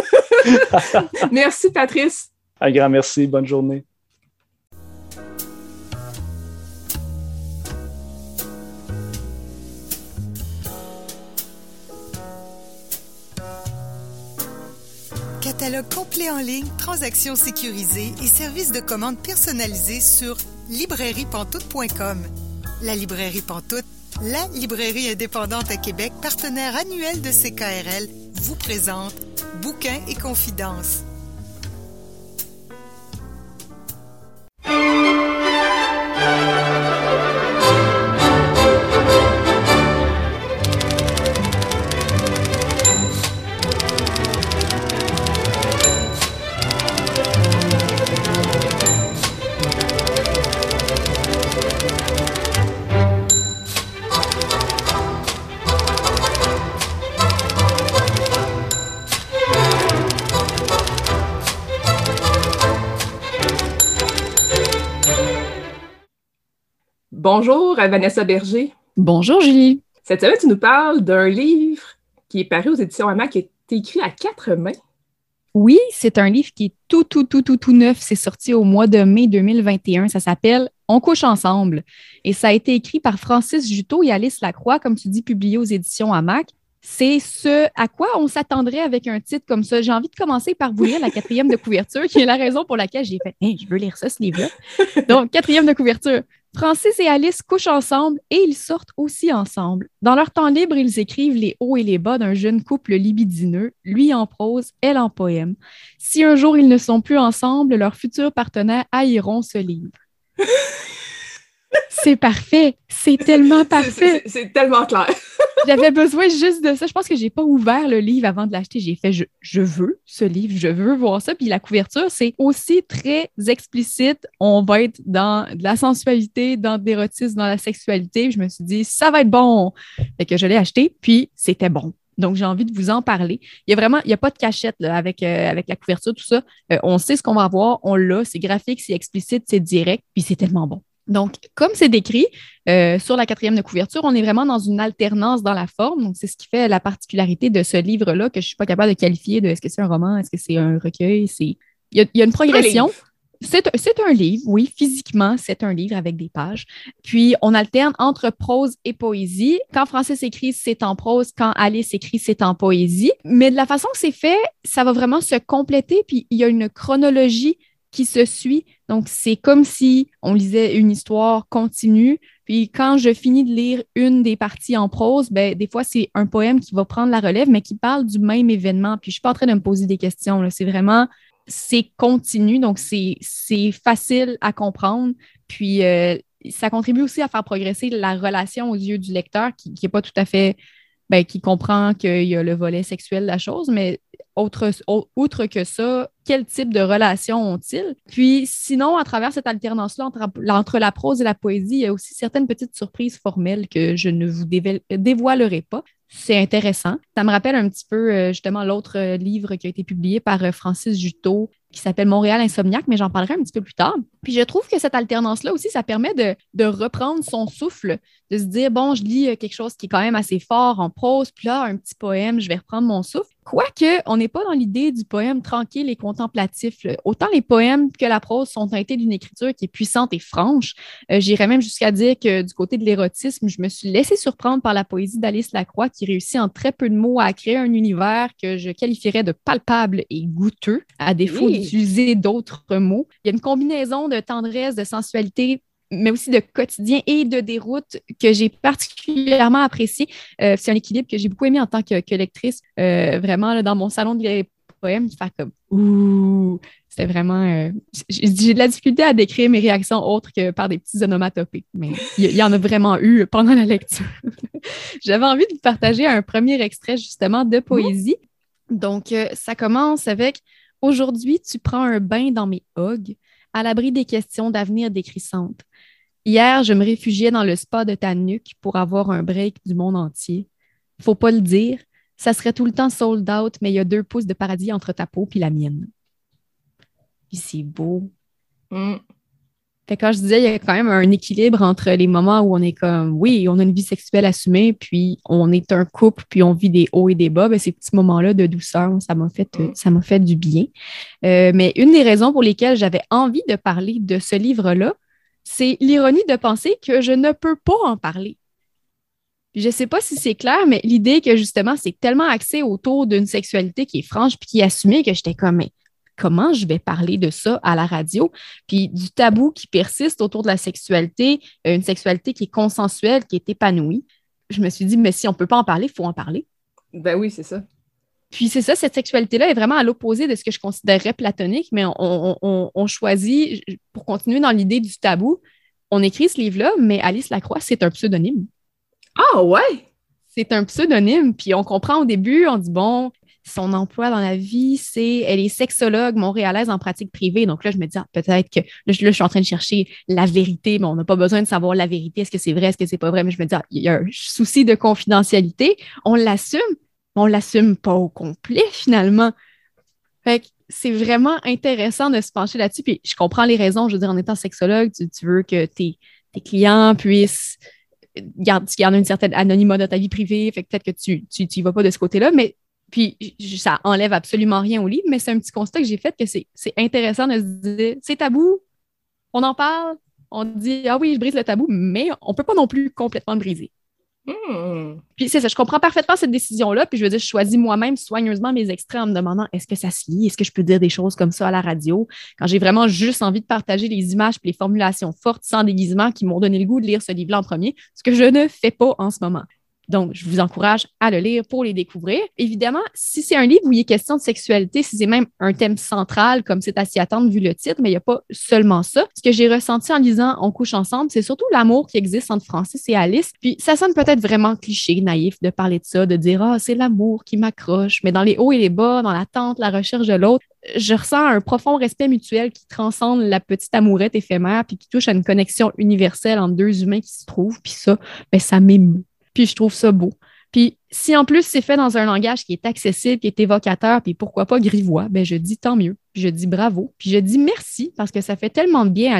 [SPEAKER 2] Merci, Patrice.
[SPEAKER 7] Un grand merci. Bonne journée.
[SPEAKER 1] Catalogue complet en ligne, transactions sécurisées et services de commande personnalisés sur librairie pantoute point com. La Librairie Pantoute, la librairie indépendante à Québec, partenaire annuel de C K R L, vous présente Bouquins et confidences.
[SPEAKER 2] Bonjour, Vanessa Berger.
[SPEAKER 8] Bonjour, Julie.
[SPEAKER 2] Cette semaine, tu nous parles d'un livre qui est paru aux éditions Hamac, qui est écrit à quatre mains.
[SPEAKER 8] Oui, c'est un livre qui est tout, tout, tout, tout, tout neuf. C'est sorti au mois de mai deux mille vingt et un. Ça s'appelle « On couche ensemble ». Et ça a été écrit par Francis Juteau et Alice Lacroix, comme tu dis, publié aux éditions Hamac. C'est ce à quoi on s'attendrait avec un titre comme ça. J'ai envie de commencer par vous lire la quatrième de couverture, qui est la raison pour laquelle j'ai fait hey, « je veux lire ça, ce livre-là ». Donc, quatrième de couverture. Francis et Alice couchent ensemble et ils sortent aussi ensemble. Dans leur temps libre, ils écrivent les hauts et les bas d'un jeune couple libidineux, lui en prose, elle en poème. Si un jour ils ne sont plus ensemble, leurs futurs partenaires haïront ce livre. C'est parfait. C'est tellement parfait.
[SPEAKER 2] C'est, c'est, c'est tellement clair.
[SPEAKER 8] J'avais besoin juste de ça. Je pense que je n'ai pas ouvert le livre avant de l'acheter. J'ai fait je, je veux ce livre, je veux voir ça. Puis la couverture, c'est aussi très explicite. On va être dans de la sensualité, dans de l'érotisme, dans la sexualité. Je me suis dit, ça va être bon. Fait que je l'ai acheté, puis c'était bon. Donc, j'ai envie de vous en parler. Il y a vraiment, il n'y a pas de cachette là, avec, euh, avec la couverture, tout ça. Euh, on sait ce qu'on va avoir, on l'a. C'est graphique, c'est explicite, c'est direct, puis c'est tellement bon. Donc, comme c'est décrit euh, sur la quatrième de couverture, on est vraiment dans une alternance dans la forme. Donc, c'est ce qui fait la particularité de ce livre-là que je ne suis pas capable de qualifier de est-ce que c'est un roman, est-ce que c'est un recueil. C'est... Il y a, il y a une progression. C'est, c'est un livre, oui, physiquement, c'est un livre avec des pages. Puis, on alterne entre prose et poésie. Quand Francis écrit, c'est en prose. Quand Alice écrit, c'est en poésie. Mais de la façon que c'est fait, ça va vraiment se compléter. Puis, il y a une chronologie qui se suit. Donc, c'est comme si on lisait une histoire continue. Puis, quand je finis de lire une des parties en prose, ben, des fois, c'est un poème qui va prendre la relève, mais qui parle du même événement. Puis, je ne suis pas en train de me poser des questions, là. C'est vraiment, c'est continu, donc c'est, c'est facile à comprendre. Puis, euh, ça contribue aussi à faire progresser la relation aux yeux du lecteur, qui n'est pas tout à fait, ben, qui comprend qu'il y a le volet sexuel de la chose, mais autre, outre que ça, quel type de relation ont-ils? Puis sinon, à travers cette alternance-là entre, entre la prose et la poésie, il y a aussi certaines petites surprises formelles que je ne vous dévoile, dévoilerai pas. C'est intéressant. Ça me rappelle un petit peu justement l'autre livre qui a été publié par Francis Juteau qui s'appelle Montréal insomniaque, mais j'en parlerai un petit peu plus tard. Puis je trouve que cette alternance-là aussi, ça permet de, de reprendre son souffle, de se dire, bon, je lis quelque chose qui est quand même assez fort en prose, puis là, un petit poème, je vais reprendre mon souffle. Quoique, on n'est pas dans l'idée du poème tranquille et contemplatif. Là. Autant les poèmes que la prose sont teintés d'une écriture qui est puissante et franche. Euh, j'irais même jusqu'à dire que du côté de l'érotisme, je me suis laissée surprendre par la poésie d'Alice Lacroix qui réussit en très peu de mots à créer un univers que je qualifierais de palpable et goûteux, à défaut oui. d'utiliser d'autres mots. Il y a une combinaison de tendresse, de sensualité, mais aussi de quotidien et de déroute que j'ai particulièrement apprécié. Euh, c'est un équilibre que j'ai beaucoup aimé en tant que, que lectrice. Euh, vraiment, là, dans mon salon de poèmes, je fais comme « ouh ». C'était vraiment... Euh, j'ai, j'ai de la difficulté à décrire mes réactions autres que par des petits onomatopées, mais il y, y en a vraiment eu pendant la lecture. J'avais envie de vous partager un premier extrait, justement, de poésie. Donc, euh, ça commence avec « Aujourd'hui, tu prends un bain dans mes hogs, à l'abri des questions d'avenir décrissantes. Hier, je me réfugiais dans le spa de ta nuque pour avoir un break du monde entier. Faut pas le dire, ça serait tout le temps sold out, mais il y a deux pouces de paradis entre ta peau puis la mienne. » Puis c'est beau. Mm. Fait que quand je disais, il y a quand même un équilibre entre les moments où on est comme, oui, on a une vie sexuelle assumée, puis on est un couple, puis on vit des hauts et des bas, ben, ces petits moments-là de douceur, ça m'a fait, mm. ça m'a fait du bien. Euh, mais une des raisons pour lesquelles j'avais envie de parler de ce livre-là, c'est l'ironie de penser que je ne peux pas en parler. Je ne sais pas si c'est clair, mais l'idée que justement, c'est tellement axé autour d'une sexualité qui est franche puis qui est assumée que j'étais comme, mais comment je vais parler de ça à la radio? Puis du tabou qui persiste autour de la sexualité, une sexualité qui est consensuelle, qui est épanouie. Je me suis dit, mais si on ne peut pas en parler, il faut en parler.
[SPEAKER 2] Ben oui, c'est ça.
[SPEAKER 8] Puis c'est ça, cette sexualité-là est vraiment à l'opposé de ce que je considérerais platonique, mais on, on, on, on choisit, pour continuer dans l'idée du tabou, on écrit ce livre-là, mais Alice Lacroix, c'est un pseudonyme.
[SPEAKER 2] Ah ouais?
[SPEAKER 8] C'est un pseudonyme, puis on comprend au début, on dit, bon, son emploi dans la vie, c'est, elle est sexologue montréalaise en pratique privée. Donc là, je me dis, ah, peut-être que, là je, là, je suis en train de chercher la vérité, mais on n'a pas besoin de savoir la vérité. Est-ce que c'est vrai, est-ce que c'est pas vrai? Mais je me dis, ah, il y a un souci de confidentialité. On l'assume, mais on l'assume pas au complet, finalement. Fait que c'est vraiment intéressant de se pencher là-dessus. Puis je comprends les raisons. Je veux dire, en étant sexologue, tu, tu veux que tes, tes clients puissent garder, tu gardes une certaine anonymat dans ta vie privée. Fait que peut-être que tu, tu, tu y vas pas de ce côté-là, mais puis, ça enlève absolument rien au livre, mais c'est un petit constat que j'ai fait que c'est, c'est intéressant de se dire, c'est tabou, on en parle, on dit, ah oui, je brise le tabou, mais on ne peut pas non plus complètement le briser. Mmh. Puis c'est ça, je comprends parfaitement cette décision-là, puis je veux dire, je choisis moi-même soigneusement mes extraits en me demandant, est-ce que ça se lit, est-ce que je peux dire des choses comme ça à la radio, quand j'ai vraiment juste envie de partager les images et les formulations fortes sans déguisement qui m'ont donné le goût de lire ce livre-là en premier, ce que je ne fais pas en ce moment. Donc, je vous encourage à le lire pour les découvrir. Évidemment, si c'est un livre où il est question de sexualité, si c'est même un thème central, comme c'est à s'y attendre vu le titre, mais il n'y a pas seulement ça. Ce que j'ai ressenti en lisant On couche ensemble, c'est surtout l'amour qui existe entre Francis et Alice. Puis, ça sonne peut-être vraiment cliché, naïf de parler de ça, de dire « Ah, c'est l'amour qui m'accroche », mais dans les hauts et les bas, dans l'attente, la recherche de l'autre, je ressens un profond respect mutuel qui transcende la petite amourette éphémère puis qui touche à une connexion universelle entre deux humains qui se trouvent. Puis ça, ben, ça m'émeut. Puis je trouve ça beau. Puis si en plus c'est fait dans un langage qui est accessible, qui est évocateur, puis pourquoi pas grivois, ben je dis tant mieux. Puis je dis bravo. Puis je dis merci parce que ça fait tellement de bien à lire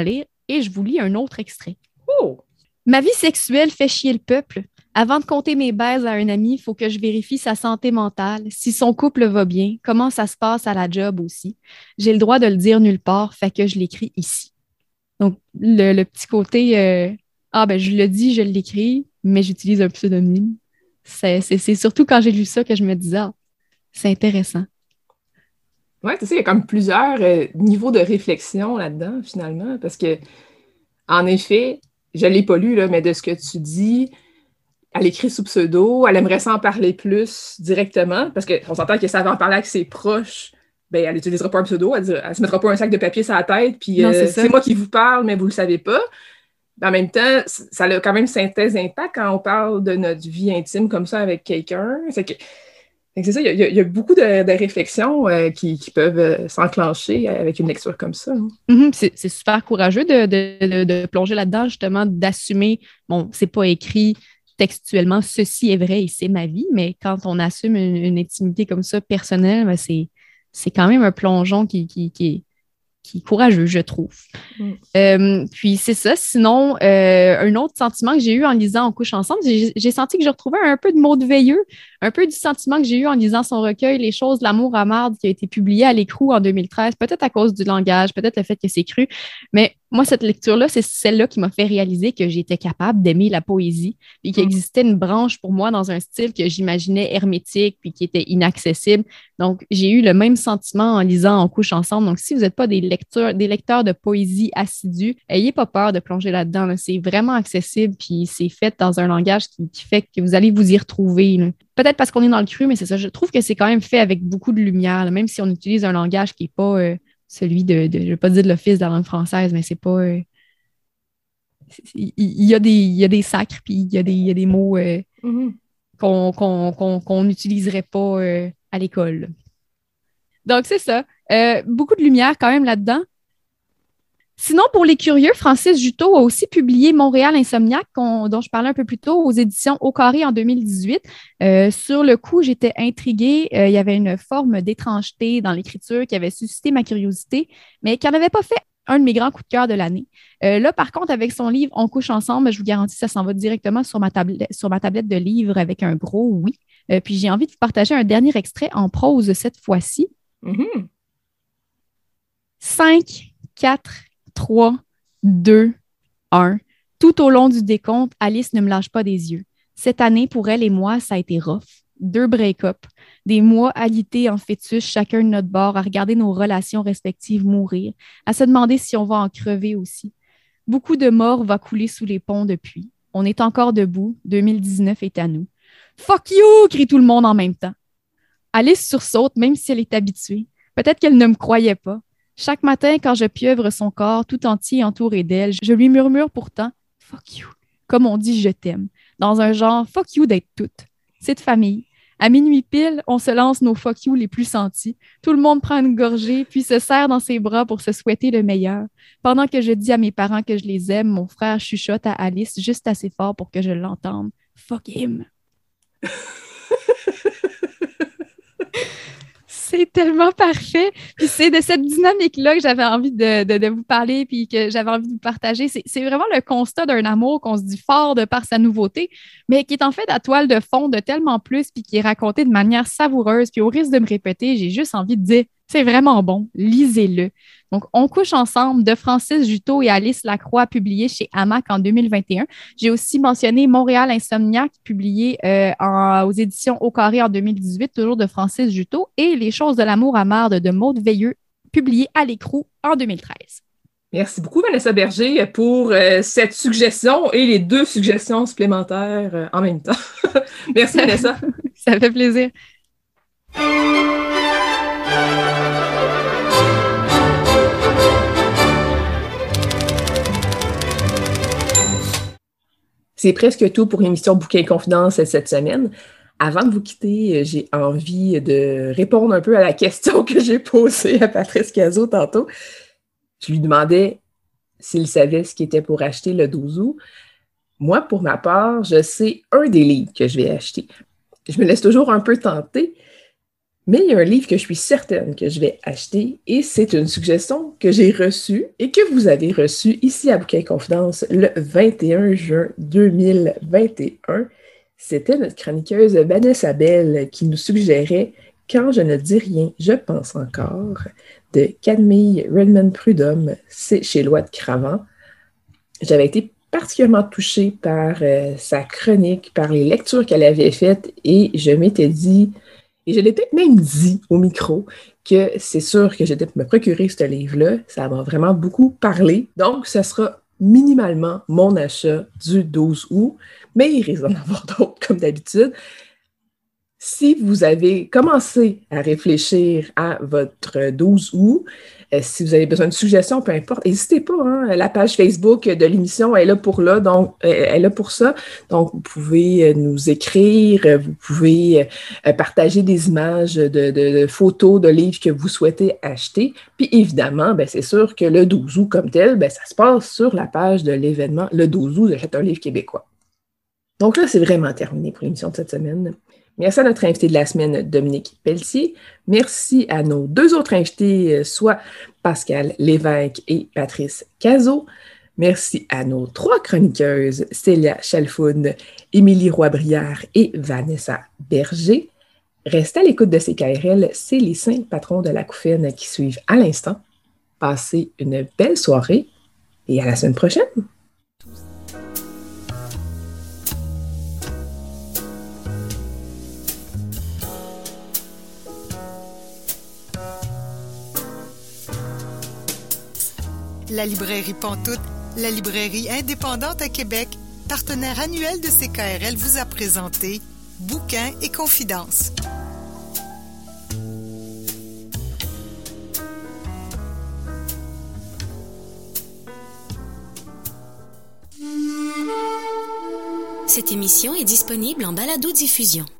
[SPEAKER 8] Et je vous lis un autre extrait.
[SPEAKER 2] Oh!
[SPEAKER 8] Ma vie sexuelle fait chier le peuple. Avant de compter mes baises à un ami, il faut que je vérifie sa santé mentale, si son couple va bien, comment ça se passe à la job aussi. J'ai le droit de le dire nulle part, fait que je l'écris ici. Donc, le, le petit côté euh, ah ben je le dis, je l'écris, mais j'utilise un pseudonyme. C'est, c'est, c'est surtout quand j'ai lu ça que je me disais, ah, c'est intéressant.
[SPEAKER 2] Oui, tu sais, il y a comme plusieurs euh, niveaux de réflexion là-dedans, finalement, parce que, en effet, je ne l'ai pas lu, là, mais de ce que tu dis, elle écrit sous pseudo, elle aimerait s'en parler plus directement, parce qu'on s'entend que ça va en parler avec ses proches, ben, elle n'utilisera pas un pseudo, elle ne se mettra pas un sac de papier sur la tête, puis
[SPEAKER 8] non,
[SPEAKER 2] euh,
[SPEAKER 8] c'est,
[SPEAKER 2] c'est moi qui vous parle, mais vous ne le savez pas. En même temps, ça a quand même synthèse impact quand on parle de notre vie intime comme ça avec quelqu'un. C'est que c'est ça, il y, y a beaucoup de, de réflexions euh, qui, qui peuvent euh, s'enclencher avec une lecture comme ça. Hein.
[SPEAKER 8] Mm-hmm, c'est, c'est super courageux de, de, de, de plonger là-dedans, justement, d'assumer, bon, c'est pas écrit textuellement, ceci est vrai et c'est ma vie, mais quand on assume une, une intimité comme ça, personnelle, ben c'est, c'est quand même un plongeon qui, qui, qui est qui est courageux, je trouve. Mm. Euh, puis c'est ça. Sinon, euh, un autre sentiment que j'ai eu en lisant On couche ensemble, j'ai, j'ai senti que je retrouvais un peu de Maud Veilleux, un peu du sentiment que j'ai eu en lisant son recueil Les choses de l'amour à marde, qui a été publié à l'Écrou en deux mille treize, peut-être à cause du langage, peut-être le fait que c'est cru, mais moi, cette lecture-là, c'est celle-là qui m'a fait réaliser que j'étais capable d'aimer la poésie, puis qu'il existait une branche pour moi dans un style que j'imaginais hermétique, puis qui était inaccessible. Donc, j'ai eu le même sentiment en lisant On couche ensemble. Donc, si vous n'êtes pas des lecteurs, des lecteurs de poésie assidus, ayez pas peur de plonger là-dedans. Là. C'est vraiment accessible, puis c'est fait dans un langage qui, qui fait que vous allez vous y retrouver. Là. Peut-être parce qu'on est dans le cru, mais c'est ça. Je trouve que c'est quand même fait avec beaucoup de lumière, là, même si on utilise un langage qui n'est pas euh, celui de, de, je ne vais pas dire de l'office de la langue française, mais c'est pas... Euh, il, il, y a des, il y a des sacres, puis il y a des, il y a des mots euh, mm-hmm. qu'on qu'on, qu'on, qu'on n'utiliserait pas euh, à l'école. Donc, c'est ça. Euh, beaucoup de lumière quand même là-dedans. Sinon, pour les curieux, Francis Juteau a aussi publié Montréal Insomniaque, dont je parlais un peu plus tôt, aux éditions Au Carré en deux mille dix-huit. Euh, sur le coup, j'étais intriguée. Euh, il y avait une forme d'étrangeté dans l'écriture qui avait suscité ma curiosité, mais qui n'en avait pas fait un de mes grands coups de cœur de l'année. Euh, là, par contre, avec son livre On couche ensemble, je vous garantis, ça s'en va directement sur ma, tablet, sur ma tablette de livres avec un gros oui. Euh, puis j'ai envie de vous partager un dernier extrait en prose cette fois-ci. Mm-hmm. cinq, quatre, trois, deux, un. Tout au long du décompte, Alice ne me lâche pas des yeux. Cette année, pour elle et moi, ça a été rough. Deux break-up, des mois alités en fœtus, chacun de notre bord, à regarder nos relations respectives mourir, à se demander si on va en crever aussi. Beaucoup de morts va couler sous les ponts depuis. On est encore debout. deux mille dix-neuf est à nous. « Fuck you! » crie tout le monde en même temps. Alice sursaute, même si elle est habituée. Peut-être qu'elle ne me croyait pas. Chaque matin, quand je pieuvre son corps tout entier entouré d'elle, je lui murmure pourtant « fuck you », comme on dit « je t'aime », dans un genre « fuck you d'être toute ». C'est de famille. À minuit pile, on se lance nos fuck you les plus sentis. Tout le monde prend une gorgée, puis se serre dans ses bras pour se souhaiter le meilleur. Pendant que je dis à mes parents que je les aime, mon frère chuchote à Alice juste assez fort pour que je l'entende. « Fuck him ». C'est tellement parfait. Puis c'est de cette dynamique-là que j'avais envie de, de, de vous parler puis que j'avais envie de vous partager. C'est, c'est vraiment le constat d'un amour qu'on se dit fort de par sa nouveauté, mais qui est en fait la toile de fond de tellement plus puis qui est raconté de manière savoureuse. Puis au risque de me répéter, j'ai juste envie de dire c'est vraiment bon, lisez-le. Donc, On couche ensemble de Francis Juteau et Alice Lacroix, publié chez Hamac en deux mille vingt et un. J'ai aussi mentionné Montréal Insomniaque, publié euh, en, aux éditions Au Carré en deux mille dix-huit, toujours de Francis Juteau, et Les choses de l'amour à marde de Maud Veilleux, publié à l'Écrou en deux mille treize.
[SPEAKER 2] Merci beaucoup, Vanessa Berger, pour euh, cette suggestion et les deux suggestions supplémentaires euh, en même temps. Merci, Vanessa.
[SPEAKER 8] Ça fait plaisir.
[SPEAKER 2] C'est presque tout pour l'émission Bouquin et Confidence cette semaine. Avant de vous quitter, j'ai envie de répondre un peu à la question que j'ai posée à Patrice Cazot tantôt. Je lui demandais s'il savait ce qu'il était pour acheter le douze août. Moi, pour ma part, je sais un des livres que je vais acheter. Je me laisse toujours un peu tenter, Mais il y a un livre que je suis certaine que je vais acheter et c'est une suggestion que j'ai reçue et que vous avez reçue ici à Bouquin Confidence le vingt et un juin deux mille vingt et un. C'était notre chroniqueuse Vanessa Bell qui nous suggérait « Quand je ne dis rien, je pense encore » de Camille Redmond Prudhomme, c'est chez Loi de Cravant. J'avais été particulièrement touchée par euh, sa chronique, par les lectures qu'elle avait faites et je m'étais dit... Et je l'ai peut-être même dit au micro que c'est sûr que j'étais pour me procurer ce livre-là. Ça m'a vraiment beaucoup parlé. Donc, ce sera minimalement mon achat du douze août, mais il risque d'en avoir d'autres comme d'habitude. Si vous avez commencé à réfléchir à votre douze août, euh, si vous avez besoin de suggestions, peu importe, n'hésitez pas. Hein, la page Facebook de l'émission est là pour là, donc euh, est là pour ça. Donc, vous pouvez euh, nous écrire, euh, vous pouvez euh, partager des images de, de, de photos de livres que vous souhaitez acheter. Puis évidemment, ben, c'est sûr que le douze août comme tel, ben, ça se passe sur la page de l'événement. Le douze août, j'achète un livre québécois. Donc là, c'est vraiment terminé pour l'émission de cette semaine. Merci à notre invité de la semaine, Dominique Pelletier. Merci à nos deux autres invités, soit Pascal Lévesque et Patrice Cazot. Merci à nos trois chroniqueuses, Célia Chalfoun, Émilie Roy-Briard et Vanessa Berger. Restez à l'écoute de C K R L, c'est les cinq patrons de l'acouphène qui suivent à l'instant. Passez une belle soirée et à la semaine prochaine!
[SPEAKER 1] La librairie Pantoute, la librairie indépendante à Québec, partenaire annuel de C K R L, vous a présenté Bouquins et Confidences.
[SPEAKER 9] Cette émission est disponible en balado-diffusion.